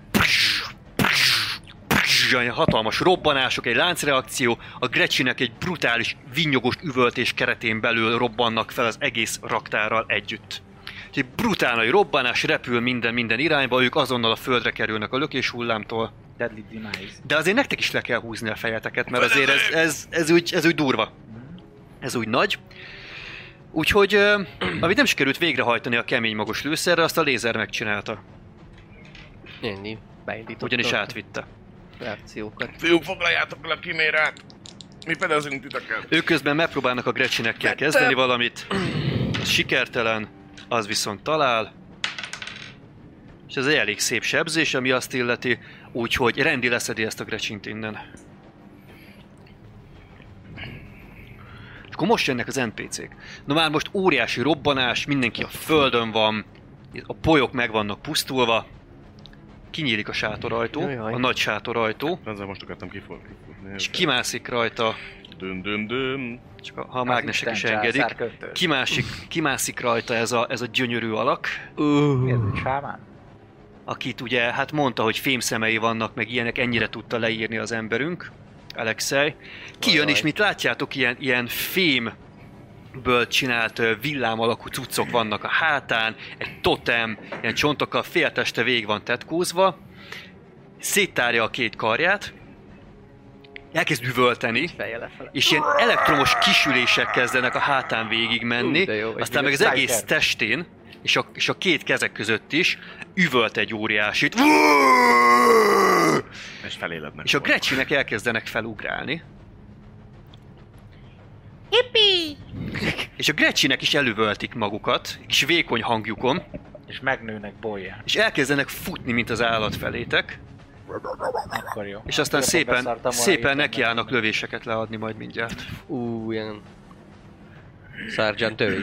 hatalmas robbanások, egy láncreakció, a Gretchennek egy brutális, vinnyogos üvöltés keretén belül robbannak fel az egész raktárral együtt. Egy brutál nagy robbanás, repül minden irányba, ők azonnal a földre kerülnek a lökés hullámtól. Deadly demise. De azért nektek is le kell húzni a fejeteket, mert azért ez úgy durva. Ez úgy nagy. Úgyhogy, amit nem sikerült végrehajtani a kemény magos lőszerre, azt a lézer megcsinálta. Ennyi, beindította. Ugyanis átvitte. Reakciókat. Fiúk, foglaljátok el a kimérát! Mi fedezünk titeket! Ők közben megpróbálnak a Gretchenekkel kezdeni valamit. Az sikertelen, az viszont talál. És ez egy elég szép sebzés, ami azt illeti, úgyhogy Randy leszedi ezt a Gretchent innen. És akkor most jönnek az NPC-k. Na már most óriási robbanás, mindenki a földön van, a bolyok meg vannak pusztulva. Kinyílik a sátorajtó, a nagy sátorajtó. Ezzel most akartam kifutni. És kimászik rajta. Csak ha a mágnesek is engedik. Kimászik rajta ez a gyönyörű alak. Sámán? Akit ugye, hát mondta, hogy fémszemei vannak, meg ilyenek, ennyire tudta leírni az emberünk. Alexei. Kijön, és mint látjátok, ilyen fémből csinált villám alakú cuccok vannak a hátán, egy totem, ilyen csontokkal félteste végig van tetkózva, széttárja a két karját, elkezd üvölteni, és ilyen elektromos kisülések kezdenek a hátán végig menni, aztán meg az egész testén, és a két kezek között is üvölt egy óriásit. És a Gretchenek elkezdenek felugrálni. Hippi! És a Gretchenek is elüvöltik magukat, kis vékony hangjukon. És megnőnek bolyján. És elkezdenek futni, mint az állat felétek. Akkor jó. És aztán szépen nekiállnak lövéseket leadni majd mindjárt. Ilyen... Sergeant ő is.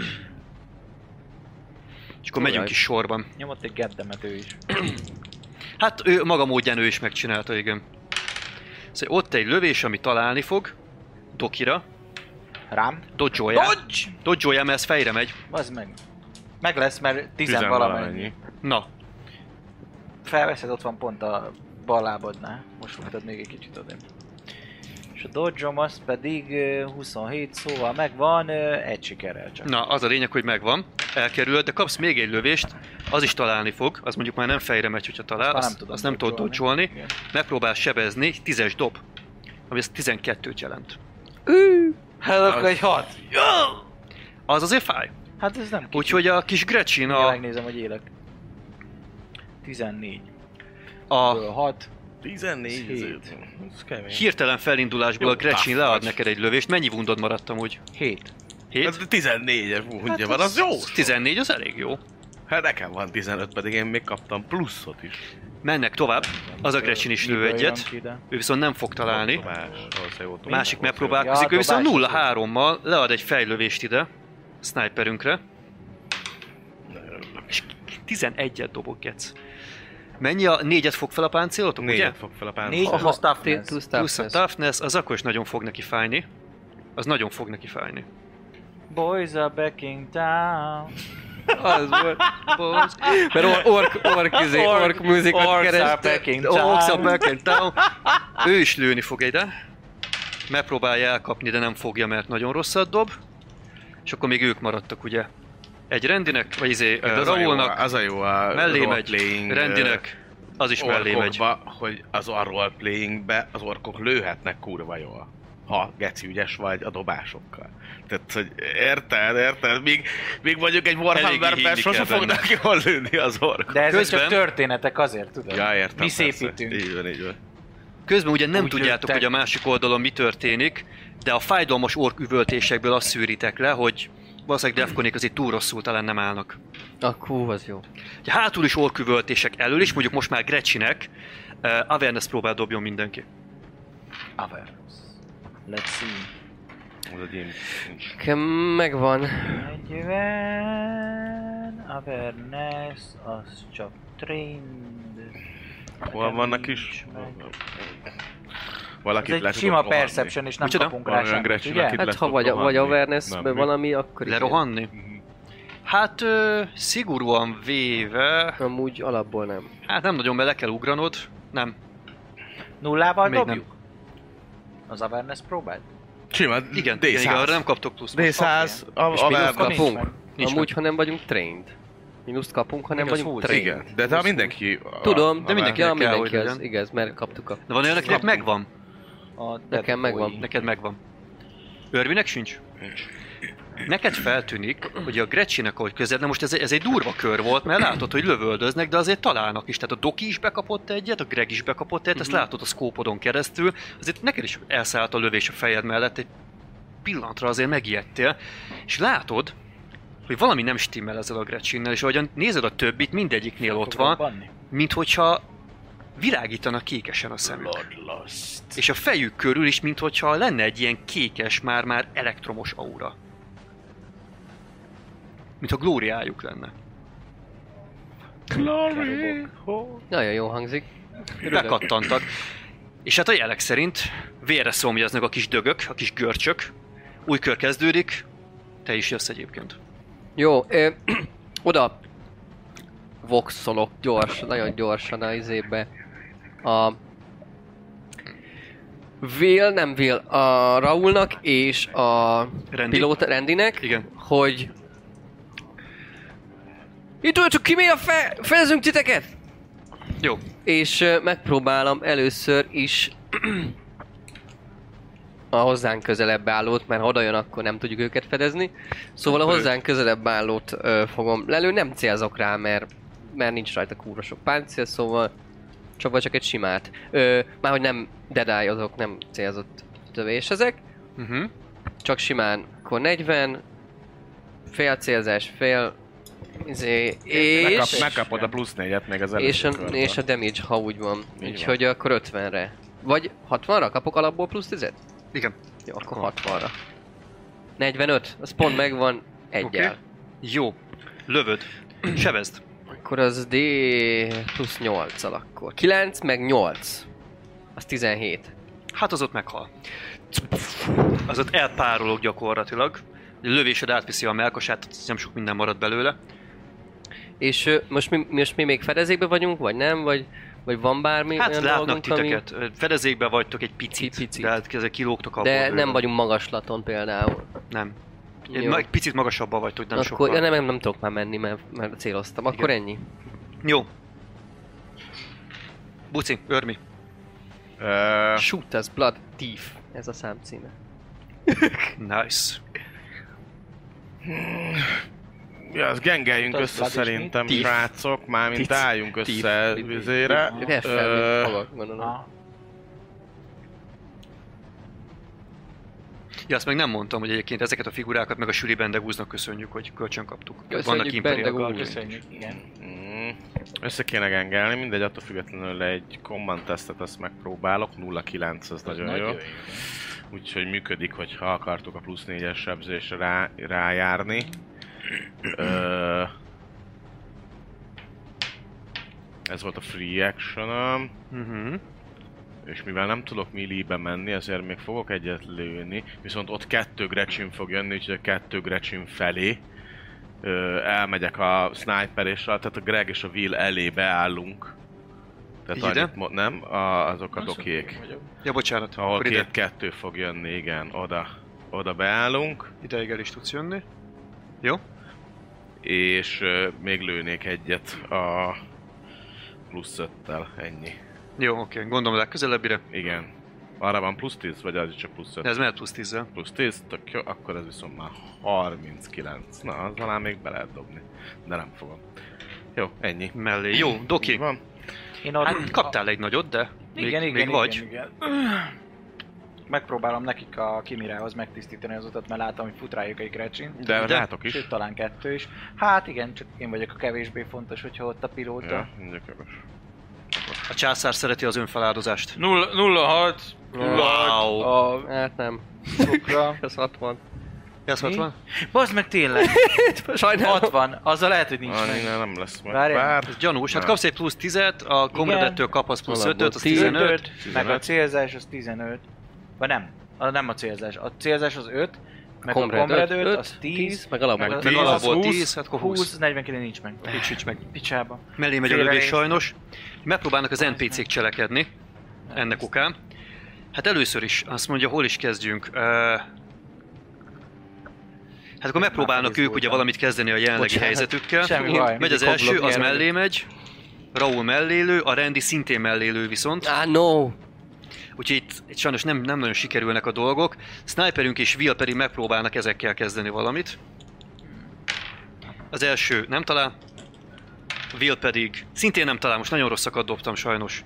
És akkor megyünk is sorban. Nyomott egy geddemet ő is. Hát ő maga módján ő is megcsinálta, igen. Szóval ott egy lövés, ami találni fog. Dokira. Rám? Dodge-olja, mert ez fejre megy. Az meg. Meg lesz, mert 10 valamennyi. Na. Felveszed, ott van pont a bal lábadnál. Most mutatod még egy kicsit odébb. És a dodge-om az pedig 27, szóval megvan egy sikerrel csak. Na, az a lényeg, hogy megvan. Elkerülöd, de kapsz még egy lövést, az is találni fog. Az mondjuk már nem fejre megy, hogyha talál, azt nem tudod dodge-olni. Megpróbálsz sebezni, 10-es dob. Ami ez 12-t jelent. Hát akkor egy 6. Az azért fáj. Hát ez nem kicsit. Úgyhogy a kis Gretchen megnézem, hogy élek. 14. A 6. 14. Hirtelen felindulásból a Gretchen lead neked egy lövést. Mennyi wundod maradt amúgy? 7. 14-es wundja van, az jó. 14 az elég jó. Hát nekem van 15, pedig én még kaptam pluszot is. Mennek tovább, az a Gretchen is lő egyet, ő viszont nem fog találni. Másik megpróbálkozik, ő viszont 0-3-mal lead egy fejlövést ide, a sniperünkre. És 11-et dobok, Gec. Mennyi a 4-et fog fel a páncélotok, ugye? 4-et fog fel a páncél. 4 plusz toughness. Plusz a toughness, az akkor is nagyon fog neki fájni. Az nagyon fog neki fájni. Boys are backing down. Az volt. Mert ork műzikot kereste. Orcs are backing down. Ő is lőni fog ide. Megpróbálja elkapni, de nem fogja, mert nagyon rosszat dob. És akkor még ők maradtak, ugye? Egy Randynek, vagy Raúlnak. Az a jó a mellé megy. Randynek. Az is mellé megy. Hogy az a roleplayingbe az orkok lőhetnek kurva jól. Ha geci ügyes vagy a dobásokkal. Tehát, hogy érted? Még mondjuk egy Warhammerben sosem fognak jól lőni az orkok. De ez csak történetek azért, tudod? Ja, értem. Mi szépítünk. Így van. Közben ugye nem tudjátok, hogy a másik oldalon mi történik, de a fájdalmas ork üvöltésekből azt szűritek le, hogy valószínűleg Defconék azért túl rosszul talán nem állnak. Akkor az jó. Ugye hátul is ork üvöltések elől is, mondjuk most már Gretchynek. Awareness próbál dobjon mindenki. Awareness. Let's see. Nekem megvan. 40, awareness, az csak trained. Hol vannak is? Valakit ez egy sima perception és nem kapunk rá semmit, ugye? Hát ha vagy awareness-ben valami, akkor lerohanni? Hát szigorúan véve... Amúgy alapból nem. Hát nem nagyon, mert le kell ugranod. Nem. Nullával dobjuk? Nem. Az awareness próbáld? Sima, igen, arra nem kaptok plusz. D100, és minuszt kapunk. Amúgy, ha nem vagyunk trained. Minuszt kapunk, ha nem vagyunk trained. Igen, de ha mindenki... Tudom, de mindenki az, igaz, mert kaptuk a... De van olyan, akinek megvan? Nekem megvan. Neked megvan. Örvinek sincs? Nincs. Neked feltűnik, hogy a Gretchynek, ahogy közel, de most ez egy durva kör volt, mert látod, hogy lövöldöznek, de azért találnak is. Tehát a Doki is bekapott egyet, a Greg is bekapott egyet, ezt látod a szkópodon keresztül. Azért neked is elszállt a lövés a fejed mellett, egy pillanatra azért megijedtél, és látod, hogy valami nem stimmel ezzel a Gretchynnel, és ahogyan nézed a többit, mindegyiknél ott van, minthogyha virágítanak kékesen a szemük. És a fejük körül is, minthogyha lenne egy ilyen kékes, már elektromos aura. Mintha glóriájuk lenne. Glory! Nagyon jó hangzik. Bekattantak. És hát a jelek szerint vérre szomjaznak a kis dögök, a kis görcsök. Új kör kezdődik. Te is jössz egyébként. Jó, oda voxolok nagyon gyorsan a izébe. A a Raúlnak és a pilóta Randynek, igen, hogy itt tudjátok ki mi a fejezünk titeket? Jó. És megpróbálom először is a hozzánk közelebb állót, mert ha oda jön, akkor nem tudjuk őket fedezni. Szóval a hozzánk közelebb állót fogom lelőni, nem célzok rá, mert nincs rajta kurva sok páncél, szóval csak egy simát. Már hogy nem dedályozok, nem célzott tövés ezek. Csak simán, akkor 40, fél célzás, fél és... Megkapod a plusz 4-et még az előző és a damage, ha úgy van. Úgyhogy akkor 50-re. Vagy 60-ra kapok alapból plusz 10-et? Igen. Jó, akkor 60-ra. 45, az pont megvan egyel. Okay. Jó, lövöd. Sebezd. Akkor az D plusz 8-al akkor. 9 meg 8. Az 17. Hát az ott meghal. Az ott elpárolog gyakorlatilag. A lövésed átviszi a mellkasát, nem sok minden marad belőle. És most mi még fedezékbe vagyunk, vagy nem? Vagy van bármi hát olyan látnak dolgunk, titeket. Fedezékbe vagytok egy picit. Tehát ezek kilógtok abból. De nem vagyunk magaslaton például. Nem. Egy picit magasabban vagytok, nem akkor, sokkal. Ja, nem tudok már menni, mert céloztam. Akkor igen. Ennyi. Jó. Buci, Örmi. Shoot as Blood Thief. Ez a számcíme. Nice. Ja, azt gengeljünk össze szerintem, srácok, mármint álljunk össze vizére. Ja, azt meg nem mondtam, hogy egyébként ezeket a figurákat meg a Suri Bendegúznak köszönjük, hogy kölcsön kaptuk. Köszönjük Bendegúz. Köszönjük, igen. Össze kéne gengelni, mindegy, attól függetlenül egy command testet azt megpróbálok, 0-9 az nagyon jó. Úgyhogy működik, hogyha akartuk a plusz 4-es sebzésre rájárni. Ez volt a free action-om. És mivel nem tudok melee-be menni, ezért még fogok egyet lőni. Viszont ott 2 Gretchin fog jönni, úgyhogy a 2 Gretchin felé elmegyek a sniperéssel, tehát a Greg és a Will elé beállunk. Tehát annyit nem, azok a dokiék. Ja, bocsánat. Ahol 2 fog jönni, igen, oda beállunk. Ideig el is tudsz jönni. Jó. És még lőnék egyet a plusz 5-tel, ennyi. Jó, oké. Gondolom legközelebbire. Igen. Arra van plusz 10, vagy az is csak plusz 5? Ez mehet plusz 10-zel. Plusz 10, tök jó, akkor ez viszont már 39. Na, az talán még be lehet dobni. De nem fogom. Jó, ennyi. Mellé. Jó, Doki. Van. Hát kaptál egy nagyot, de még vagy. Igen. Megpróbálom nekik a Kimirához megtisztítani az utat, mert látom, hogy fut rájuk egy Gretchin. De látok is. Sőt, talán 2 is. Hát igen, csak én vagyok a kevésbé fontos, hogyha ott a pilóta. Ja, mindjárt kevés. A császár szereti az önfeláldozást. 0-6. Wow. Hát nem. Szukra. Ez 60. Ez 60? Bazd meg tényleg! Sajnálom. 60, azzal lehet, hogy nincs meg. Nem lesz meg. Várjál. Ez gyanús. Hát kapsz egy plusz 10-et, a Comrade-ettől kapsz plusz 5-öt, az 15. Meg a célzás az 15. Vagy nem a célzás. A célzás az 5, meg a Comrade 5, az 10, meg alapból 10, hát akkor 20. 49 nincs meg. Nincs meg. Picsába. Mellé megy a lövés sajnos. Megpróbálnak az NPC-k cselekedni. Ennek okán. Hát először is, azt mondja, hol is kezdjünk. Hát akkor megpróbálnak ők ugye valamit kezdeni a jelenlegi helyzetükkel. Semmi baj. Megy az első, az mellé megy. Raúl mellélő, a Randy szintén mellélő viszont. No! Úgyhogy itt sajnos nem nagyon sikerülnek a dolgok. Sniperünk és Will pedig megpróbálnak ezekkel kezdeni valamit. Az első nem talál. Will pedig szintén nem talál, most nagyon rosszakat dobtam sajnos.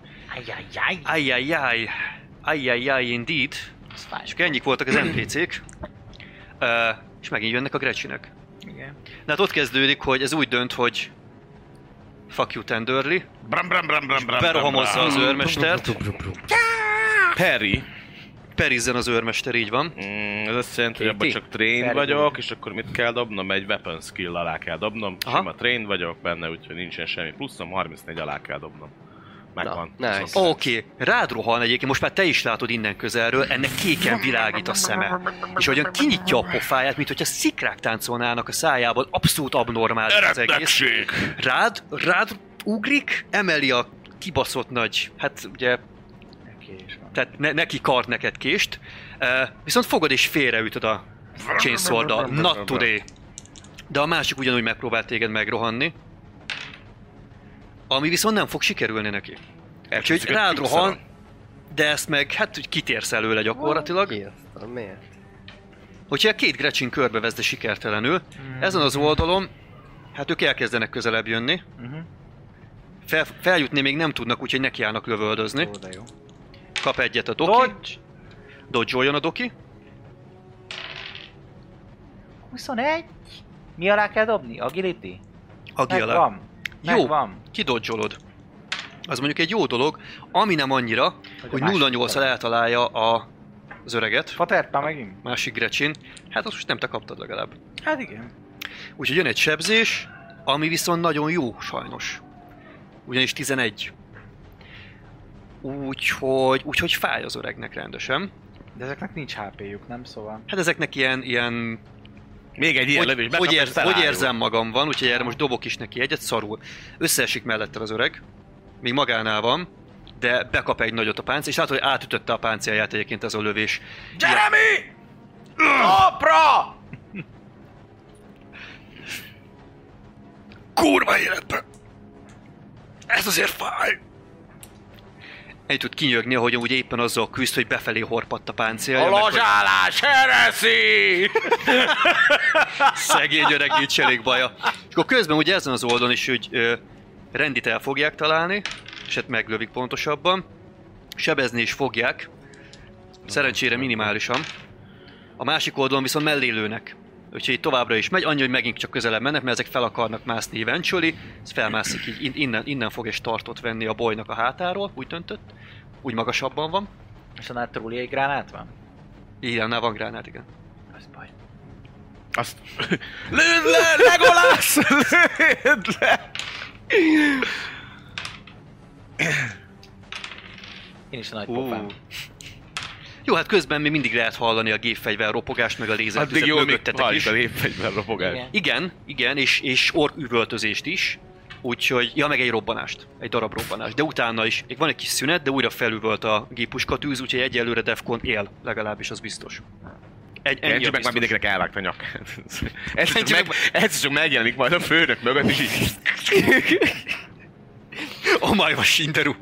Ajjajjaj, indeed. És ennyik voltak az NPC-k. És megint jönnek a Gretchinek. Igen. Na hát ott kezdődik, hogy ez úgy dönt, hogy fuck you Tenderly. Berohamozza az őrmestert. Perizzen az őrmester, így van. Ez azt jelenti, hogy abban csak trained vagyok, és akkor mit kell dobnom? Egy weapon skill alá kell dobnom. Sima trained vagyok benne, úgyhogy nincsen semmi pluszom, 34 alá kell dobnom. Megvan. Nice. Oké, rád rohan egyébként, most már te is látod innen közelről, ennek kéken világít a szeme. És ahogyan kinyitja a pofáját, mint hogyha szikrák táncolnának a szájában, abszolút abnormális az egész. Rád ugrik, emeli a kibaszott nagy, hát ugye, tehát neki kart neked kést, viszont fogod és félreütöd a chainsaw-dal, not today. De a másik ugyanúgy megpróbált téged megrohanni, ami viszont nem fog sikerülni neki. Úgyhogy rád rohan, de ezt meg, hát úgy kitérsz előle gyakorlatilag. Miért? Hogyha a 2 Gretchin körbevezd, de sikertelenül, ezen az oldalon, hát ők elkezdenek közelebb jönni. Feljutni még nem tudnak, úgyhogy nekiállnak lövöldözni. Kap egyet a Doki. Dodge-oljon a Doki. 21? Mi alá kell dobni? Agility? Megvan. Jó, Megvan. kidodge-olod. Az mondjuk egy jó dolog, ami nem annyira, hogy 0-8-al eltalálja az öreget. Fatert már megint? Másik Gretchin. Hát azt most nem te kaptad legalább. Hát igen. Úgyhogy jön egy sebzés, ami viszont nagyon jó, sajnos. Ugyanis 11. Úgyhogy fáj az öregnek rendesen. De ezeknek nincs HP-juk, nem? Szóval... Hát ezeknek ilyen még egy ilyen lövés, hogy érzem magam van, úgyhogy erre most dobok is neki egyet, szarul. Összeesik mellette az öreg, még magánál van, de bekap egy nagyot a páncél, és látod, hogy átütötte a páncélját egyébként ez a lövés. Jeremy! Apra! Kurva életbe! Ez azért fáj! Egy tud kinyögni, ahogy úgy éppen azzal küzd, hogy befelé horpadt a páncélja. A lazsálás hereszi! Szegény öreg, nincs elég baja. És akkor közben ugye ezen az oldalon is, hogy Rendit el fogják találni, és hát meglövik pontosabban. Sebezni is fogják. Szerencsére minimálisan. A másik oldalon viszont mellé lőnek. Úgyhogy továbbra is megy, annyi, hogy megint csak közelebb mennek, mert ezek fel akarnak mászni eventually. Ez felmászik így, innen fog egy startot venni a bolynak a hátáról, úgy döntött. Úgy magasabban van. És annál trulli egy gránát van? Igen, annál van gránát, igen. Az baj. Azt... Lőd le, Legolász! Lőd le! Én is a nagy pofám. Jó, hát közben még mindig lehet hallani a gépfegyver ropogást, meg a lézertüzet mögöttetek is. A gépfegyver ropogást. Igen, és ork üvöltözést is. Úgyhogy, ja, meg egy robbanást, egy darab robbanást, de utána is van egy kis szünet, de újra felüvölt a géppuskatűz, úgyhogy egyelőre Defcon él, legalábbis az biztos. Ennyi meg már mindenkinek elvágta a nyakát. Ez csak megjelenik majd a főnök mögött, és így... Oh my was Shinderu!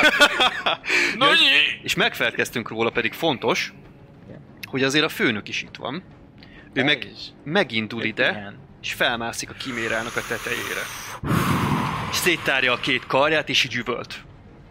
És megfelelkeztünk róla, pedig fontos, hogy azért a főnök is itt van. Ő megindul ide, és felmászik a kimérának a tetejére. És széttárja a két karját, és így üvölt.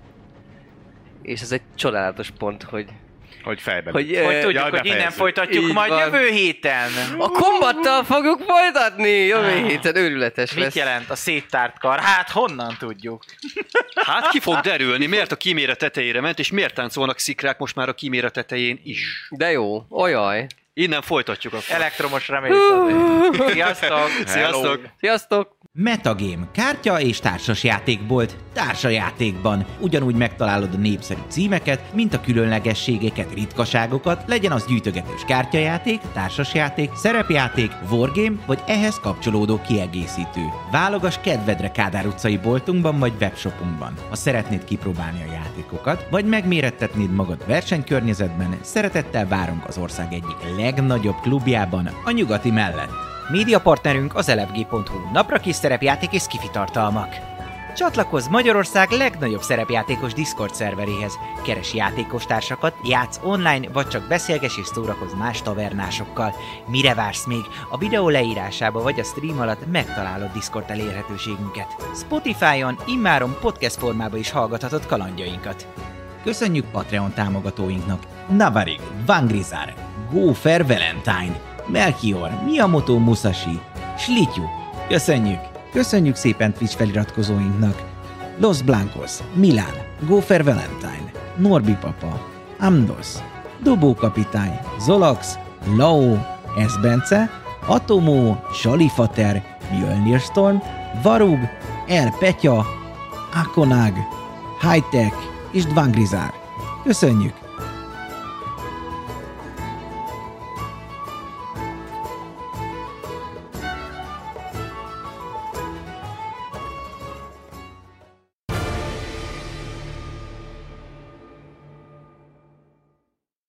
És ez egy csodálatos pont, hogy fejben. Hogy tudjuk, hogy innen folytatjuk majd jövő héten. A kombattal fogjuk folytatni jövő héten, őrületes lesz. Mit jelent a széttárt kar? Hát honnan tudjuk? Hát ki fog derülni, miért a kíméra tetejére ment, és miért táncolnak szikrák most már a kíméra tetején is. De jó, olyaj. Innen folytatjuk akkor. Elektromos reményt. Sziasztok! Sziasztok! Sziasztok! Metagame, kártya és társasjátékbolt, társajátékban. Ugyanúgy megtalálod a népszerű címeket, mint a különlegességeket, ritkaságokat, legyen az gyűjtögetős kártyajáték, társasjáték, szerepjáték, wargame vagy ehhez kapcsolódó kiegészítő. Válogass kedvedre Kádár utcai boltunkban vagy webshopunkban. Ha szeretnéd kipróbálni a játékokat, vagy megmérettetnéd magad versenykörnyezetben, szeretettel várunk az ország egyik legnagyobb klubjában, a Nyugati mellett. Média partnerünk az elefg.hu, napra kis szerepjáték és skifi tartalmak. Csatlakozz Magyarország legnagyobb szerepjátékos Discord szerveréhez. Keres játékostársakat, játsz online, vagy csak beszélges és szórakozz más tavernásokkal. Mire vársz még? A videó leírásába vagy a stream alatt megtalálod Discord elérhetőségünket. Spotify-on immáron podcast formában is hallgathatod kalandjainkat. Köszönjük Patreon támogatóinknak: Navarig, Vangrizar, Gófer Valentine, Melchior, Miyamoto Musashi, Slityu. Köszönjük! Köszönjük szépen Twitch feliratkozóinknak: Los Blancos, Milán, Gófer Valentine, Norbi Papa, Amdos, Dobó Kapitány, Zolax, Lao, Esbence, Atomó, Salifater, Mjölnir Storm, Varug, El Petya, Akonag, Hightech és Dvangrizár. Köszönjük!